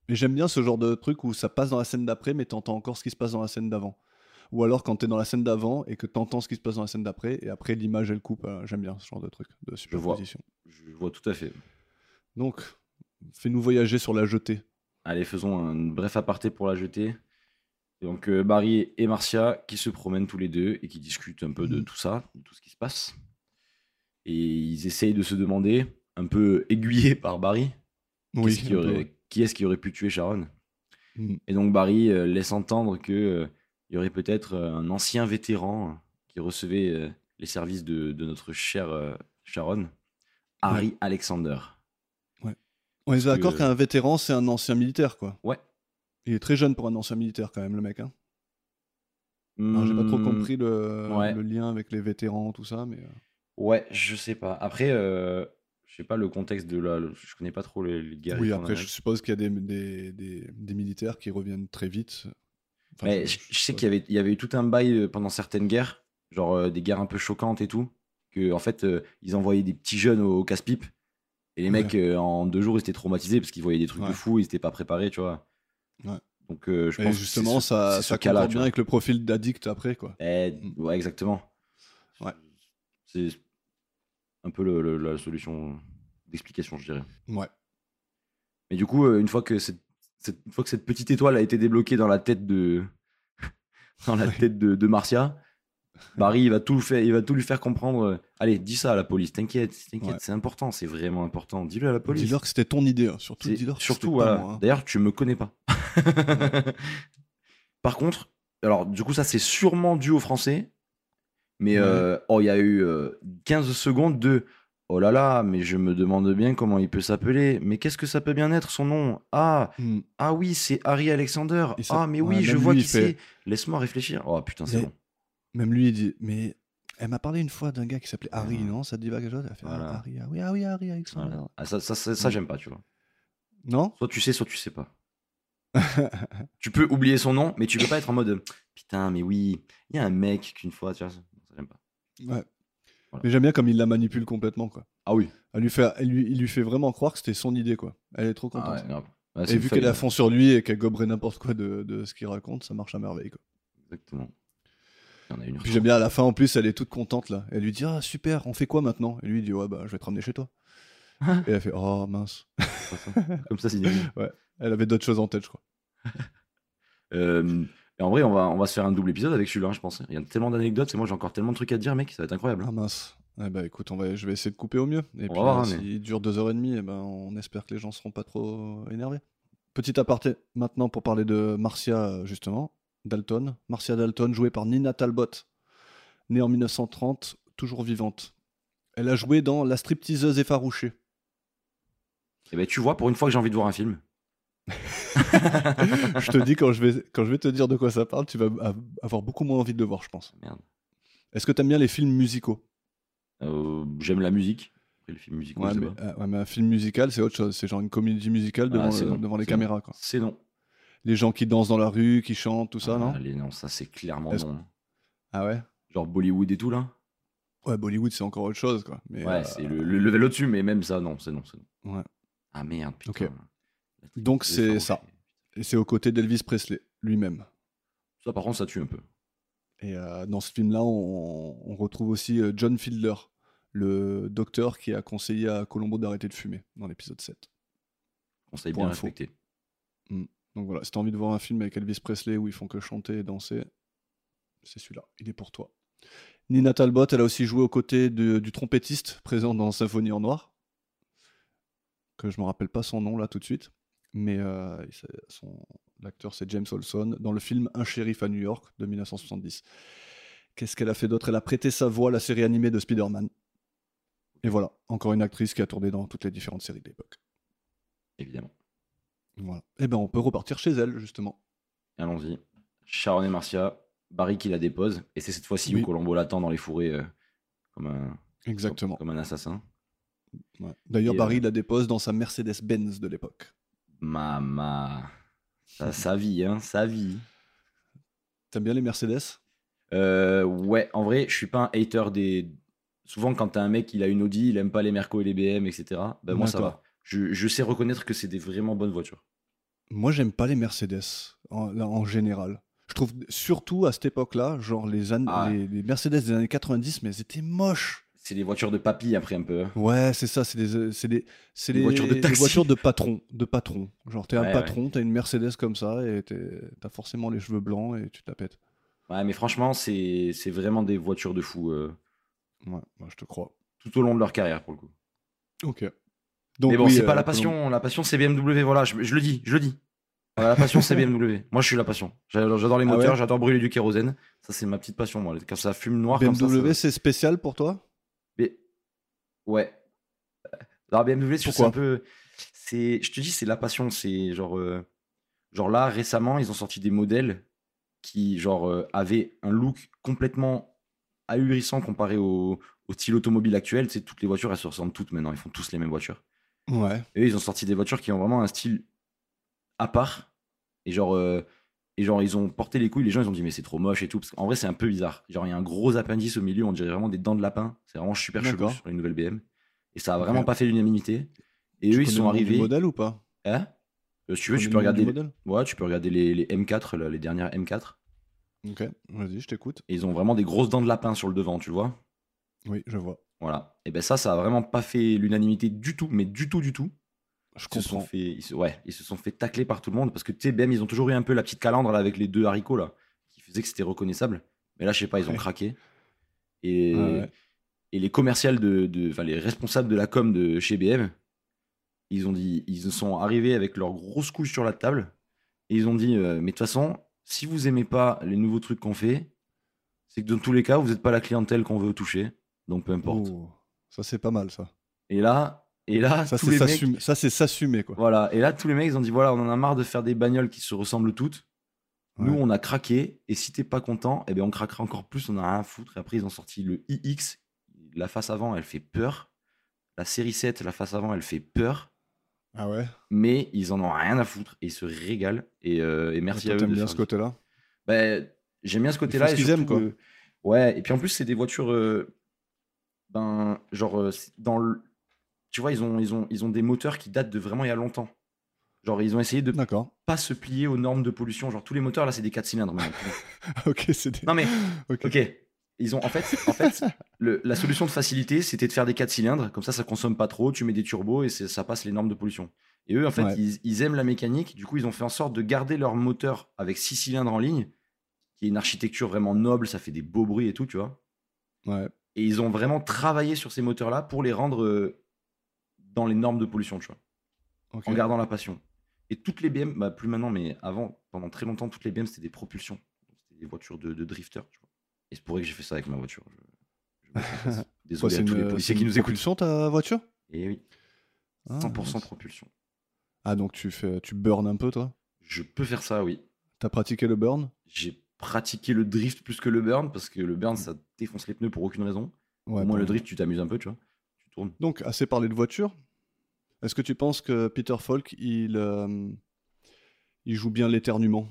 Mais j'aime bien ce genre de truc où ça passe dans la scène d'après, mais t'entends encore ce qui se passe dans la scène d'avant. Ou alors quand t'es dans la scène d'avant et que t'entends ce qui se passe dans la scène d'après, et après l'image elle coupe. J'aime bien ce genre de truc, de Je vois. superposition. Je vois tout à fait. Donc, fais-nous voyager sur la jetée. Allez, faisons un bref aparté pour la jetée. Et donc, Barry et Marcia qui se promènent tous les deux et qui discutent un peu de tout ça, de tout ce qui se passe. Et ils essayent de se demander, un peu aiguillés par Barry, Oui, qui est-ce qui aurait pu tuer Sharon. Mm. Et donc, Barry laisse entendre que il y aurait peut-être un ancien vétéran qui recevait les services de notre chère Sharon, Harry Alexander. On est Parce d'accord que- qu'un vétéran, c'est un ancien militaire, quoi. Ouais. Il est très jeune pour un ancien militaire, quand même, le mec. Hein. Alors, j'ai pas trop compris ouais. le lien avec les vétérans, tout ça, mais... Ouais, je sais pas. Après, je sais pas le contexte de la. Je connais pas trop les guerres. Oui, qui font en après, je Amérique. suppose qu'il y a des militaires qui reviennent très vite. Enfin, Mais je sais qu'il y avait eu tout un bail pendant certaines guerres, genre des guerres un peu choquantes et tout, que en fait ils envoyaient des petits jeunes au casse-pipe et les Ouais. mecs en 2 jours ils étaient traumatisés parce qu'ils voyaient des trucs de Ouais. fou, ils étaient pas préparés, tu vois. Ouais. Donc je Et pense justement, que c'est ça ce cas-là, concorde tu bien vois. avec le profil d'addict après, quoi. Ouais, exactement. Ouais. C'est un peu la solution d'explication, je dirais. Ouais. Mais du coup, une fois que cette petite étoile a été débloquée dans la tête de de Marcia, Barry il va tout lui faire comprendre. Allez, dis ça à la police, t'inquiète, Ouais. c'est important, c'est vraiment important. Dis-le à la police. Dis-leur que c'était ton idée, hein. Surtout C'est- dis-leur que surtout, c'était voilà. pas moi. Hein. D'ailleurs, tu me connais pas. Par contre, alors du coup, ça c'est sûrement dû au français, mais Ouais. il y a eu 15 secondes de oh là là, mais je me demande bien comment il peut s'appeler. Mais qu'est-ce que ça peut bien être son nom? Ah oui, c'est Harry Alexander. Et Ah mais oui, ouais, je même vois lui, qui il fait- c'est. Laisse-moi réfléchir. Oh putain, c'est Mais- bon. Même lui, il dit, mais elle m'a parlé une fois d'un gars qui s'appelait Harry, Ouais. non? Ça te dit pas quelque chose? Elle a fait, Voilà. Harry, Harry Alexander. Voilà. Ah, ça j'aime pas, tu vois. Non? Soit tu sais pas. Tu peux oublier son nom, mais tu peux pas être en mode putain, mais oui, il y a un mec qu'une fois, tu vois, ça j'aime pas. Ouais. Voilà. Mais j'aime bien comme il la manipule complètement, quoi. Ah oui. Il lui fait vraiment croire que c'était son idée, quoi. Elle est trop contente. Ah ouais, grave. Ouais, c'est Et une vu feuille, qu'elle a là. fond sur lui et qu'elle goberait n'importe quoi de ce qu'il raconte, ça marche à merveille, quoi. Exactement. Il y en a une Puis j'aime bien à la fin, en plus, elle est toute contente, là. Elle lui dit, ah super, on fait quoi maintenant? Et lui, il dit, ouais, bah, je vais te ramener chez toi. Et elle fait, oh mince. Comme ça, c'est nul. Elle avait d'autres choses en tête, je crois. Et en vrai, on va se faire un double épisode avec celui-là, je pense. Il y a tellement d'anecdotes, et moi j'ai encore tellement de trucs à te dire, mec, ça va être incroyable. Ah mince. Eh ben écoute, je vais essayer de couper au mieux. Et On puis va voir, hein, s'il dure 2h30, eh ben, on espère que les gens seront pas trop énervés. Petit aparté maintenant pour parler de Marcia, justement, Dalton. Marcia Dalton, jouée par Nina Talbot, née en 1930, toujours vivante. Elle a joué dans La stripteaseuse effarouchée. Et ben tu vois, pour une fois que j'ai envie de voir un film. Je te dis, quand je vais te dire de quoi ça parle, tu vas avoir beaucoup moins envie de le voir, je pense. Merde. Est-ce que t'aimes bien les films musicaux? J'aime la musique. Après, le film musical, Ouais, je sais mais, pas. mais un film musical, c'est autre chose. C'est genre une comédie musicale Ah, c'est non, devant les c'est caméras, non. quoi. C'est non. Les gens qui dansent dans la rue, qui chantent, tout ça, Ah, non? allez, non, ça c'est clairement Est-ce- non. Ah ouais? Genre Bollywood et tout là. Ouais, Bollywood, c'est encore autre chose, quoi. Mais, Ouais, c'est le level au-dessus, mais même ça, non, c'est non. ouais. Ah merde, putain. Ok. Donc, c'est ça. Et c'est aux côtés d'Elvis Presley, lui-même. Ça, par contre, ça tue un peu. Et dans ce film-là, on retrouve aussi John Fiedler, le docteur qui a conseillé à Columbo d'arrêter de fumer, dans l'épisode 7. Conseil Pour bien info. respecté. Donc voilà, si t'as envie de voir un film avec Elvis Presley où ils font que chanter et danser, c'est celui-là, il est pour toi. Nina Talbot, elle a aussi joué aux côtés du trompettiste présent dans Symphonie en noir, que je me rappelle pas son nom là tout de suite, mais l'acteur c'est James Olson, dans le film Un shérif à New York de 1970. Qu'est-ce qu'elle a fait d'autre? Elle a prêté sa voix à la série animée de Spider-Man. Et voilà, encore une actrice qui a tourné dans toutes les différentes séries de l'époque. Évidemment. Voilà. Et ben on peut repartir chez elle, justement. Allons-y. Sharon et Marcia, Barry qui la dépose, et c'est cette fois-ci Oui. où Columbo l'attend dans les fourrés comme Exactement. comme un assassin. Ouais. D'ailleurs, Et, Barry la dépose dans sa Mercedes-Benz de l'époque. Mama. Sa vie, hein, sa vie. T'aimes bien les Mercedes? Ouais, en vrai, je suis pas un hater des. Souvent, quand t'as un mec, il a une Audi, il aime pas les Merco et les BM, etc. Ben moi, ça va. D'accord. Je sais reconnaître que c'est des vraiment bonnes voitures. Moi, j'aime pas les Mercedes en général. Je trouve surtout à cette époque-là, genre Ah, les Mercedes des années 90, mais elles étaient moches. c'est des voitures de papy après un peu. Ouais, c'est ça, c'est Des voitures de les taxi. voitures de patron. Genre, t'es un Ouais, ouais. patron, t'as une Mercedes comme ça et t'as forcément les cheveux blancs et tu te la pètes. Ouais, mais franchement, c'est vraiment des voitures de fou Ouais, moi, je te crois. tout au long de leur carrière pour le coup. Ok. Mais Donc bon, oui, c'est pas la Colombo. passion. La passion, c'est BMW. Voilà, je le dis, je le dis. Voilà, la passion, c'est BMW. Moi, je suis la passion. J'adore les Ah moteurs, ouais? j'adore brûler du kérosène. Ça, c'est ma petite passion, moi. Quand ça fume noir comme ça. BMW, c'est spécial pour toi? Mais ouais. Alors, BMW, c'est un Pourquoi? peu. Je te dis, c'est la passion. C'est genre là, récemment, ils ont sorti des modèles qui, avaient un look complètement ahurissant comparé au style automobile actuel. Tu sais, toutes les voitures, elles se ressemblent toutes maintenant. Ils font tous les mêmes voitures. Ouais. Et eux, ils ont sorti des voitures qui ont vraiment un style à part. Et ils ont porté les couilles. Les gens, ils ont dit, mais c'est trop moche et tout. Parce qu'en vrai, c'est un peu bizarre. Genre, il y a un gros appendice au milieu. On dirait vraiment des dents de lapin. C'est vraiment super chelou D'accord. sur les nouvelles BM. Et ça a Ok. vraiment pas fait l'unanimité. Et Tu eux, ils connais le sont nom du arrivés. modèle ou pas? Hein Si tu veux, Connais tu le peux nom du regarder. modèle? Ouais, tu peux regarder les M4, là, les dernières M4. Ok, vas-y, je t'écoute. Et ils ont vraiment des grosses dents de lapin sur le devant, tu vois. Oui, je vois. Voilà. Et ben ça a vraiment pas fait l'unanimité du tout, mais du tout, du tout. Je Ils se sont comprends. fait, ils se sont fait tacler par tout le monde parce que tu sais, BM, ils ont toujours eu un peu la petite calandre là, avec les deux haricots là, qui faisait que c'était reconnaissable. Mais là, je sais pas, ils ont Ouais. craqué. Ouais, Et, ouais. et les commerciales enfin, les responsables de la com de chez BM, ils sont arrivés avec leurs grosses couches sur la table et ils ont dit, mais de toute façon, si vous aimez pas les nouveaux trucs qu'on fait, c'est que dans tous les cas, vous n'êtes pas la clientèle qu'on veut toucher, donc peu importe. Oh, ça c'est pas mal ça. Et là, Ça tous c'est les mecs, s'assumer quoi. voilà. Et là, tous les mecs, ils ont dit, voilà, on en a marre de faire des bagnoles qui se ressemblent toutes. Nous, Ouais. on a craqué, et si t'es pas content, eh ben, on craquera encore plus, on a rien à foutre. Et après, ils ont sorti le iX, la face avant, elle fait peur. La série 7, la face avant, elle fait peur. Ah ouais. Mais ils en ont rien à foutre, et ils se régalent. Et Et merci toi à eux t'aimes de bien faire ce du sport. côté-là? Ben, j'aime bien ce Ils font côté-là, ce et qu'ils aiment surtout, quoi. ouais, et puis en plus, c'est des voitures, tu vois, ils ont des moteurs qui datent de vraiment il y a longtemps. Genre, ils ont essayé de D'accord. pas se plier aux normes de pollution. Genre, tous les moteurs, là, c'est des 4 cylindres maintenant. Ok, c'est des... Non, mais, Ok. ok. Ils ont, en fait la solution de facilité, c'était de faire des 4 cylindres. Comme ça consomme pas trop. Tu mets des turbos et ça passe les normes de pollution. Et eux, en fait, Ouais. ils aiment la mécanique. Du coup, ils ont fait en sorte de garder leur moteur avec 6 cylindres en ligne, qui est une architecture vraiment noble. Ça fait des beaux bruits et tout, tu vois. Ouais. Et ils ont vraiment travaillé sur ces moteurs-là pour les rendre dans les normes de pollution, tu vois. Ok. En gardant la passion. Et toutes les BM, bah plus maintenant, mais avant, pendant très longtemps, toutes les BM, c'était des propulsions. C'était des voitures de drifter, tu vois. Et c'est pour ça que j'ai fait ça avec ma voiture. Je me confesse. Quoi, Désolé à c'est tous les une policiers qui nous écoutent. propulsion ta voiture? Et oui, Ah, 100% nice. propulsion. Ah donc tu burn un peu toi? Je peux faire ça, oui. T'as pratiqué le burn? J'ai pratiqué le drift plus que le burn, parce que le burn, ça défonce les pneus pour aucune raison. Ouais, Au moins, pas le mal. drift, tu t'amuses un peu, tu vois. Tu tournes. Donc assez parlé de voiture. Est-ce que tu penses que Peter Falk il joue bien l'éternuement?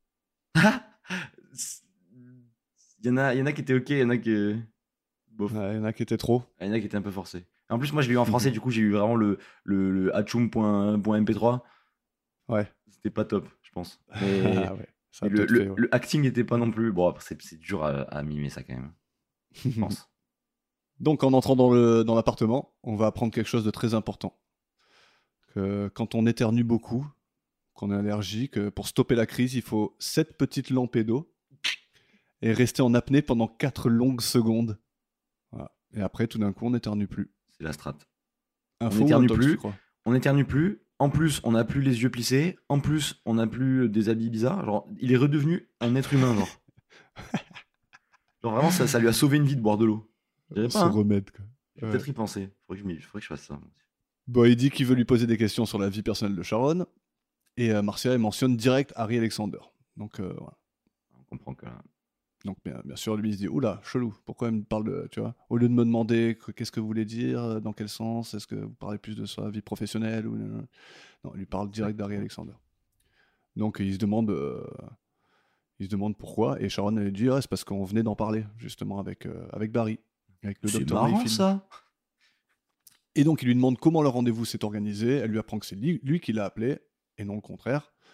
Il y en a qui étaient ok, il y en a qui. Bof. Ouais, il y en a qui étaient trop. Il y en a qui étaient un peu forcés. En plus, moi, je l'ai eu en français, du coup, j'ai eu vraiment le atchoum.mp3. Ouais. C'était pas top, je pense. Mais, Ah ouais. Ça mais a peut-être fait. Ouais. le acting n'était pas non plus. Bon, après, c'est dur à mimer ça quand même, je pense. Donc en entrant dans l'appartement, on va apprendre quelque chose de très important. Que quand on éternue beaucoup, qu'on est allergique, pour stopper la crise, il faut 7 petites lampées d'eau et rester en apnée pendant 4 longues secondes. Voilà. Et après, tout d'un coup, on n'éternue plus. C'est la strat. Info ou éternue intox, plus. tu crois? On n'éternue plus. En plus, on n'a plus les yeux plissés. En plus, on n'a plus des habits bizarres. Genre, il est redevenu un être humain, genre. Genre, vraiment, ça lui a sauvé une vie de boire de l'eau. Je dirais Ce pas, hein. remède, quoi. Je vais Ouais. peut-être y penser. Faudrait que je fasse ça. Bon, il dit qu'il veut lui poser des questions sur la vie personnelle de Sharon. Et Marcia, elle mentionne direct Harry Alexander. Donc, voilà. On comprend que. Donc, bien sûr, lui, il se dit, oula, chelou, pourquoi elle me parle de, tu vois, au lieu de me demander qu'est-ce que vous voulez dire, dans quel sens, est-ce que vous parlez plus de sa vie professionnelle ou... Non, il lui parle direct d'Harry Alexander. Donc, il se demande pourquoi, et Sharon, elle dit, ah, c'est parce qu'on venait d'en parler, justement, avec Barry, avec le C'est docteur marrant, Mayfield. ça. Et donc, il lui demande comment le rendez-vous s'est organisé, elle lui apprend que c'est lui qui l'a appelé, et non le contraire.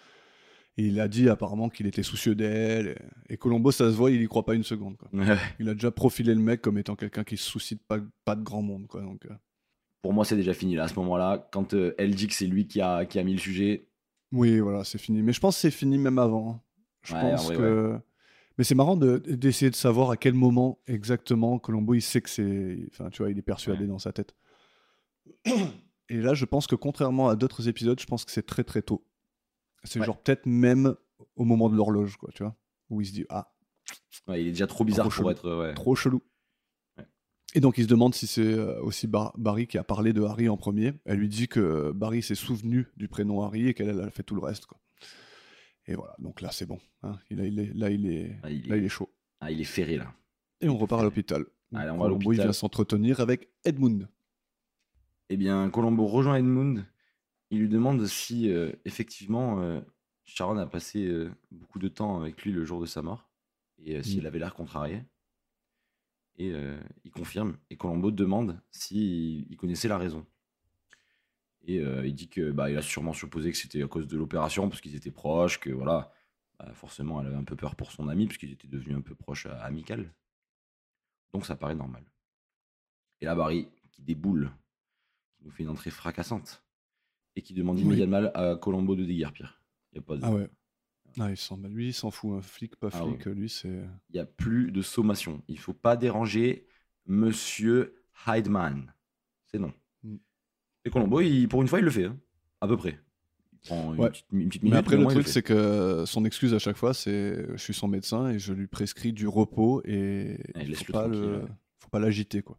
Et il a dit apparemment qu'il était soucieux d'elle. Et Colombo, ça se voit, il y croit pas une seconde, quoi. Ouais. Il a déjà profilé le mec comme étant quelqu'un qui se soucie de pas de grand monde, quoi. Donc, Pour moi, c'est déjà fini là, à ce moment-là. Quand elle dit que c'est lui qui a mis le sujet. oui, voilà, c'est fini. Mais je pense que c'est fini même avant, hein. Je Ouais, pense en vrai, que. Mais c'est marrant d'essayer de savoir à quel moment exactement Colombo il sait que c'est. Enfin, tu vois, il est persuadé Ouais. dans sa tête. Et là, je pense que contrairement à d'autres épisodes, je pense que c'est très très tôt. C'est Ouais. genre peut-être même au moment de l'horloge, quoi, tu vois, où il se dit ah, Ouais, il est déjà trop bizarre Trop pour chelou. être. Ouais. trop chelou. Ouais. Et donc il se demande si c'est aussi Barry qui a parlé de Harry en premier. Elle lui dit que Barry s'est souvenu du prénom Harry et qu'elle elle a fait tout le reste, quoi. Et voilà, donc là c'est bon, hein. Il est chaud. Ah, il est ferré là. Et on repart à l'hôpital. où Allez, on va à Colombo il l'hôpital. vient s'entretenir avec Edmund. Eh bien, Colombo rejoint Edmund. Il lui demande si effectivement Sharon a passé beaucoup de temps avec lui le jour de sa mort et si elle avait l'air contrariée. Et il confirme. Et Colombo demande s'il connaissait la raison. Et il dit que il a sûrement supposé que c'était à cause de l'opération parce qu'ils étaient proches, que voilà, forcément elle avait un peu peur pour son ami parce qu'ils étaient devenus un peu proches amicales. Donc ça paraît normal. Et là, Barry qui déboule, qui nous fait une entrée fracassante et qui demande Oui. immédiatement à Colombo de déguerpir. Il y a pas de... Ah ouais. Ah, lui, il s'en fout, un flic, pas Ah flic, ouais. lui, c'est. Il n'y a plus de sommation. Il faut pas déranger Monsieur Hydeman. C'est non. Mm. Et Colombo, pour une fois, il le fait. Hein. À peu près. Il prend Ouais. une petite minute. Mais après, au le moins, il truc, fait. c'est que son excuse à chaque fois, c'est je suis son médecin et je lui prescris du repos et il laisse-le faut pas tranquille, ouais. faut pas l'agiter, quoi.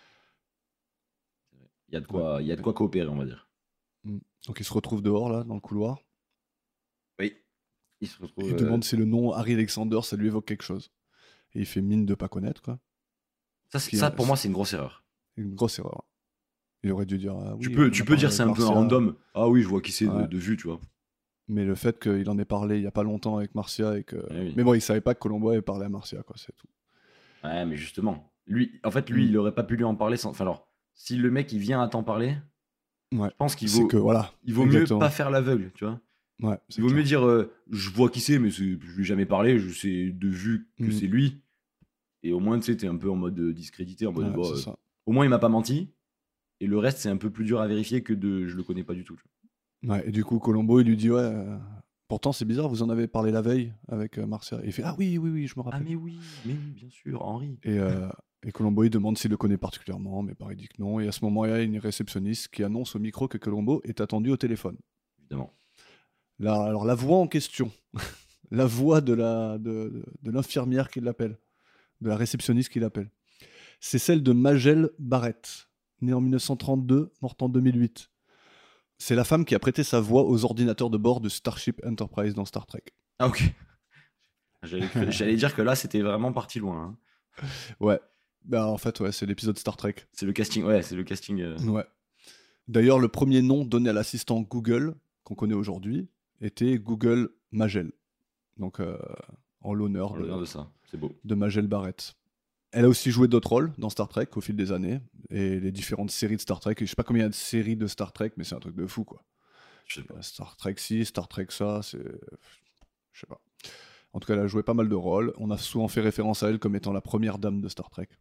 Il y a de quoi coopérer, on va dire. Donc il se retrouve dehors, là, dans le couloir. Oui. Il se retrouve. Il demande si le nom Harry Alexander, ça lui évoque quelque chose. Et il fait mine de pas connaître, quoi. Ça, pour moi, c'est une grosse erreur. Une grosse erreur. Il aurait dû dire ah, oui, Tu on peux en a dire parlé c'est avec un peu un Marcia. random. Ah oui, je vois qui c'est Ouais. de vue, tu vois. Mais le fait qu'il en ait parlé il y a pas longtemps avec Marcia et que. Oui. Mais bon, il savait pas que Colombo avait parlé à Marcia, quoi, c'est tout. Ouais, mais justement. Lui, il aurait pas pu lui en parler sans. Enfin, alors, si le mec, il vient à t'en parler, Ouais. je pense qu'il C'est vaut. que voilà. Il vaut exactement. mieux pas faire l'aveugle, tu vois. Ouais, c'est Il vaut clair. mieux dire je vois qui c'est, mais je lui ai jamais parlé, je sais de vue que c'est lui. Et au moins, tu sais, t'es un peu en mode discrédité, en mode Ouais, bon, c'est ça. au moins il m'a pas menti. Et le reste, c'est un peu plus dur à vérifier que de je le connais pas du tout. Tu vois. Ouais, et du coup, Colombo, il lui dit ouais. Pourtant, c'est bizarre, vous en avez parlé la veille avec Marcia. Et il fait ah oui, je me Ah, rappelle. mais oui, bien sûr, Henri. Et Colombo, il demande s'il le connaît particulièrement, mais Barry dit que non. Et à ce moment-là, il y a une réceptionniste qui annonce au micro que Colombo est attendu au téléphone. Évidemment. Là, alors, la voix en question, la voix de l'infirmière qui l'appelle, de la réceptionniste qui l'appelle, c'est celle de Majel Barrett, née en 1932, morte en 2008. C'est la femme qui a prêté sa voix aux ordinateurs de bord de Starship Enterprise dans Star Trek. Ah, ok. J'allais dire que là, c'était vraiment parti loin. Hein. Ouais. Bah, en fait, ouais, c'est l'épisode Star Trek. C'est le casting. Ouais, c'est le casting. Ouais. D'ailleurs, le premier nom donné à l'assistant Google, qu'on connaît aujourd'hui, était Google Majel. Donc, en l'honneur de ça. C'est beau. de Majel Barrett. Elle a aussi joué d'autres rôles dans Star Trek au fil des années, et les différentes séries de Star Trek. Et je sais pas combien il y a de séries de Star Trek, mais c'est un truc de fou, quoi. Je sais pas. Star Trek ci, Star Trek ça, c'est... Je sais pas. En tout cas, elle a joué pas mal de rôles. On a souvent fait référence à elle comme étant la première dame de Star Trek.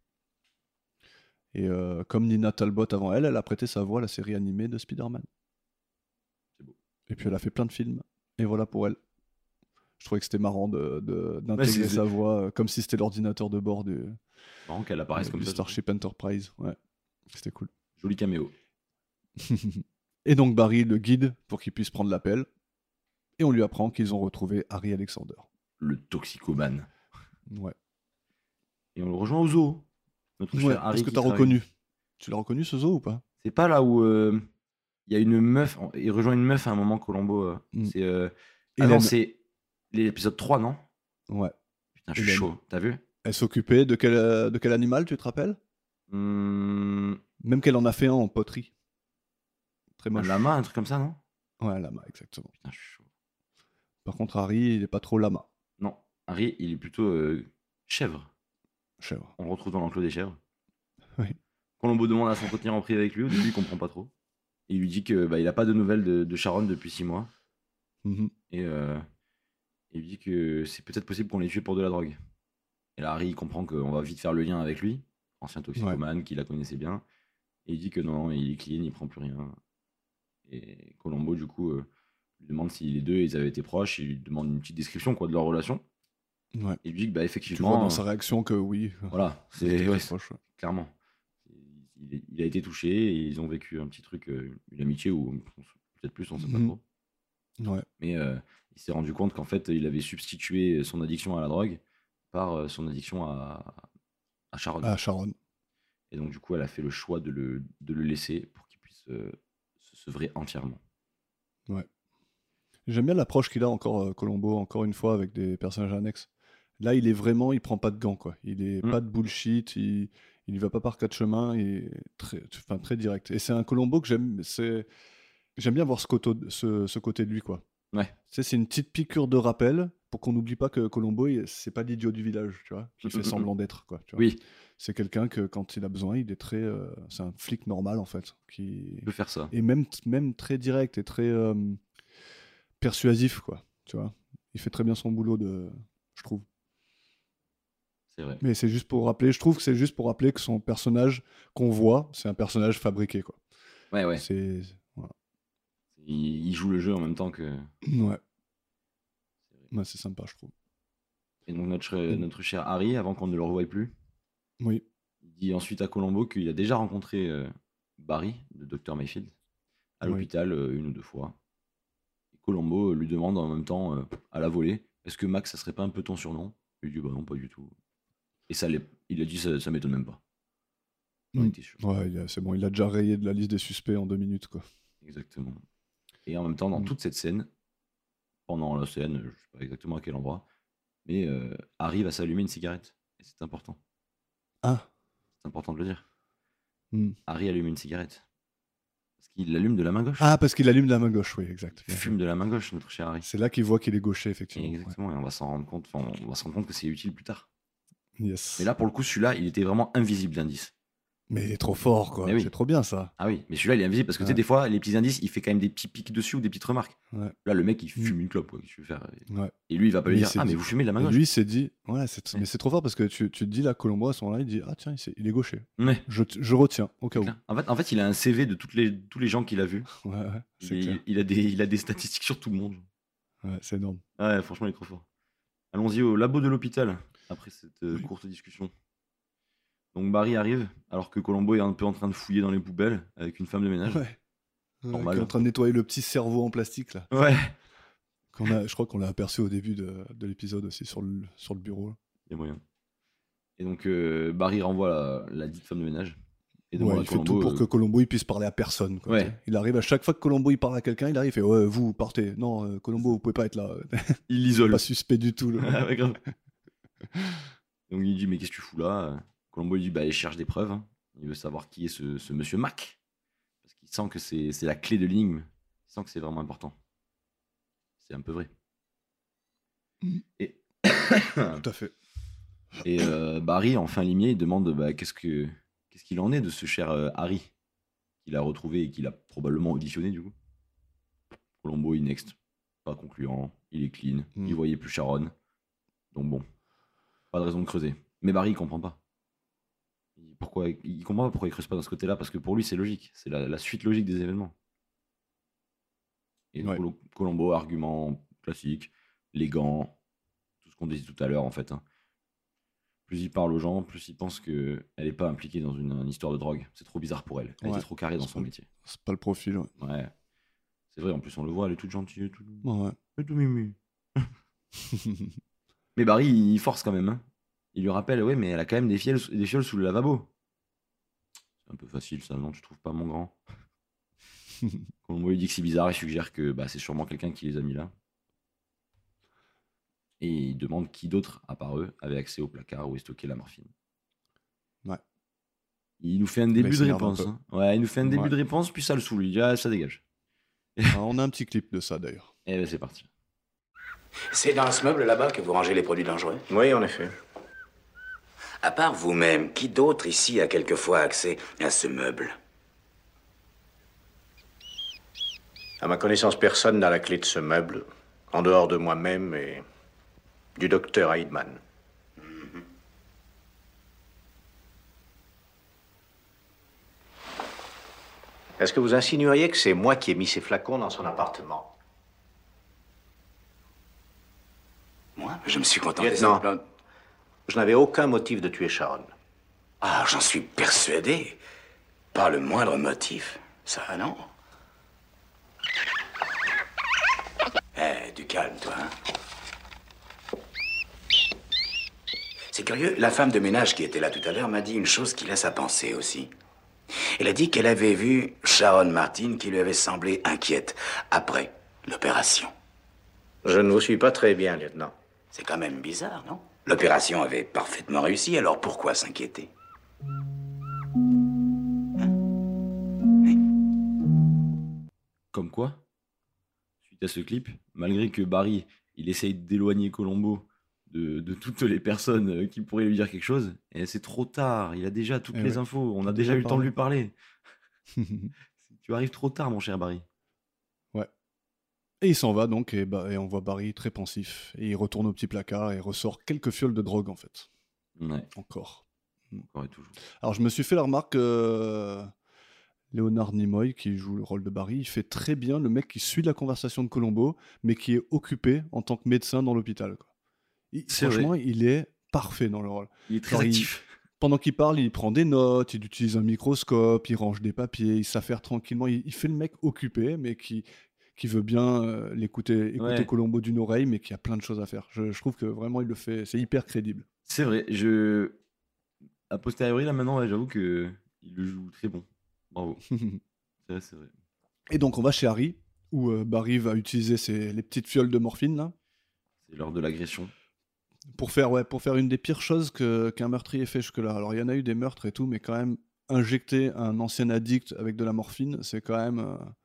Et comme Nina Talbot avant elle, elle a prêté sa voix à la série animée de Spider-Man. C'est beau. Et puis elle a fait plein de films. Et voilà pour elle. Je trouvais que c'était marrant d'intégrer Ouais, sa voix comme si c'était l'ordinateur de bord du Marrant qu'elle apparaisse comme ça. Starship Enterprise. Ouais, c'était cool. Joli caméo. Et donc Barry le guide pour qu'il puisse prendre l'appel. Et on lui apprend qu'ils ont retrouvé Harry Alexander. Le toxicomane. Ouais. Et on le rejoint au zoo. Notre cher Harry. Est-ce que qui t'as travaille. reconnu? Tu l'as reconnu ce zoo ou pas? C'est pas là où il y a une meuf. Il rejoint une meuf à un moment, Colombo. C'est. Ah non, c'est l'épisode 3, non? Ouais. Putain, je suis chaud. T'as vu? Elle s'occupait de quel animal, tu te rappelles? Même qu'elle en a fait un en poterie. Très Un moche. lama, un truc comme ça, non? Ouais, un lama, exactement. Putain, je suis chaud. Par contre, Harry, il est pas trop lama. Non, Harry, il est plutôt chèvre. Chèvre. On le retrouve dans l'enclos des chèvres. Oui. Colombo demande à s'entretenir en privé avec lui. Au début, il comprend pas trop. Et il lui dit que il a pas de nouvelles de Sharon depuis 6 mois. Mhm. Et Il lui dit que c'est peut-être possible qu'on l'ait tué pour de la drogue. Et là, Harry, il comprend qu'on va vite faire le lien avec lui, ancien toxicomane, qui la connaissait bien. Et il dit que non, il est clean, il prend plus rien. Et Columbo, du coup, lui demande si les deux, ils avaient été proches. Il lui demande une petite description de leur relation. Ouais. Et il lui dit que, bah, Tu effectivement... vois dans sa réaction que oui. Voilà, C'était très ouais, proche, ouais. clairement. Il a été touché et ils ont vécu un petit truc, une amitié ou peut-être plus, on sait pas trop. Ouais. Mais il s'est rendu compte qu'en fait, il avait substitué son addiction à la drogue par son addiction à Sharon. Ah, Sharon. Et donc, du coup, elle a fait le choix de le laisser pour qu'il puisse se sevrer entièrement. Ouais. J'aime bien l'approche qu'il a encore, Columbo, encore une fois, avec des personnages annexes. Là, il prend pas de gants, quoi. Il est pas de bullshit, il y va pas par quatre chemins, il est très direct. Et c'est un Columbo que j'aime bien voir ce côté de lui, quoi. Ouais. Tu sais, c'est une petite piqûre de rappel pour qu'on n'oublie pas que Columbo, c'est pas l'idiot du village, tu vois, qui fait semblant d'être, quoi. Tu vois. Oui, C'est quelqu'un que, quand il a besoin, il est très... c'est un flic normal, en fait. il peut faire ça. Et même très direct et très persuasif, quoi. Tu vois. Il fait très bien son boulot, je trouve. C'est vrai. Mais c'est juste pour rappeler, je trouve que c'est juste pour rappeler que son personnage qu'on voit, c'est un personnage fabriqué, quoi. Ouais. Voilà. Il joue le jeu en même temps que... Ouais. Ouais, c'est sympa, je trouve. Et donc, notre cher Harry, avant qu'on ne le revoie plus, Oui. il dit ensuite à Columbo qu'il a déjà rencontré Barry, le docteur Mayfield, à l'hôpital une ou deux fois. Et Columbo lui demande en même temps, à la volée, est-ce que Max, ça serait pas un peu ton surnom? Il dit, bah non, pas du tout. Et il a dit, ça m'étonne même pas. Ouais, c'est bon, il a déjà rayé de la liste des suspects en 2 minutes, quoi. Exactement. Et en même temps, dans toute cette scène, pendant la scène, je sais pas exactement à quel endroit, mais Harry va s'allumer une cigarette. Et c'est important. Ah. C'est important de le dire. Mm. Harry allume une cigarette. Parce qu'il l'allume de la main gauche. Ah, parce qu'il allume de la main gauche, oui, exact. Il fume de la main gauche, notre cher Harry. C'est là qu'il voit qu'il est gaucher, effectivement. Exactement, et on va s'en rendre compte, que c'est utile plus tard. Yes. Mais là, pour le coup, celui-là, il était vraiment invisible d'indice. Mais il est trop fort, quoi. Oui. C'est trop bien, ça. Ah oui, mais celui-là, il est invisible parce que tu sais, des fois, les petits indices, il fait quand même des petits pics dessus ou des petites remarques. Ouais. Là, le mec, il fume une clope, quoi. Qu'est-ce que tu veux faire? Ouais. Et lui, il va pas lui dire, mais vous fumez de la main gauche. Lui, il s'est dit, mais c'est trop fort parce que tu te dis, là, Columbo, à ce moment-là, il dit, ah tiens, il est gaucher. Ouais. Je retiens, au cas où. En fait, il a un CV de tous les gens qu'il a vus. Ouais, c'est clair. Il a des statistiques sur tout le monde. Ouais, c'est énorme. Ouais, franchement, il est trop fort. Allons-y au labo de l'hôpital, après cette courte discussion. Donc Barry arrive, alors que Columbo est un peu en train de fouiller dans les poubelles avec une femme de ménage. Ouais. Normal. Qui est en train de nettoyer le petit cerveau en plastique, là. Ouais. Je crois qu'on l'a aperçu au début de l'épisode aussi, sur le bureau. Là. Il y a moyen. Et donc Barry renvoie la dite femme de ménage. Et il fait tout pour que Columbo il puisse parler à personne. Quoi, ouais. Il arrive à chaque fois que Columbo il parle à quelqu'un, il arrive et fait ouais, vous partez. Non, Columbo vous pouvez pas être là. Il l'isole. Pas suspect du tout. Ouais, grave. Donc il dit mais qu'est-ce que tu fous là? Columbo lui dit il cherche des preuves. Hein. Il veut savoir qui est ce monsieur Mac. Parce qu'il sent que c'est la clé de l'énigme. Il sent que c'est vraiment important. C'est un peu vrai. Et tout à fait. Et Barry, enfin limier, il demande qu'est-ce qu'il en est de ce cher Harry qu'il a retrouvé et qu'il a probablement auditionné du coup. Columbo, il next. Pas concluant, il est clean, il voyait plus Sharon. Donc bon, pas de raison de creuser. Mais Barry, il comprend pas. Il comprend pas pourquoi il creuse pas dans ce côté-là, parce que pour lui, c'est logique. C'est la suite logique des événements. Et Columbo, argument classique, les gants, tout ce qu'on disait tout à l'heure en fait. Hein. Plus il parle aux gens, plus il pense qu'elle n'est pas impliquée dans une histoire de drogue. C'est trop bizarre pour elle. Elle était trop carrée dans son métier. C'est pas le profil. Ouais. C'est vrai, en plus on le voit, elle est toute gentille. Ouais. Elle est tout mimi. Mais Barry, il force quand même. Hein. Il lui rappelle, ouais, mais elle a quand même des fioles sous le lavabo. C'est un peu facile ça, non? Tu trouves pas, mon grand? Columbo lui dit que c'est bizarre, il suggère que c'est sûrement quelqu'un qui les a mis là. Et il demande qui d'autre, à part eux, avait accès au placard où est stockée la morphine. Ouais. Il nous fait un début de réponse. Hein. Ouais, il nous fait un début de réponse, puis ça le saoule. Il dit, ça dégage. Alors, on a un petit clip de ça, d'ailleurs. Et c'est parti. C'est dans ce meuble là-bas que vous rangez les produits dangereux? Oui, en effet. À part vous-même, qui d'autre ici a quelquefois accès à ce meuble? À ma connaissance, personne n'a la clé de ce meuble, en dehors de moi-même et du docteur Heidman. Est-ce que vous insinueriez que c'est moi qui ai mis ces flacons dans son appartement? Moi, je me suis contenté Lieutenant. simplement... Je n'avais aucun motif de tuer Sharon. Ah, j'en suis persuadé. Pas le moindre motif. Ça, non. Du calme, toi, hein. C'est curieux, la femme de ménage qui était là tout à l'heure m'a dit une chose qui laisse à penser aussi. Elle a dit qu'elle avait vu Sharon Martin qui lui avait semblé inquiète après l'opération. Je ne vous suis pas très bien, lieutenant. C'est quand même bizarre, non? L'opération avait parfaitement réussi, alors pourquoi s'inquiéter? Comme quoi, suite à ce clip, malgré que Barry, il essaye d'éloigner Colombo de toutes les personnes qui pourraient lui dire quelque chose, et c'est trop tard, il a déjà toutes Eh les ouais. infos, on a T'as déjà déjà eu le temps de parlé. lui parler. Tu arrives trop tard, mon cher Barry. Ouais. Et il s'en va donc, et on voit Barry très pensif. Et il retourne au petit placard et ressort quelques fioles de drogue, en fait. Ouais, Encore. encore et toujours. Alors, je me suis fait la remarque que Leonard Nimoy, qui joue le rôle de Barry, il fait très bien le mec qui suit la conversation de Colombo, mais qui est occupé en tant que médecin dans l'hôpital, quoi. C'est Franchement, vrai. il est parfait dans le rôle. Il est très Genre, actif. pendant qu'il parle, il prend des notes, il utilise un microscope, il range des papiers, il s'affaire tranquillement. Il fait le mec occupé, mais qui veut bien écouter Ouais, Colombo d'une oreille, mais qui a plein de choses à faire. Je trouve que vraiment, il le fait. C'est hyper crédible. c'est vrai. A posteriori, là maintenant, ouais, j'avoue que il le joue très bon. Bravo. C'est vrai, c'est vrai. Et donc, on va chez Harry, où Barry va utiliser les petites fioles de morphine, là, C'est l'heure de l'agression. pour faire une des pires choses qu'un meurtrier fait jusque-là. Alors, il y en a eu des meurtres et tout, mais quand même, injecter un ancien addict avec de la morphine, c'est quand même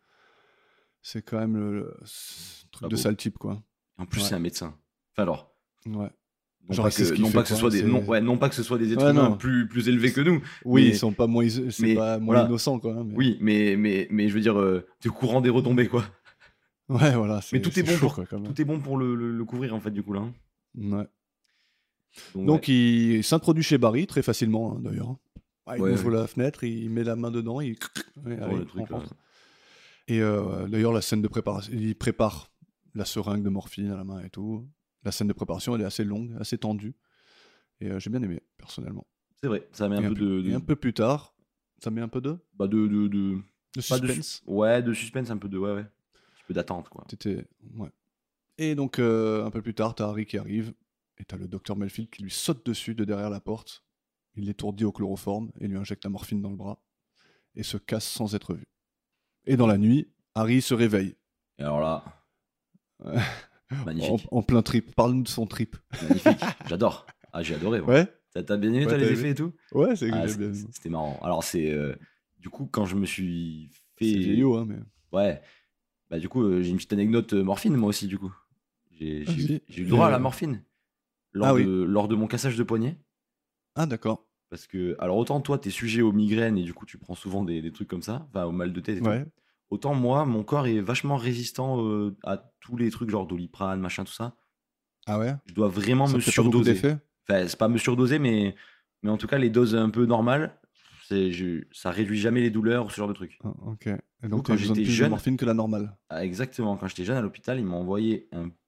le truc Pas de beau. sale type, quoi. En plus, Ouais. c'est un médecin. Enfin alors, Ouais. non Genre, pas c'est ce que, qu'il non fait, pas que ce quoi, soit des, c'est- non, ouais, non pas que ce soit des êtres Ouais, humains non. plus élevés que nous. Oui, mais- ils sont pas moins, c'est mais pas moins voilà. innocents, quoi. Hein, mais... Oui, mais je veux dire, t'es au courant des retombées, quoi. Ouais, voilà. Mais tout est bon chaud, pour, quoi, quand même. tout est bon pour le couvrir, en fait, du coup, là. Hein. Ouais. Donc, Donc, ouais. il s'introduit chez Barry très facilement, hein, d'ailleurs. Ah, il Ouais, ouvre ouais. la fenêtre, il met la main dedans, ouais, Oh, allez, le truc, on là. rentre. Et d'ailleurs, la scène de préparation, il prépare la seringue de morphine à la main et tout. La scène de préparation, elle est assez longue, assez tendue. Et j'ai bien aimé, personnellement. C'est vrai, ça met Et un peu et un peu plus tard, ça met un peu de bah, suspense. de suspense, un peu de, ouais. Un petit peu d'attente, quoi. Ouais. Et donc, un peu plus tard, t'as Harry qui arrive, et t'as le docteur Melfield qui lui saute dessus de derrière la porte. Il l'étourdit au chloroforme et lui injecte la morphine dans le bras, et se casse sans être vu. Et dans la nuit, Harry se réveille. Et alors là, magnifique. En plein trip. Parle-nous de son trip. Magnifique, j'adore. Ah, j'ai adoré, moi. Ouais, T'as bien aimé, Ouais, toi, t'as les aimé effets et tout? ouais, c'est que Ah, j'ai bien aimé. c'était marrant. Alors, du coup, quand je me suis C'est fait. vieillot, hein, mais. Ouais. Bah, du coup, j'ai une petite anecdote morphine, moi aussi, du coup. J'ai Vas-y. eu le droit à la morphine Ah oui. lors de mon cassage de poignet. Ah, d'accord. Parce que, alors, autant toi, t'es sujet aux migraines et du coup, tu prends souvent des trucs comme ça, enfin, au mal de tête et Ouais. tout. Autant moi, mon corps est vachement résistant à tous les trucs genre Doliprane, machin, tout ça. Ah ouais. Je dois vraiment Ça me te fait pas beaucoup surdoser. d'effet. Enfin, c'est pas me surdoser, mais en tout cas, les doses un peu normales, ça réduit jamais les douleurs ou ce genre de trucs. Ah, ok. Et coup, donc, quand t'as besoin de j'étais plus de jeune- morphine que la normale. Ah, exactement, quand j'étais jeune à l'hôpital, ils m'ont envoyé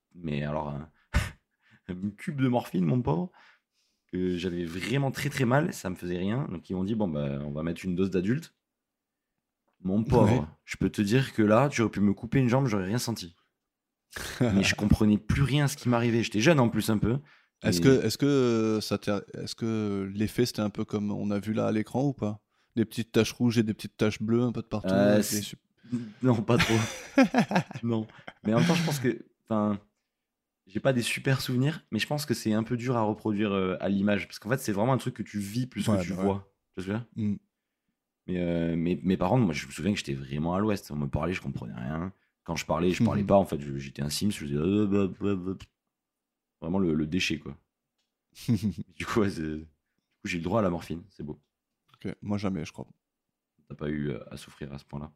un cube de morphine, mon pauvre, que j'avais vraiment très très mal, ça me faisait rien. Donc ils m'ont dit, bon, bah, on va mettre une dose d'adulte. Mon pauvre, Ouais. je peux te dire que là, tu aurais pu me couper une jambe, j'aurais rien senti. Mais je comprenais plus rien à ce qui m'arrivait. J'étais jeune en plus un peu. Est-ce mais- est-ce que l'effet c'était un peu comme on a vu là à l'écran ou pas? Des petites taches rouges et des petites taches bleues un peu de partout. avec c'est- des Non, pas trop. Non. Mais en même temps, je pense que. Enfin, j'ai pas des super souvenirs, mais je pense que c'est un peu dur à reproduire à l'image. Parce qu'en fait, c'est vraiment un truc que tu vis plus Ouais, que tu bah vois. Tu vois ce que je veux dire? Mm. Mais par contre, moi, je me souviens que j'étais vraiment à l'ouest. On me parlait, je comprenais rien. Quand je parlais Mhm. pas. En fait, j'étais un Sims. Je faisais vraiment le déchet, quoi. Du coup, j'ai eu le droit à la morphine. C'est beau. Ok, moi jamais, je crois. T'as pas eu à souffrir à ce point-là.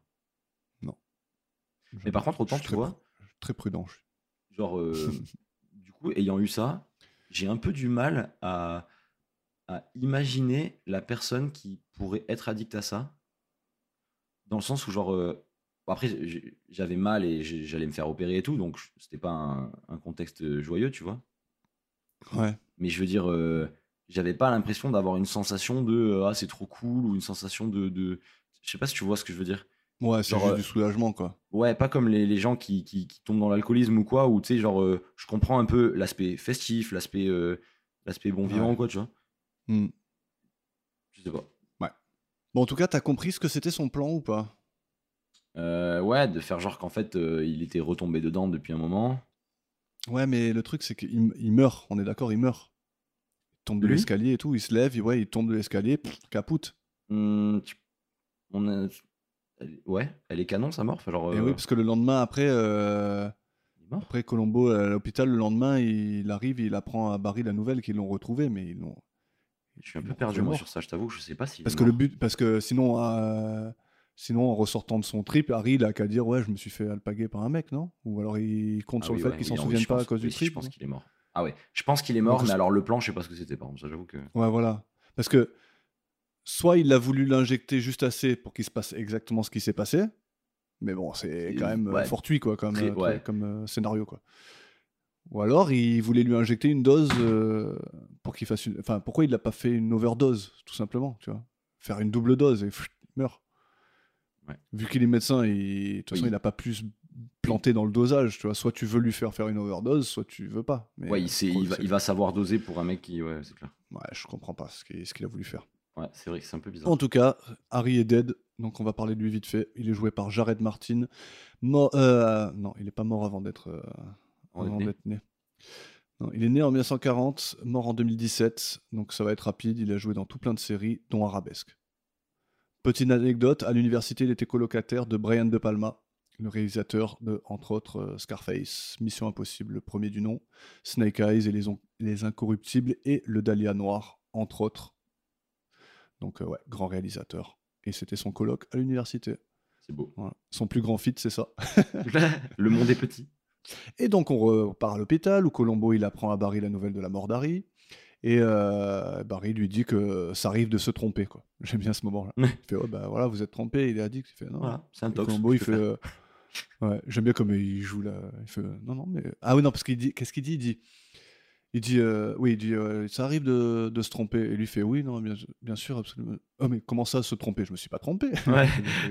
Mais Jamais. par contre, autant Je suis tu vois, très prudent. genre, du coup, ayant eu ça, j'ai un peu du mal à imaginer la personne qui pourrait être addict à ça, dans le sens où, genre, bon, après, j'avais mal et j'allais me faire opérer et tout, donc c'était pas un contexte joyeux, tu vois. Ouais. Mais je veux dire, j'avais pas l'impression d'avoir une sensation de ah, c'est trop cool ou une sensation de. Je sais pas si tu vois ce que je veux dire. Ouais, c'est Genre, juste du soulagement, quoi. ouais, pas comme les gens qui tombent dans l'alcoolisme ou quoi, où tu sais, genre, je comprends un peu l'aspect festif, l'aspect bon vivant, Ouais. quoi, tu vois. Hmm. Je sais pas. Ouais. Bon, en tout cas, t'as compris ce que c'était son plan ou pas? Ouais, de faire genre qu'en fait, il était retombé dedans depuis un moment. Ouais, mais le truc, c'est qu'il meurt. On est d'accord, il meurt. Il tombe de Lui l'escalier et tout. Il se lève, ouais, il tombe de l'escalier, capoute. On a... Ouais, elle est canon, sa mort. Enfin, genre, Et oui, parce que le lendemain, après, il est mort. après Colombo à l'hôpital, le lendemain, il arrive, il apprend à Barry la nouvelle qu'ils l'ont retrouvé, mais ils l'ont. Je suis un ils peu l'ont perdu, retrouvé moi, mort. sur ça, je t'avoue. Je sais pas s'il est Parce que le mort. but, parce que sinon, en ressortant de son trip, Harry, il a qu'à dire ouais, je me suis fait alpaguer par un mec, non? Ou alors il compte Ah sur oui, le fait ouais, qu'ils oui, s'en oui, souviennent je pas pense, à cause du oui, si, je trip. pense Non. qu'il est mort. Ah ouais, je pense qu'il est Donc, mort, mais alors le plan, je sais pas ce que c'était, par contre, ça, j'avoue que... ouais, voilà. Parce que soit il a voulu l'injecter juste assez pour qu'il se passe exactement ce qui s'est passé, mais bon, c'est quand même ouais, fortuit quoi, comme, très, ouais. comme scénario quoi. Ou alors il voulait lui injecter une dose pour qu'il fasse une. Enfin, pourquoi il n'a pas fait une overdose, tout simplement, tu vois? Faire une double dose et il meurt. Ouais. Vu qu'il est médecin, de toute façon, Oui. il n'a pas plus planté dans le dosage, tu vois. Soit tu veux lui faire une overdose, soit tu veux pas. Mais Ouais, il va savoir doser pour un mec qui... Ouais, c'est clair. Ouais, je comprends pas ce qu'il a voulu faire. Ouais, c'est vrai que c'est un peu bizarre. En tout cas, Harry est dead, donc on va parler de lui vite fait. Il est joué par Jared Martin. Non, il n'est pas mort avant d'être né. Non, il est né en 1940, mort en 2017, donc ça va être rapide. Il a joué dans tout plein de séries, dont Arabesque. Petite anecdote, à l'université, il était colocataire de Brian De Palma, le réalisateur de, entre autres, Scarface, Mission Impossible, le premier du nom, Snake Eyes et les Incorruptibles et Le Dahlia Noir, entre autres. Donc ouais, grand réalisateur. Et c'était son coloc à l'université. C'est beau. Voilà. Son plus grand feat, c'est ça. Le monde est petit. Et donc on repart à l'hôpital où Colombo il apprend à Barry la nouvelle de la mort d'Harry. Et Barry lui dit que ça arrive de se tromper, quoi. J'aime bien ce moment-là. Il fait ouais, bah voilà, vous êtes trompé, il est addict. Il fait non. Voilà, c'est un Et tox. Colombo il fait ouais, j'aime bien comme il joue là. Il fait non, mais ah oui, non, parce qu'il dit, qu'est-ce qu'il dit? Il dit oui, il dit ça arrive de se tromper. Et lui fait oui, non, bien sûr, absolument. Oh, mais comment ça se tromper? Je me suis pas trompé. Ouais.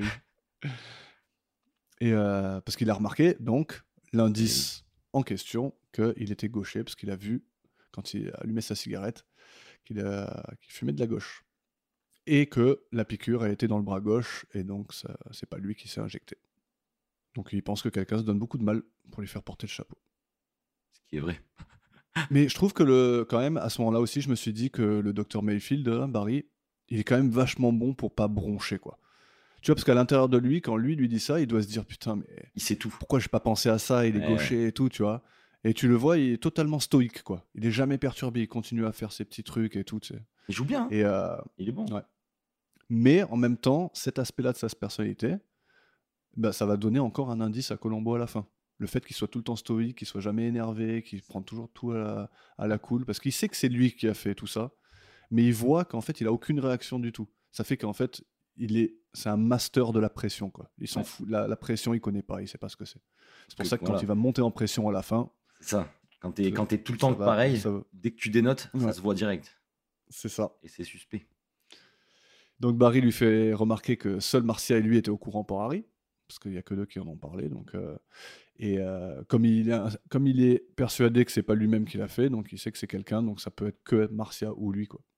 Et parce qu'il a remarqué, donc, l'indice en question, qu'il était gaucher, parce qu'il a vu, quand il allumait sa cigarette, qu'il fumait de la gauche. Et que la piqûre a été dans le bras gauche, et donc c'est pas lui qui s'est injecté. Donc il pense que quelqu'un se donne beaucoup de mal pour lui faire porter le chapeau. Ce qui est vrai. Mais je trouve que quand même, à ce moment-là aussi, je me suis dit que le Dr Mayfield, Barry, il est quand même vachement bon pour pas broncher, quoi. Tu vois, parce qu'à l'intérieur de lui, quand lui dit ça, il doit se dire putain, mais il sait tout. Pourquoi j'ai pas pensé à ça? Il est gaucher et tout, tu vois. Et tu le vois, il est totalement stoïque, quoi. Il est jamais perturbé, il continue à faire ses petits trucs et tout, tu sais. Il joue bien. Et il est bon. Ouais. Mais en même temps, cet aspect-là de sa personnalité, bah, ça va donner encore un indice à Colombo à la fin. Le fait qu'il soit tout le temps stoïque, qu'il soit jamais énervé, qu'il prend toujours tout à la cool, parce qu'il sait que c'est lui qui a fait tout ça, mais il voit qu'en fait, il a aucune réaction du tout. Ça fait qu'en fait, c'est un master de la pression, quoi. Il s'en fout. La pression, il connaît pas, il sait pas ce que c'est. C'est pour ça que quand il va monter en pression à la fin... C'est ça. Quand t'es tout le temps pareil, dès que tu dénotes, ça se voit direct. C'est ça. Et c'est suspect. Donc Barry lui fait remarquer que seul Marcia et lui étaient au courant pour Harry, parce qu'il y a que deux qui en ont parlé. Donc, comme il est persuadé que c'est pas lui-même qui l'a fait, donc il sait que c'est quelqu'un, donc ça peut être que Marcia ou lui, quoi.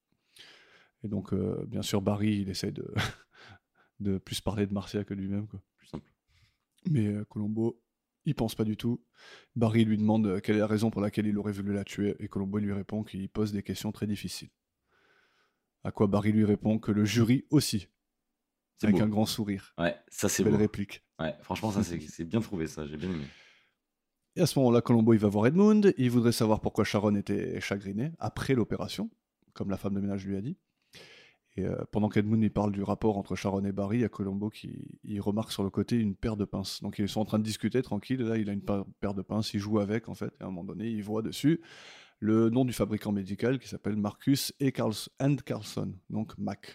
Et donc, bien sûr, Barry, il essaie de plus parler de Marcia que lui-même, quoi. Plus simple. Mais Colombo, il pense pas du tout. Barry lui demande quelle est la raison pour laquelle il aurait voulu la tuer, et Colombo lui répond qu'il pose des questions très difficiles. À quoi Barry lui répond que le jury aussi, avec un grand sourire. Ouais, ça c'est belle beau. réplique. Ouais, franchement, ça c'est bien trouvé, ça, j'ai bien aimé. Et à ce moment-là, Colombo, il va voir Edmund, il voudrait savoir pourquoi Sharon était chagrinée, après l'opération, comme la femme de ménage lui a dit. Et pendant qu'Edmund il parle du rapport entre Sharon et Barry, il y a Colombo qui remarque sur le côté une paire de pinces. Donc ils sont en train de discuter tranquille, et là il a une paire de pinces, il joue avec en fait, et à un moment donné il voit dessus le nom du fabricant médical qui s'appelle Marcus and Carlson, donc Mac.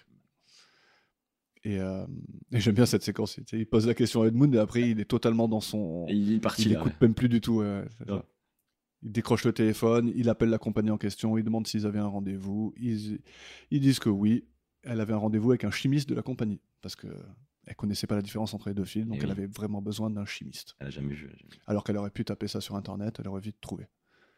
Et j'aime bien cette séquence. Tu sais, il pose la question à Edmund et après il est totalement dans son. Et il est parti. Il là, écoute ouais. même plus du tout. C'est ça. Il décroche le téléphone, il appelle la compagnie en question, il demande s'ils avaient un rendez-vous. Ils disent que oui. Elle avait un rendez-vous avec un chimiste de la compagnie parce que elle connaissait pas la différence entre les deux films, donc Et elle oui. avait vraiment besoin d'un chimiste. Elle a jamais vu. Alors qu'elle aurait pu taper ça sur internet, elle aurait vite trouvé.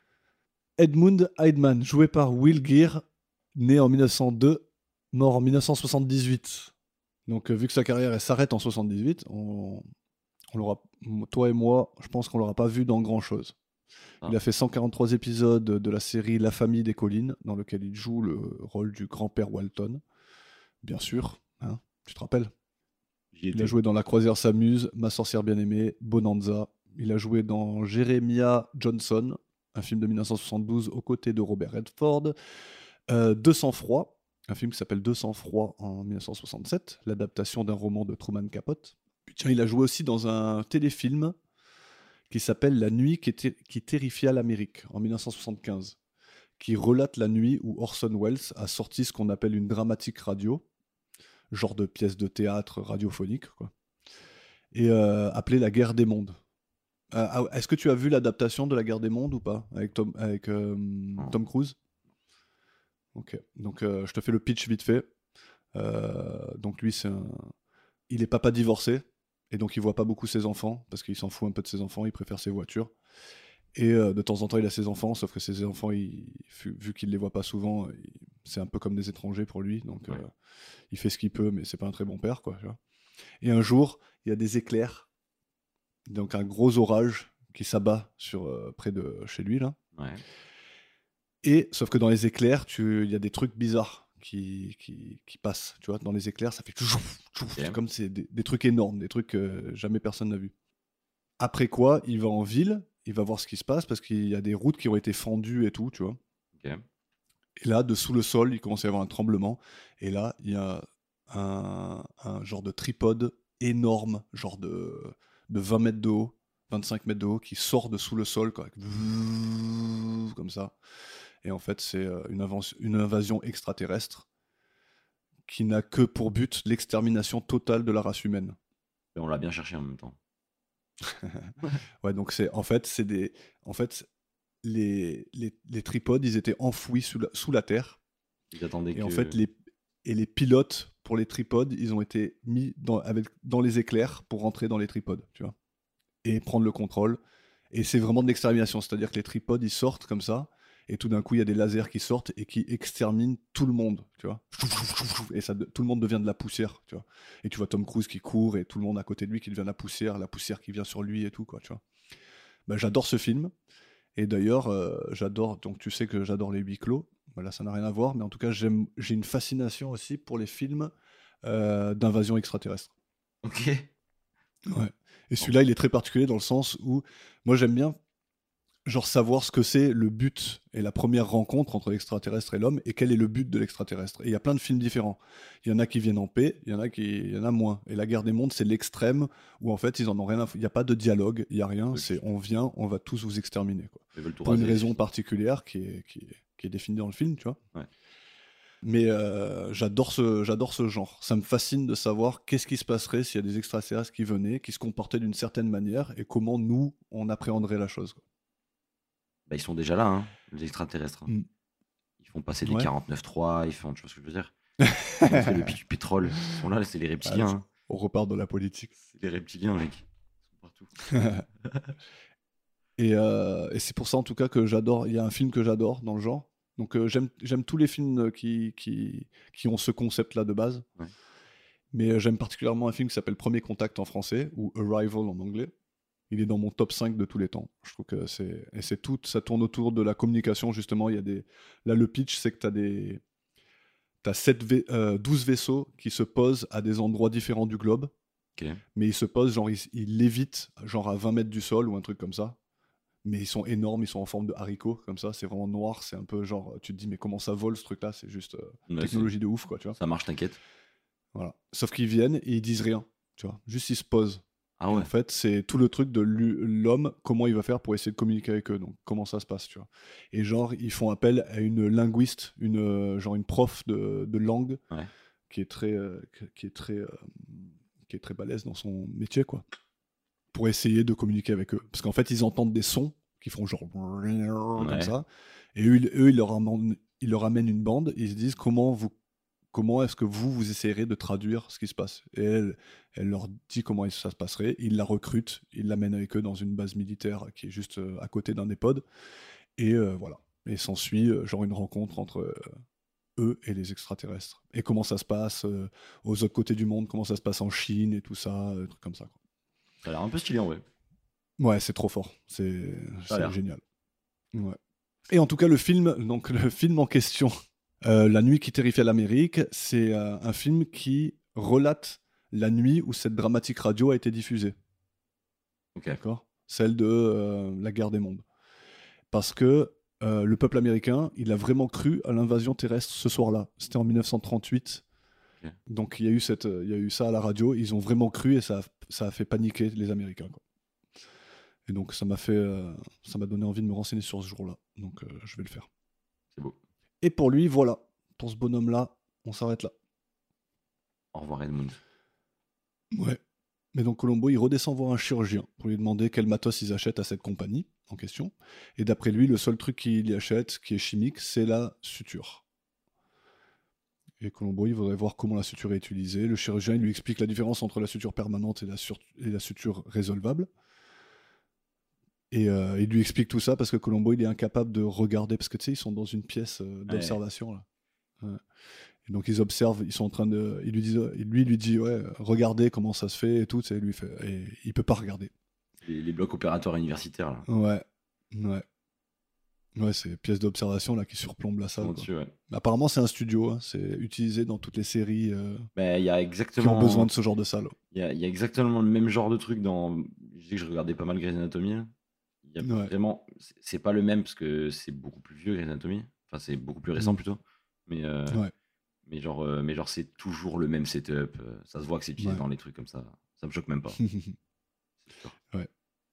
Edmund Heidman, joué par Will Geer, né en 1902, mort en 1978. Donc vu que sa carrière elle s'arrête en 78, on l'aura, toi et moi, je pense qu'on l'aura pas vu dans grand chose. Il a fait 143 épisodes de la série La famille des collines, dans lequel il joue le rôle du grand-père Walton. Bien sûr, hein, tu te rappelles? Il a joué dans La croisière s'amuse, Ma sorcière bien-aimée, Bonanza. Il a joué dans Jeremiah Johnson, un film de 1972 aux côtés de Robert Redford. 200 froid, un film qui s'appelle 200 froid en 1967, l'adaptation d'un roman de Truman Capote. Tiens, il a joué aussi dans un téléfilm qui s'appelle La nuit qui terrifia l'Amérique en 1975, qui relate la nuit où Orson Welles a sorti ce qu'on appelle une dramatique radio, genre de pièce de théâtre radiophonique, quoi, et appelée La guerre des mondes. Est-ce que tu as vu l'adaptation de La guerre des mondes ou pas, avec Tom Cruise? Ok, donc je te fais le pitch vite fait. Donc lui, il est papa divorcé, et donc il voit pas beaucoup ses enfants, parce qu'il s'en fout un peu de ses enfants, il préfère ses voitures. Et de temps en temps, il a ses enfants, sauf que ses enfants, vu qu'il les voit pas souvent, c'est un peu comme des étrangers pour lui, donc il fait ce qu'il peut, mais c'est pas un très bon père, quoi. Tu vois. Et un jour, il y a des éclairs, donc un gros orage qui s'abat près de chez lui, là. Ouais. Et sauf que dans les éclairs, il y a des trucs bizarres qui passent, tu vois. Dans les éclairs, ça fait c'est comme c'est des trucs énormes, des trucs que jamais personne n'a vu. Après quoi, il va en ville, il va voir ce qui se passe parce qu'il y a des routes qui ont été fendues et tout, tu vois. Okay. Et là, dessous le sol, il commence à y avoir un tremblement. Et là, il y a un genre de tripode énorme, genre de 20 mètres de haut, 25 mètres de haut, qui sort de sous le sol, quoi, comme ça. Et en fait, c'est une invasion extraterrestre qui n'a que pour but l'extermination totale de la race humaine. Et on l'a bien cherché en même temps. Ouais, donc les tripodes, ils étaient enfouis sous la terre. Ils attendaient et en fait, les pilotes pour les tripodes, ils ont été mis dans les éclairs pour rentrer dans les tripodes, tu vois, et prendre le contrôle. Et c'est vraiment de l'extermination, c'est-à-dire que les tripodes, ils sortent comme ça, et tout d'un coup, il y a des lasers qui sortent et qui exterminent tout le monde, tu vois. Et tout le monde devient de la poussière, tu vois. Et tu vois Tom Cruise qui court et tout le monde à côté de lui qui devient de la poussière qui vient sur lui et tout, quoi, tu vois. Ben, j'adore ce film. Et d'ailleurs, donc tu sais que j'adore les huis clos. Ben là, ça n'a rien à voir, mais en tout cas, j'ai une fascination aussi pour les films d'invasion extraterrestre. Ok. Ouais. Et celui-là, il est très particulier dans le sens où moi, j'aime bien genre savoir ce que c'est le but et la première rencontre entre l'extraterrestre et l'homme et quel est le but de l'extraterrestre. Et il y a plein de films différents. Il y en a qui viennent en paix, il y en a moins. Et La guerre des mondes, c'est l'extrême où en fait ils en ont rien à foutre. Il n'y a pas de dialogue, il n'y a rien. Oui. C'est on vient, on va tous vous exterminer, quoi. Pour une raison particulière qui est définie dans le film, tu vois. Ouais. Mais j'adore ce genre. Ça me fascine de savoir qu'est-ce qui se passerait s'il y a des extraterrestres qui venaient, qui se comportaient d'une certaine manière et comment nous, on appréhenderait la chose, quoi. Bah, ils sont déjà là, hein, les extraterrestres. Ils font passer des 49.3, ils font, tu vois ce que je veux dire. Ils font le du pétrole. Ils sont là, c'est les reptiliens. Hein. On repart dans la politique. C'est les reptiliens, mec. Ils sont partout. et c'est pour ça, en tout cas, que j'adore. Il y a un film que j'adore dans le genre. Donc, j'aime tous les films qui ont ce concept-là de base. Ouais. Mais j'aime particulièrement un film qui s'appelle Premier Contact en français, ou Arrival en anglais. Il est dans mon top 5 de tous les temps. Je trouve que c'est tout, ça tourne autour de la communication, justement. Il y a là, le pitch, c'est que t'as 12 vaisseaux qui se posent à des endroits différents du globe. Okay. Mais ils se posent, genre, ils lévitent, genre à 20 mètres du sol ou un truc comme ça. Mais ils sont énormes, ils sont en forme de haricots, comme ça. C'est vraiment noir, c'est un peu genre, tu te dis, mais comment ça vole ce truc-là? C'est juste technologie de ouf, quoi, tu vois. Ça marche, t'inquiète. Voilà. Sauf qu'ils viennent et ils disent rien, tu vois. Juste, ils se posent. Ah ouais. En fait, c'est tout le truc de l'homme, comment il va faire pour essayer de communiquer avec eux. Donc, comment ça se passe, tu vois. Et genre, ils font appel à une linguiste, une prof de langue Ouais. qui est très, qui est très, qui est très balèze dans son métier, quoi. Pour essayer de communiquer avec eux. Parce qu'en fait, ils entendent des sons qui font genre comme Ouais. ça. Et eux, ils leur amènent une bande. Ils se disent comment est-ce que vous essayerez de traduire ce qui se passe. Et elle leur dit comment ça se passerait. Ils la recrutent, ils l'amènent avec eux dans une base militaire qui est juste à côté d'un EHPAD. Et voilà. Et s'ensuit genre une rencontre entre eux et les extraterrestres. Et comment ça se passe aux autres côtés du monde, comment ça se passe en Chine et tout ça, des trucs comme ça, quoi. Ça a l'air un peu stylé en vrai. Ouais, c'est trop fort. Ça a C'est l'air. génial. Ouais. Et en tout cas, le film en question, La nuit qui terrifiait l'Amérique, c'est un film qui relate la nuit où cette dramatique radio a été diffusée. Ok. D'accord ? Celle de la guerre des mondes. Parce que le peuple américain, il a vraiment cru à l'invasion terrestre ce soir-là. C'était en 1938. Ok. Donc il y a eu ça à la radio. Ils ont vraiment cru et ça a fait paniquer les Américains, quoi. Et donc ça m'a donné envie de me renseigner sur ce jour-là. Donc je vais le faire. C'est beau. Et pour lui, voilà. Pour ce bonhomme-là, on s'arrête là. Au revoir Edmund. Ouais. Mais donc Colombo, il redescend voir un chirurgien pour lui demander quel matos ils achètent à cette compagnie en question. Et d'après lui, le seul truc qu'il y achète, qui est chimique, c'est la suture. Et Colombo, il voudrait voir comment la suture est utilisée. Le chirurgien, il lui explique la différence entre la suture permanente et la suture résolvable. Et il lui explique tout ça parce que Colombo, il est incapable de regarder, parce que tu sais, ils sont dans une pièce d'observation, là. Ouais. Et donc ils observent, ils sont en train de... Il lui dit, ouais, regardez comment ça se fait et tout, et lui fait... Et il peut pas regarder. Les blocs opératoires universitaires là. Ouais. Ouais, c'est pièces d'observation là qui surplombent la salle, quoi. Dessus, ouais. Apparemment, c'est un studio, hein, c'est utilisé dans toutes les séries Ben, il y a qui exactement. ont besoin de ce genre de salle. Il y a exactement le même genre de truc dans. Je dis que je regardais pas mal Grey's Anatomy. Il y a Ouais. vraiment. C'est pas le même parce que c'est beaucoup plus vieux Grey's Anatomy. Enfin, c'est beaucoup plus récent plutôt. Mais, Ouais. mais genre, c'est toujours le même setup. Ça se voit que c'est utilisé Ouais. dans les trucs comme ça. Ça me choque même pas. C'est sûr. Ouais.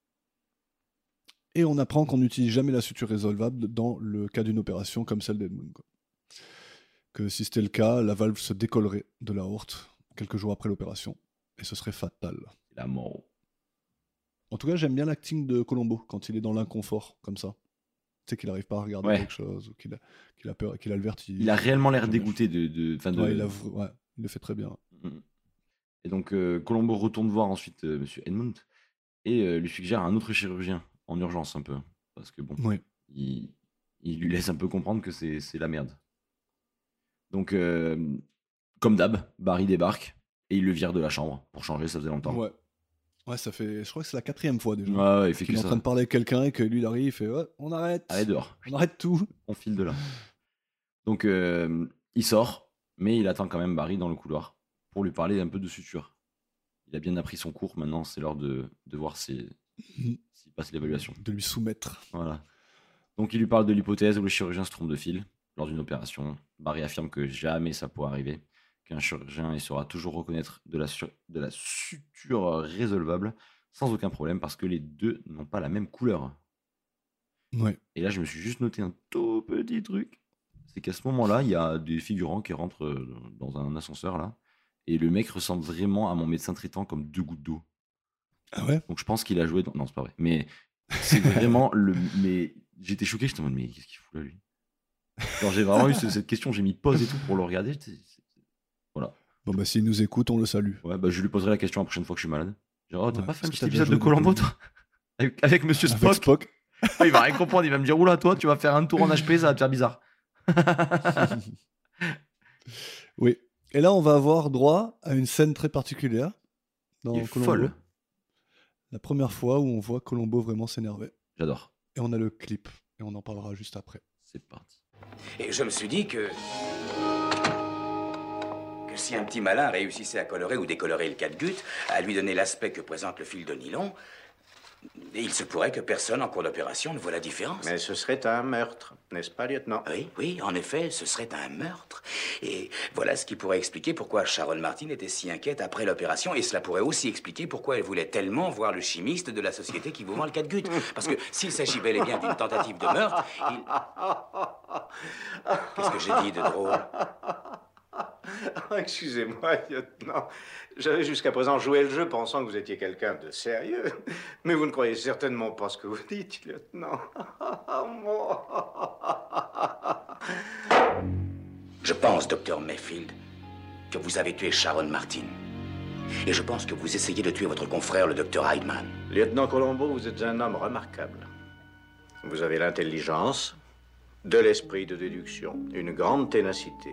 Et on apprend qu'on n'utilise jamais la suture résolvable dans le cas d'une opération comme celle d'Edmund, quoi. Que si c'était le cas, la valve se décollerait de l'aorte quelques jours après l'opération. Et ce serait fatal. C'est la mort. En tout cas, j'aime bien l'acting de Colombo quand il est dans l'inconfort, comme ça. Tu sais qu'il n'arrive pas à regarder Ouais. quelque chose, ou qu'il a peur, et qu'il a le vertige. Il a réellement l'air J'aime dégoûté bien. de. Ouais, il le fait très bien. Mhm. Et donc, Colombo retourne voir ensuite Monsieur Edmund et lui suggère un autre chirurgien en urgence un peu. Parce que bon, Oui. il lui laisse un peu comprendre que c'est la merde. Donc, comme d'hab, Barry débarque et il le vire de la chambre pour changer, ça faisait longtemps. Ouais, ça fait. Je crois que c'est la 4e fois déjà. Ouais, il fait qu'il que est en ça. train de parler avec quelqu'un et que lui il arrive, il fait ouais, on arrête. Allez dehors, On arrête tout. on file de là. Donc, il sort, mais il attend quand même Barry dans le couloir pour lui parler un peu de suture. Il a bien appris son cours, maintenant c'est l'heure de voir s'il passe l'évaluation. De lui soumettre. Voilà. Donc il lui parle de l'hypothèse où le chirurgien se trompe de fil lors d'une opération. Barry affirme que jamais ça pourra arriver, qu'un chirurgien il saura toujours reconnaître de la suture résolvable sans aucun problème parce que les deux n'ont pas la même couleur. Ouais. Et là, je me suis juste noté un tout petit truc. C'est qu'à ce moment-là, il y a des figurants qui rentrent dans un ascenseur là, et le mec ressemble vraiment à mon médecin traitant comme 2 gouttes d'eau. Ah ouais. Donc je pense qu'il a joué dans... Non, c'est pas vrai. Mais c'est vraiment le... Mais j'étais choqué, j'étais en mode, mais qu'est-ce qu'il fout là, lui? Genre, j'ai vraiment eu cette question, j'ai mis pause et tout pour le regarder. Voilà. Bon bah s'il nous écoute, on le salue. Ouais, bah je lui poserai la question la prochaine fois que je suis malade. Genre, oh, t'as Ouais, pas fait un est-ce petit que t'as déjà épisode de joué Colombo, depuis- toi? Avec Monsieur Avec Spock. Spock. Il va rien comprendre, il va me dire, oula, toi, tu vas faire un tour en HP, ça va te faire bizarre. Oui. Et là, on va avoir droit à une scène très particulière dans Il est Colombo. folle. La première fois où on voit Colombo vraiment s'énerver. J'adore. Et on a le clip. Et on en parlera juste après. C'est parti. Et je me suis dit que si un petit malin réussissait à colorer ou décolorer le catgut, à lui donner l'aspect que présente le fil de nylon, il se pourrait que personne en cours d'opération ne voit la différence. Mais ce serait un meurtre, n'est-ce pas, lieutenant? Oui, en effet, ce serait un meurtre. Et voilà ce qui pourrait expliquer pourquoi Sharon Martin était si inquiète après l'opération. Et cela pourrait aussi expliquer pourquoi elle voulait tellement voir le chimiste de la société qui vous vend le catgut. Parce que s'il s'agit bel et bien d'une tentative de meurtre, Qu'est-ce que j'ai dit de drôle? Excusez-moi, lieutenant. J'avais jusqu'à présent joué le jeu pensant que vous étiez quelqu'un de sérieux. Mais vous ne croyez certainement pas ce que vous dites, lieutenant. Je pense, docteur Mayfield, que vous avez tué Sharon Martin. Et je pense que vous essayez de tuer votre confrère, le docteur Heidman. Lieutenant Colombo, vous êtes un homme remarquable. Vous avez l'intelligence, de l'esprit de déduction, une grande ténacité.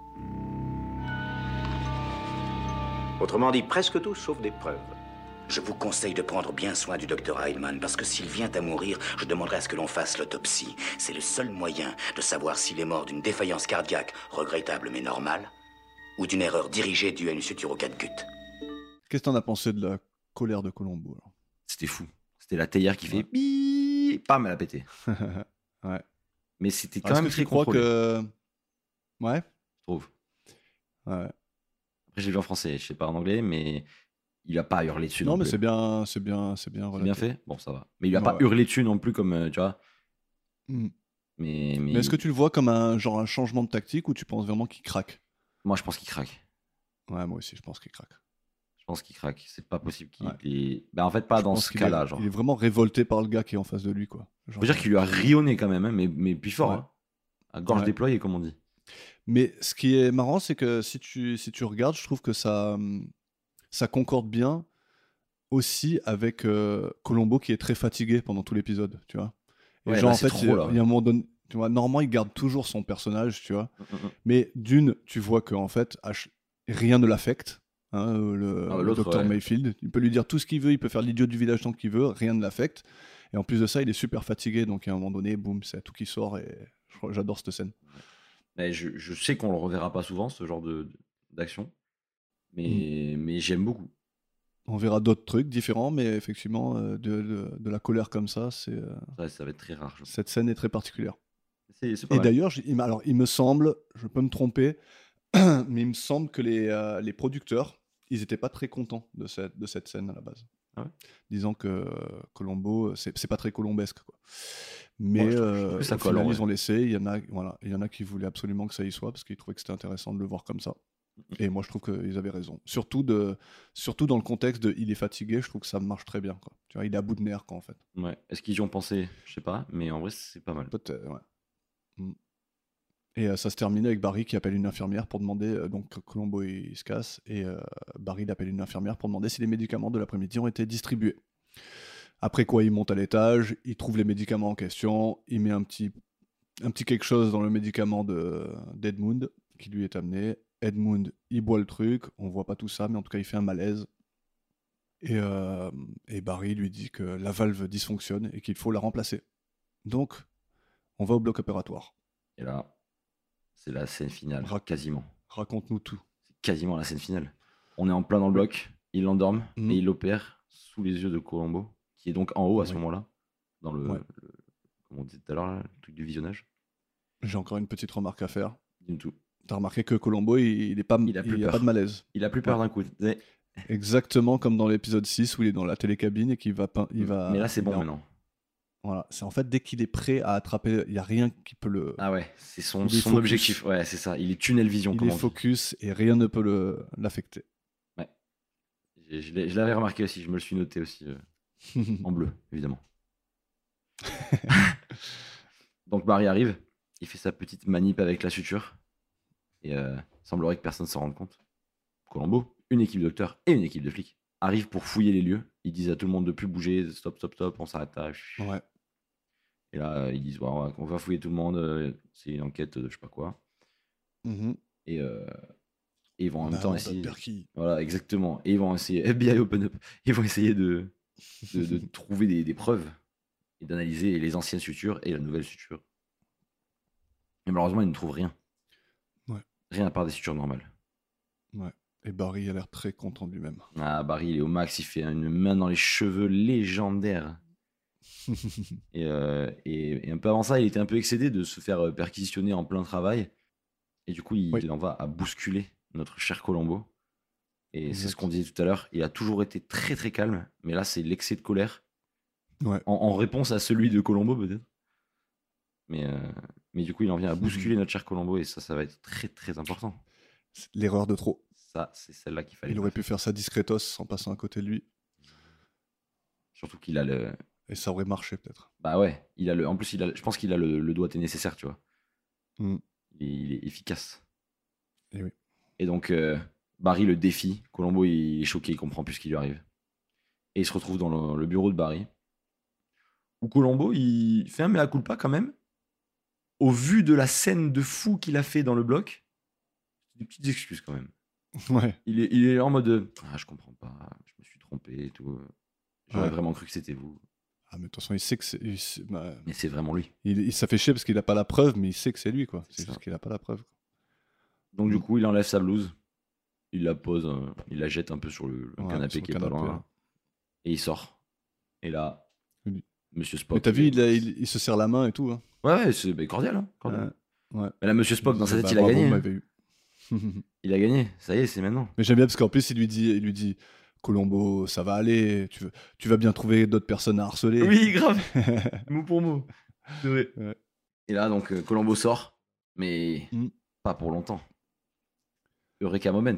Autrement dit, presque tout sauf des preuves. Je vous conseille de prendre bien soin du docteur Heidman, parce que s'il vient à mourir, je demanderai à ce que l'on fasse l'autopsie. C'est le seul moyen de savoir s'il est mort d'une défaillance cardiaque, regrettable mais normale, ou d'une erreur dirigée due à une suture au catgut. Qu'est-ce que t'en as pensé de la colère de Colombo alors? C'était fou. C'était la théière qui fait bip, pam, elle a pété. Ouais. Mais c'était quand Est-ce même que très tu crois contrôlé, que... Ouais. je trouve. Ouais. Après, j'ai vu en français, je sais pas en anglais, mais il a pas hurlé dessus Non, non mais plus. c'est bien C'est bien relaté. fait? Bon, ça va. Mais il a pas Ouais. hurlé dessus non plus comme, tu vois. Mm. Mais Mais est-ce que tu le vois comme un changement de tactique ou tu penses vraiment qu'il craque? moi, je pense qu'il craque. Ouais, moi aussi, je pense qu'il craque. Je pense qu'il craque. C'est pas possible qu'il Ouais. ait... Ben, en fait, pas Je dans pense ce qu'il cas-là, est, genre. il est vraiment révolté par le gars qui est en face de lui, quoi. Faut dire qu'il lui a rionné quand même, hein, mais puis fort, Ouais. hein. À gorge Ouais. déployée, comme on dit. Mais ce qui est marrant, c'est que si tu regardes, je trouve que ça concorde bien aussi avec Colombo qui est très fatigué pendant tout l'épisode, tu vois. Et Ouais, genre, là, en c'est fait, trop, là. il y a un moment donné, tu vois, normalement, il garde toujours son personnage, tu vois. Mm, mm, mm. Mais d'une, tu vois qu'en fait, rien ne l'affecte. Hein, le l'autre, docteur ouais. Mayfield, il peut lui dire tout ce qu'il veut, il peut faire l'idiot du village tant qu'il veut, rien ne l'affecte. Et en plus de ça, il est super fatigué, donc à un moment donné, boum, c'est tout qui sort. Et j'adore cette scène. Mais je sais qu'on le reverra pas souvent, ce genre d'action. Mais j'aime beaucoup. On verra d'autres trucs différents, mais effectivement, de la colère comme ça, Ça va être très rare. cette scène est très particulière. C'est pas Et mal. d'ailleurs, alors, il me semble, je peux me tromper, mais il me semble que les producteurs, ils n'étaient pas très contents de cette scène à la base. Ah ouais? Disant que Colombo, c'est pas très colombesque, quoi. Mais Ouais, je trouve que ça au colle, final, ouais. ils ont laissé. Il y en a qui voulaient absolument que ça y soit parce qu'ils trouvaient que c'était intéressant de le voir comme ça. Et moi, je trouve qu'ils avaient raison. Surtout dans le contexte de il est fatigué, je trouve que ça marche très bien, quoi. Tu vois, il est à bout de nerfs, quoi, en fait. Ouais. Est-ce qu'ils y ont pensé? Je sais pas, mais en vrai, c'est pas mal. Peut-être, ouais. Mm. Et ça se termine avec Barry qui appelle une infirmière pour demander. Donc Colombo il se casse et Barry il appelle une infirmière pour demander si les médicaments de l'après-midi ont été distribués. Après quoi, il monte à l'étage, il trouve les médicaments en question, il met un petit quelque chose dans le médicament d'Edmund qui lui est amené. Edmund, il boit le truc, on voit pas tout ça, mais en tout cas, il fait un malaise. Et Barry lui dit que la valve dysfonctionne et qu'il faut la remplacer. Donc, on va au bloc opératoire. Et là, c'est la scène finale, quasiment. Raconte-nous tout. C'est quasiment la scène finale. On est en plein dans le bloc, il l'endorme et il l'opère sous les yeux de Colombo, qui est donc en haut à ce moment-là, dans comme on disait tout à l'heure, là, le truc du visionnage. J'ai encore une petite remarque à faire. Dis-nous tout. T'as remarqué que Colombo, il a pas de malaise. Il a plus peur d'un coup. Exactement comme dans l'épisode 6 où il est dans la télécabine et qu'il va... Mais là, c'est bon maintenant. Voilà, c'est en fait dès qu'il est prêt à attraper, il n'y a rien qui peut le... Ah ouais, c'est son objectif. Ouais, c'est ça. Il est tunnel vision. Il est focus et rien ne peut l'affecter. Ouais. Je l'avais remarqué aussi, je me le suis noté aussi. En bleu, évidemment. Donc Barry arrive, il fait sa petite manip avec la suture. Et semblerait que personne ne s'en rende compte. Colombo, une équipe de docteurs et une équipe de flics arrivent pour fouiller les lieux. Ils disent à tout le monde de plus bouger, stop, on s'arrête là. Ouais. Et là, ils disent on va fouiller tout le monde, c'est une enquête de je sais pas quoi. Et ils vont en même temps essayer. Voilà, exactement. Et ils vont essayer, FBI Open Up, ils vont essayer de trouver des preuves et d'analyser les anciennes sutures et la nouvelle suture. Et malheureusement, ils ne trouvent rien. Ouais. Rien à part des sutures normales. Ouais. Et Barry a l'air très content de lui-même. Ah, Barry, il est au max, il fait une main dans les cheveux légendaire. et un peu avant ça, il était un peu excédé de se faire perquisitionner en plein travail. Et du coup, il Oui. en va à bousculer notre cher Colombo. Et c'est ce Exact. qu'on disait tout à l'heure. Il a toujours été très très calme, mais là, c'est l'excès de colère. Ouais. En réponse à celui de Colombo, peut-être. Mais du coup, il en vient à bousculer notre cher Colombo, et ça va être très très important. C'est l'erreur de trop. Ça, c'est celle-là qu'il fallait Il pas aurait pu faire ça discretos en passant à côté de lui. Surtout qu'il a le. Et ça aurait marché peut-être. Bah ouais, en plus, je pense qu'il a le doigté nécessaire, tu vois. Mm. Il est efficace. Et oui. Et donc, Barry le défie. Colombo, il est choqué, il comprend plus ce qui lui arrive. Et il se retrouve dans le bureau de Barry. Où Colombo, il fait un mea culpa quand même. Au vu de la scène de fou qu'il a fait dans le bloc, des petites excuses quand même. Ouais. Il est en mode je comprends pas, je me suis trompé et tout. J'aurais Ouais. vraiment cru que c'était vous. Ah, mais de toute façon, il sait que c'est. Mais c'est vraiment lui. Ça fait chier parce qu'il a pas la preuve, mais il sait que c'est lui, quoi. C'est C'est ça. juste qu'il a pas la preuve. Donc, du coup, il enlève sa blouse, il la pose, il la jette un peu sur le Ouais, canapé sur le qui est pas canapé, loin. là. Et il sort. Et là, Oui. Monsieur Spock. Mais t'as vu, il se serre la main et tout. Hein. Ouais, c'est cordial. Hein, cordial. Ouais. Mais là, Monsieur Spock, dans sa tête, il a bravo, gagné. vous hein. m'avez eu. Il a gagné. Ça y est, c'est maintenant. Mais j'aime bien parce qu'en plus, il lui dit Colombo, ça va aller, tu vas bien trouver d'autres personnes à harceler. Oui, grave. Mot pour mot. C'est vrai. Ouais. Et là, donc, Colombo sort, mais Mm. pas pour longtemps. Eureka moment.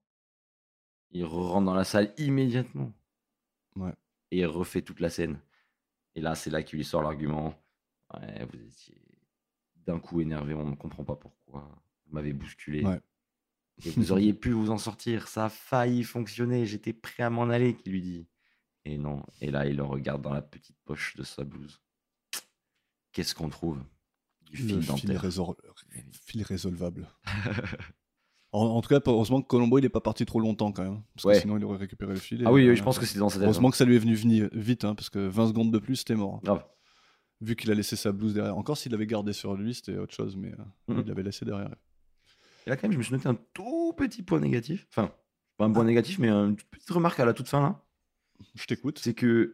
Il rentre dans la salle immédiatement. Ouais. Et il refait toute la scène. Et là, c'est là qu'il lui sort l'argument. Ouais, vous étiez d'un coup énervé, on ne comprend pas pourquoi. Vous m'avez bousculé. Ouais. Et vous auriez pu vous en sortir. Ça a failli fonctionner. J'étais prêt à m'en aller, qu'il lui dit. Et non. Et là, il le regarde dans la petite poche de sa blouse. Qu'est-ce qu'on trouve? Du Le fil fil, dentaire. fil résolvable. En tout cas, heureusement que Colombo il est pas parti trop longtemps quand même. Parce Ouais. que sinon il aurait récupéré le fil. Ah oui, je pense que c'était dans sa tête. Heureusement que ça lui est venu vite, hein, parce que 20 secondes de plus, c'était mort. hein. Grave. Vu qu'il a laissé sa blouse derrière. Encore s'il l'avait gardé sur lui, c'était autre chose, mais Mhm. il l'avait laissé derrière. Et là, quand même, je me suis noté un tout petit point négatif. Enfin, pas un point négatif, mais une toute petite remarque à la toute fin, là. Je t'écoute. C'est que,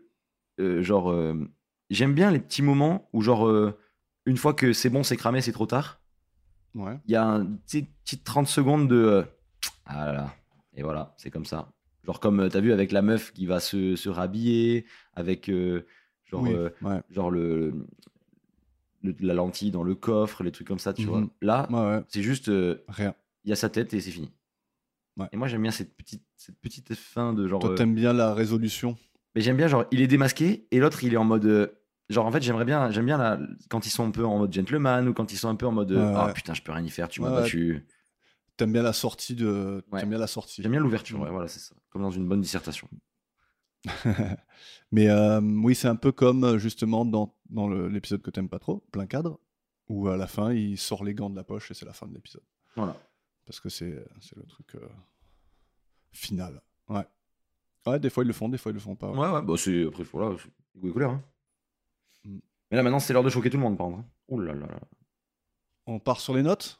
j'aime bien les petits moments où, une fois que c'est bon, c'est cramé, c'est trop tard, Ouais. il y a un petit 30 secondes de ah là là, et voilà, c'est comme ça. Genre, comme t'as vu avec la meuf qui va se rhabiller, avec Oui, ouais. genre la lentille dans le coffre, les trucs comme ça, tu vois. Mhm. Là, Ouais. c'est juste, Rien. il y a sa tête et c'est fini. Ouais. Et moi, j'aime bien cette petite fin de genre. Toi, t'aimes bien la résolution. Mais j'aime bien, genre, il est démasqué et l'autre, il est en mode. Genre, en fait, j'aime bien quand ils sont un peu en mode gentleman ou quand ils sont un peu en mode. Ah putain, je peux rien y faire, tu m'as Ouais. battu. T'aimes bien la sortie de. Ouais. T'aimes bien la sortie. J'aime bien l'ouverture, Mm. ouais, voilà, c'est ça. Comme dans une bonne dissertation. Mais oui, c'est un peu comme justement dans l'épisode que t'aimes pas trop, Plein Cadre, où à la fin il sort les gants de la poche et c'est la fin de l'épisode. Voilà. Parce que c'est le truc final. Ouais. Ouais, des fois ils le font, des fois ils le font pas. Ouais, bah c'est. Après, voilà, c'est goût et couleur. Hein. Mm. Mais là, maintenant, c'est l'heure de choquer tout le monde, par contre. hein. Ouh là là là. On part sur les notes.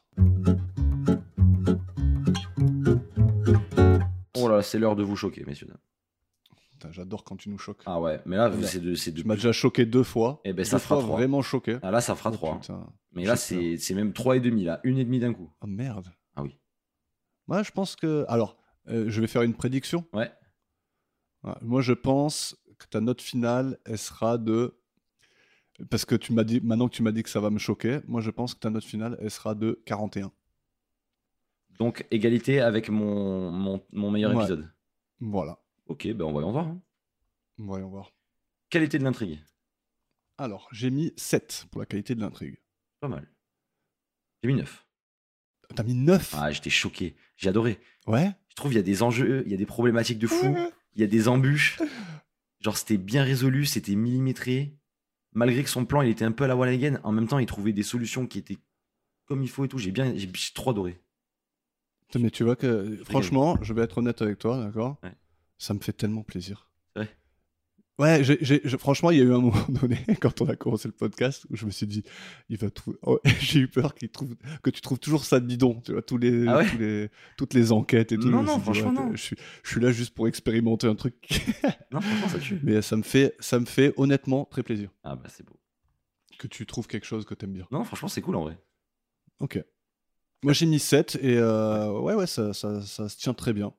Oh là, c'est l'heure de vous choquer, messieurs. dames. Putain, j'adore quand tu nous choques. Ah ouais, mais là, Bah, c'est Tu m'as déjà choqué 2 fois. Eh ben, 2 ça fera fois 3. vraiment choqué. Ah là, ça fera Oh, 3. putain. Mais là, J'ai c'est même 3,5 là. 1,5 d'un coup. Ah merde. Ah oui. Moi, je pense que. Alors, je vais faire une prédiction. Ouais. Ouais, moi, je pense que ta note finale, elle sera de. Parce que tu m'as dit, maintenant que tu m'as dit que ça va me choquer, moi, je pense que ta note finale, elle sera de 41. Donc, égalité avec mon meilleur Ouais. épisode. Voilà. Ok, ben on va y voir. hein. Voyons voir. Qualité de l'intrigue. Alors, j'ai mis 7 pour la qualité de l'intrigue. Pas mal. J'ai mis 9. T'as mis 9. Ah, j'étais choqué. J'ai adoré. Ouais. Je trouve il y a des enjeux, il y a des problématiques de fou, il y a des embûches. Genre, c'était bien résolu, c'était millimétré. Malgré que son plan, il était un peu à la one again, en même temps, il trouvait des solutions qui étaient comme il faut et tout. J'ai trop adoré. Mais tu vois que, franchement, je vais être honnête avec toi, d'accord? Ouais. Ça me fait tellement plaisir. C'est vrai. Ouais, franchement, il y a eu un moment donné, quand on a commencé le podcast, où je me suis dit, il va trouver. Oh, j'ai eu peur que tu trouves toujours ça bidon, tu vois, Ah ouais toutes les enquêtes et tout. Non, Je me non, suis dit, franchement, non. Je suis là juste pour expérimenter un truc. Non, franchement, ça tue. Mais ça me fait honnêtement très plaisir Ah bah, c'est beau. que tu trouves quelque chose que t'aimes bien. Non, franchement, c'est cool en vrai. Ok. Moi, j'ai mis 7 et ouais, ça se tient très bien.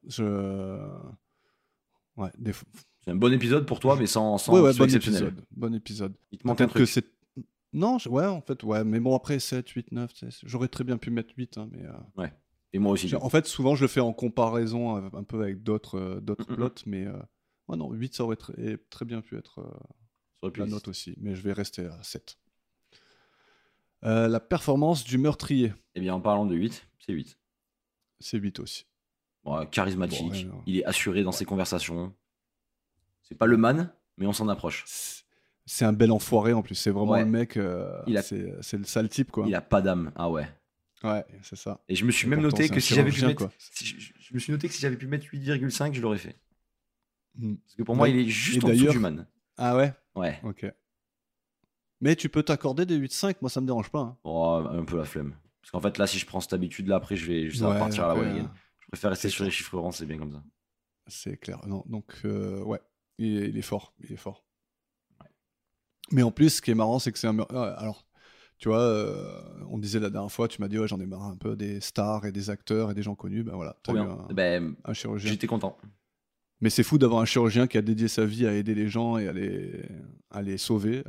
Ouais, C'est un bon épisode pour toi, mais sans ouais, que ce soit bon exceptionnel. épisode. Bon épisode. Il te manque un Peut-être que truc. c'est. Non, ouais, en fait, ouais. Mais bon, après, 7, 8, 9, j'aurais très bien pu mettre 8, hein, mais. Ouais. Et moi aussi. En fait, souvent, je le fais en comparaison un peu avec d'autres Mm. plots, mais ouais, non, 8, ça aurait très bien pu être Ça aurait pu la exister. note aussi, mais je vais rester à 7. La performance du meurtrier, Eh bien, en parlant de 8, c'est 8. c'est 8 aussi. Bon, charismatique, Bon, ouais, non. il est assuré dans Ouais. ses conversations. C'est pas le man, mais on s'en approche. C'est un bel enfoiré en plus, c'est vraiment Ouais. le mec, Il a- c'est le sale type, quoi. Il a pas d'âme. Ah ouais. Ouais, c'est ça. Et je me suis Et même pourtant, noté c'est que un si j'avais pu chirurgien, mettre. quoi. Je me suis noté que si j'avais pu mettre 8,5, je l'aurais fait. Hmm. Parce que pour moi, Ouais. il est juste Et en dessous d'ailleurs- du man. Ah ouais? Ouais. Ok. Mais tu peux t'accorder des 8-5, moi ça me dérange pas, hein. Oh, un peu la flemme. Parce qu'en fait, là, si je prends cette habitude-là, après, ça va Ouais, partir à la après, one again. Je préfère rester c'est sur les clair. chiffres ronds, c'est bien comme ça. C'est clair. Non, donc, ouais, il est fort. Il est fort. Mais en plus, ce qui est marrant, c'est que c'est un. Alors, tu vois, on disait la dernière fois, tu m'as dit, ouais, j'en ai marre un peu des stars et des acteurs et des gens connus. Ben voilà, t'as Trop eu bien. Ben, un chirurgien. j'étais content. Mais c'est fou d'avoir un chirurgien qui a dédié sa vie à aider les gens et à les sauver,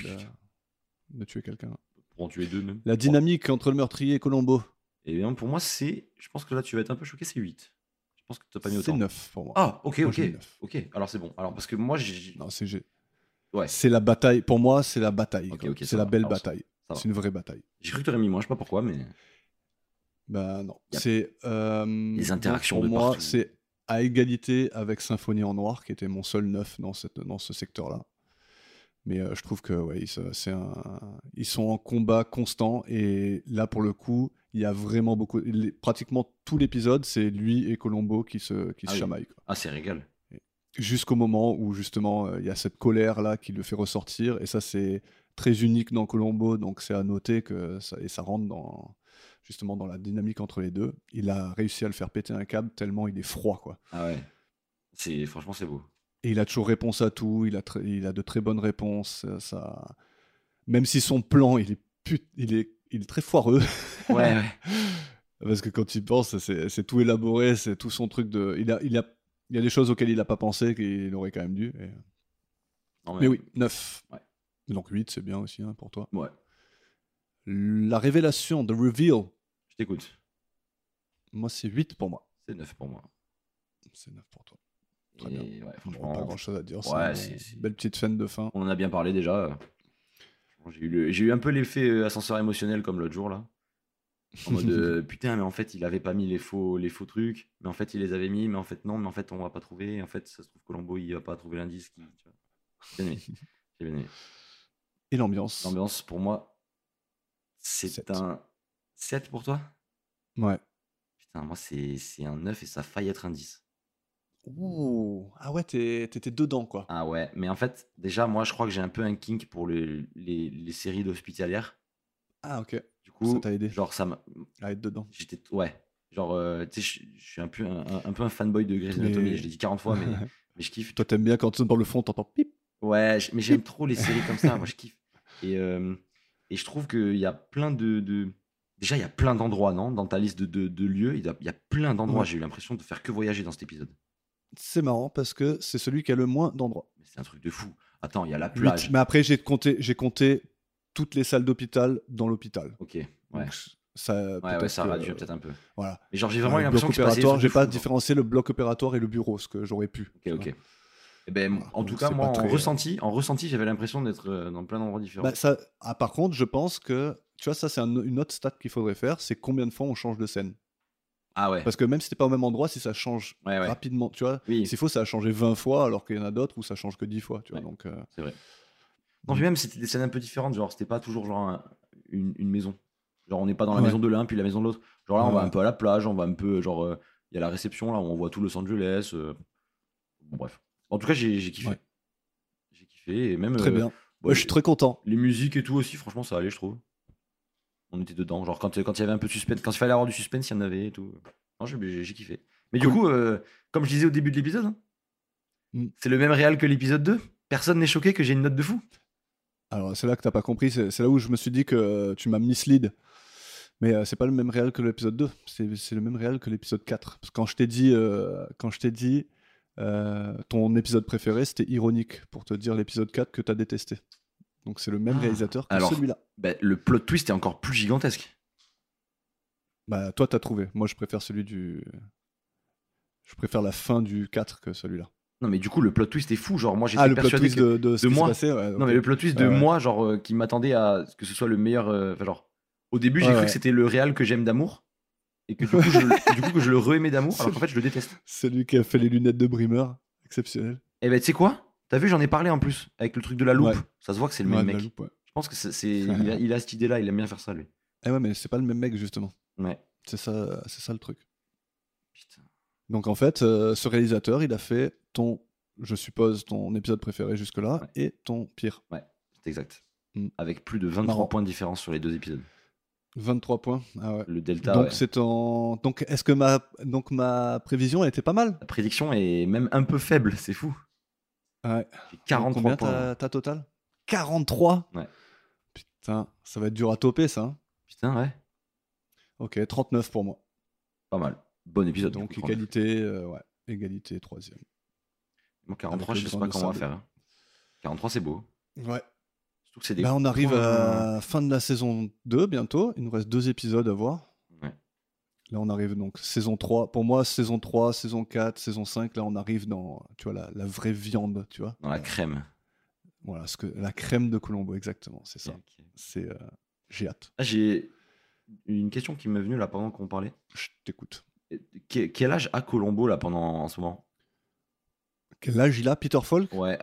de tuer quelqu'un. Pour en tuer deux, même. La dynamique entre le meurtrier et Colombo, Et bien, pour moi, je pense que là, tu vas être un peu choqué, c'est 8. Je pense que t'as pas mis c'est autant. 9 pour moi. Ah, ok, Moi, ok. j'ai mis 9. Ok, alors c'est bon. Alors, parce que moi, Non, Ouais. c'est la bataille. Pour moi, c'est la bataille. Ok, quoi. ok, ça c'est la va. belle Alors, bataille. ça va. C'est une vraie bataille. J'ai cru que t'aurais mis moins, je sais pas pourquoi, mais. Bah non. Y a C'est les interactions pour de moi, partout. c'est à égalité avec Symphonie en Noir, qui était mon seul 9 dans ce secteur-là. Mais je trouve que ouais, ils sont en combat constant et là pour le coup, il y a vraiment beaucoup. Pratiquement tout l'épisode, c'est lui et Colombo qui se Ah oui. chamaillent, quoi. Ah, c'est régal. Jusqu'au moment où justement il y a cette colère là qui le fait ressortir et ça c'est très unique dans Colombo, donc c'est à noter que ça rentre justement dans la dynamique entre les deux. Il a réussi à le faire péter un câble tellement il est froid, quoi. Ah ouais. Franchement, c'est beau. Et il a toujours réponse à tout, il a de très bonnes réponses, même si son plan il est très foireux. Ouais, ouais. Parce que quand il pense, c'est tout élaboré, c'est tout son truc de. Il y a des choses auxquelles il n'a pas pensé qu'il aurait quand même dû. Non, Mais oui, 9. Ouais. Donc 8, c'est bien aussi, hein, pour toi. Ouais. La révélation, the reveal, Je t'écoute. moi c'est 8 pour moi. C'est 9 pour moi. C'est 9 pour toi. Et Très bien. ouais, Bon, franchement, pas grand chose à dire. Ouais, c'est une belle petite scène de fin. on en a bien parlé déjà. J'ai eu un peu l'effet ascenseur émotionnel comme l'autre jour là. En mode putain, mais en fait il avait pas mis les faux trucs, mais en fait il les avait mis, mais en fait non, mais en fait on va pas trouver. En fait ça se trouve Colombo il va pas trouver l'indice. Tu vois. J'ai bien aimé. J'ai bien aimé. Et l'ambiance. L'ambiance pour moi c'est 7. un 7 pour toi. Ouais. Putain, moi c'est un 9 et ça a failli être un 10. Ouh. Ah ouais, t'étais dedans, quoi. Ah ouais, mais en fait déjà moi je crois que j'ai un peu un kink pour les séries d'hospitalières. Ah ok. Du coup, Ça t'a aidé genre ça m'a à être dedans. J'étais ouais, genre tu sais je suis un peu un fanboy de Grey's Anatomy, je l'ai dit 40 fois mais je kiffe. Toi, t'aimes bien quand dans le fond, t'entends pip. Ouais, mais j'aime trop les séries comme ça, moi je kiffe. Et je trouve qu'il y a plein déjà il y a plein d'endroits, non, dans ta liste de lieux, il y a plein d'endroits, Ouais. j'ai eu l'impression de faire que voyager dans cet épisode. C'est marrant parce que c'est celui qui a le moins d'endroits. Mais c'est un truc de fou. Attends, il y a la 8. plage. Mais après, j'ai compté toutes les salles d'hôpital dans l'hôpital. OK, ouais. Donc, ça, Ouais, peut-être ça que, réduit peut-être un peu. Voilà. Mais genre j'ai vraiment eu Le l'impression bloc que je passais des opératoire, trucs j'ai de pas fou, genre. différencié le bloc opératoire et le bureau, ce que j'aurais pu. tu OK. vois. Et ben Voilà. en tout Donc, cas c'est moi pas très- en ressenti, j'avais l'impression d'être dans plein d'endroits différents. Bah, par contre, je pense que, tu vois, ça, c'est une autre stat qu'il faudrait faire, c'est combien de fois on change de scène. Ah ouais. Parce que même si t'es pas au même endroit, si ça change Ouais. rapidement, tu vois, Oui. s'il faut, ça a changé 20 fois, alors qu'il y en a d'autres où ça change que 10 fois, tu vois. Ouais. Donc, C'est vrai. Non, puis même, c'était des scènes un peu différentes. Genre, c'était pas toujours genre une maison. Genre, on n'est pas dans la Ouais. maison de l'un puis la maison de l'autre. Genre là, on va Ouais. un peu à la plage, on va un peu. Genre, il y a la réception là où on voit tout Los Angeles. Bon, bref. En tout cas, j'ai kiffé. Ouais. J'ai kiffé. Et même. très bien. ouais, Ouais, je suis très content. Les musiques et tout aussi, franchement, ça allait, je trouve. On était dedans. Genre, quand il y avait un peu de suspense, quand il fallait avoir du suspense, il y en avait et tout. Non, j'ai kiffé. Mais du Cool. coup, comme je disais au début de l'épisode, hein, Mm. c'est le même réal que l'épisode 2. Personne n'est choqué que j'ai une note de fou. Alors, c'est là que t'as pas compris, c'est là où je me suis dit que tu m'as mislead. Mais c'est pas le même réel que l'épisode 2. C'est le même réel que l'épisode 4. Parce que quand je t'ai dit ton épisode préféré, c'était ironique pour te dire l'épisode 4 que t'as détesté. Donc c'est le même réalisateur que alors, celui-là. Bah, le plot twist est encore plus gigantesque. Bah toi t'as trouvé. Moi je préfère Je préfère la fin du 4 que celui-là. Non, mais du coup, le plot twist est fou. Genre, moi, j'étais le plot persuadé twist que de ce de qui s'est moi. passé, ouais, Non, ok. mais le plot twist de moi, genre, qui m'attendait à ce que ce soit le meilleur. Enfin, genre, au début, j'ai cru que c'était le réal que j'aime d'amour. Et que du coup, que je le re-aimais d'amour, alors qu'en fait, je le déteste. Celui qui a fait les lunettes de Brimmer, exceptionnel. Et ben, tu sais quoi? T'as vu, j'en ai parlé en plus, avec le truc de la loupe. Ouais. Ça se voit que c'est le même Ouais, de mec. la loupe, ouais. Je pense que il a cette idée-là, il aime bien faire ça, lui. Eh ouais, mais c'est pas le même mec justement. Ouais. C'est ça le truc. Putain. Donc en fait, ce réalisateur, il a fait je suppose, ton épisode préféré jusque-là et ton pire. Ouais, c'est exact. Mm. Avec plus de 23 points de différence sur les 2 épisodes. 23 points. Ah ouais. Le delta. Donc ouais. Donc est-ce que ma prévision elle était pas mal? La prédiction est même un peu faible, c'est fou. Ouais. J'ai 43 Combien points. t'as total? 43? Ouais. Putain, ça va être dur à toper ça. Hein. Putain, ouais. Ok, 39 pour moi. Pas mal. Bon épisode. Donc du coup, égalité, troisième. Moi, 43, Avec je le sais pas grain de comment on va sable. faire. Hein. 43, c'est beau. Ouais. Surtout que c'est des Là, on arrive points- à la fin de la saison 2 bientôt. Il nous reste 2 épisodes à voir. Ouais. Là, on arrive donc saison 3. Pour moi, saison 3, saison 4, saison 5, là, on arrive dans tu vois, la vraie viande, tu vois. Dans la crème. Voilà, la crème de Colombo, exactement, c'est ça. Ok. C'est, j'ai hâte. Ah, j'ai une question qui m'est venue là pendant qu'on parlait. Je t'écoute. Quel âge a Colombo là en ce moment? Quel âge il a, Peter Falk? Ouais,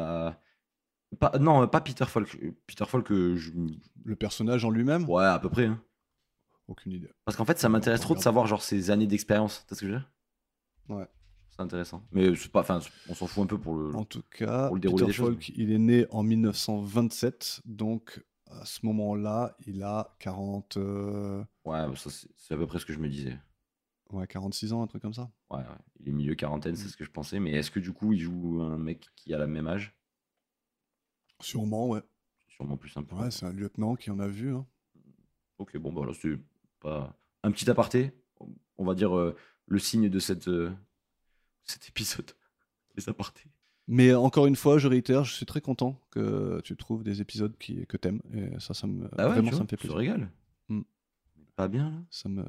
non, pas Peter Falk. Peter Falk, Le personnage en lui-même? ouais, à peu près. Hein. Aucune idée. Parce qu'en fait, ça m'intéresse trop de savoir genre ses années d'expérience. T'as ce que je veux dire? Ouais. C'est intéressant. Mais c'est pas, enfin, on s'en fout un peu pour le. En tout cas, pour le déroulé Peter des choses. Falk, il est né en 1927, donc à ce moment-là, il a 40, Ouais, bah, ça, c'est à peu près ce que je me disais. 46 ans, un truc comme ça. Ouais, il est milieu quarantaine, c'est ce que je pensais. Mais est-ce que du coup, il joue un mec qui a le même âge? Sûrement, ouais. Sûrement plus un peu. Ouais, c'est un lieutenant qui en a vu. Hein. Ok, bon, bah là, c'est pas. Un petit aparté, on va dire le signe de cet épisode. Les apartés. Mais encore une fois, je réitère, je suis très content que tu trouves des épisodes que t'aimes. Et ça me, Ah ouais, vraiment, tu ça vois, me fait tu te plaisir. régales. Mm. Pas bien, là. Ça me...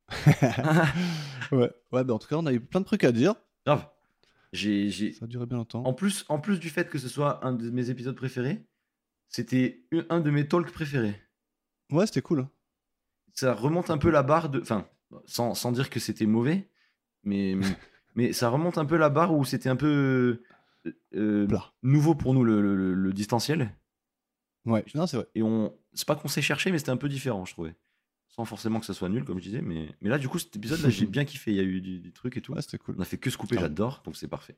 ouais, bah en tout cas, on a eu plein de trucs à dire. Grave. Ça a duré bien longtemps. En plus du fait que ce soit un de mes épisodes préférés, c'était un de mes talks préférés. Ouais, c'était cool. Hein. Ça remonte un peu la barre de... Enfin, sans dire que c'était mauvais, mais ça remonte un peu la barre où c'était un peu Plat. nouveau pour nous le distanciel. Ouais, non, c'est vrai. Et c'est pas qu'on s'est cherché, mais c'était un peu différent, je trouvais. Sans forcément que ça soit nul, comme je disais. Mais là, du coup, cet épisode-là, j'ai bien kiffé. Il y a eu des trucs et tout. Ouais, c'était cool. On a fait que se couper, Ah. j'adore, donc c'est parfait.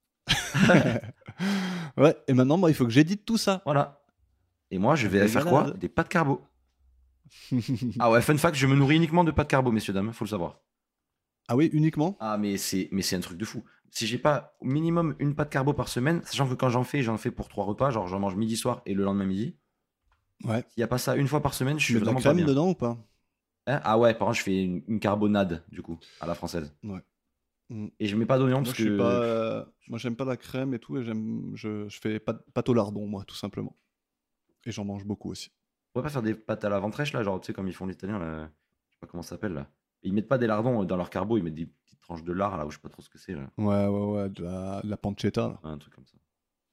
Ouais, et maintenant, moi, il faut que j'édite tout ça. Voilà. Et moi, je vais Des faire quoi? malades. Des pâtes carbo. Ah ouais, fun fact, je me nourris uniquement de pâtes carbo, messieurs, dames, faut le savoir. Ah oui, uniquement? Ah, mais c'est un truc de fou. Si j'ai pas au minimum une pâte carbo par semaine, sachant que quand j'en fais pour 3 repas, genre j'en mange midi, soir et le lendemain midi. Ouais. S'il n'y a pas ça une fois par semaine, je Tu suis mets de la vraiment pas crème bien. dedans ou pas? Hein, ah ouais, par contre, je fais une carbonade, du coup, à la française. Ouais. Mm. Et je mets pas d'oignon Moi, parce je suis que. pas... moi, j'aime pas la crème et tout, et je fais pâte au lardon, moi, tout simplement. Et j'en mange beaucoup aussi. On pourrait pas faire des pâtes à la ventrèche, là, genre, tu sais, comme ils font les Italiens, là. Je sais pas comment ça s'appelle, là. Et ils mettent pas des lardons dans leur carbo, ils mettent des petites tranches de lard, là, où je sais pas trop ce que c'est, là. Ouais, de la pancetta, là. Ouais, un truc comme ça.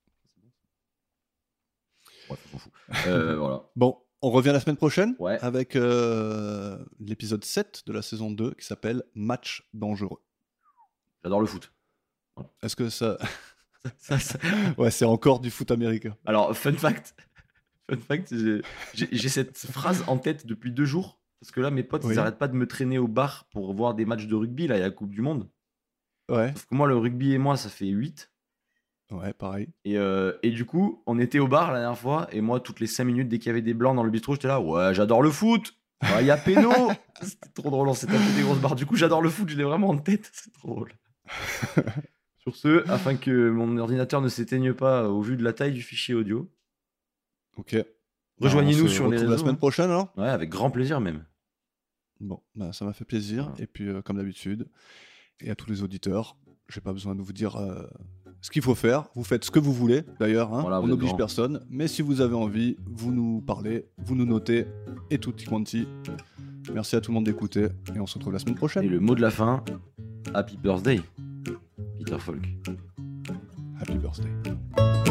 Bref, on s'en fout. Voilà. Bon, on revient la semaine prochaine Ouais. avec l'épisode 7 de la saison 2 qui s'appelle Match dangereux. J'adore le foot. Est-ce que ça... Ça- Ouais, c'est encore du foot américain. Alors, fun fact, j'ai cette phrase en tête depuis 2 jours. Parce que là, mes potes, Oui. ils arrêtent pas de me traîner au bar pour voir des matchs de rugby. Là, il y a la Coupe du Monde. Ouais, Sauf que moi, le rugby et moi, ça fait 8. ouais, pareil. Et du coup, on était au bar la dernière fois. Et moi, toutes les 5 minutes, dès qu'il y avait des blancs dans le bistrot, j'étais là. Ouais, j'adore le foot. Il y a péno. C'était trop drôle. On s'est tapé des grosses barres. Du coup, j'adore le foot. Je l'ai vraiment en tête. C'est trop drôle. Sur ce, afin que mon ordinateur ne s'éteigne pas au vu de la taille du fichier audio, Ok. rejoignez-nous On se sur les retrouve réseaux. la semaine hein. prochaine, alors. Ouais, avec grand plaisir même. Bon, bah, ça m'a fait plaisir. Voilà. Et puis, comme d'habitude, et à tous les auditeurs, j'ai pas besoin de vous dire ce qu'il faut faire. Vous faites ce que vous voulez, d'ailleurs. Hein, Voilà, on vous êtes n'oblige grands. personne. Mais si vous avez envie, vous nous parlez, vous nous notez, et tutti quanti. Merci à tout le monde d'écouter. Et on se retrouve la semaine prochaine. Et le mot de la fin, Happy Birthday, Peter Falk. Happy birthday.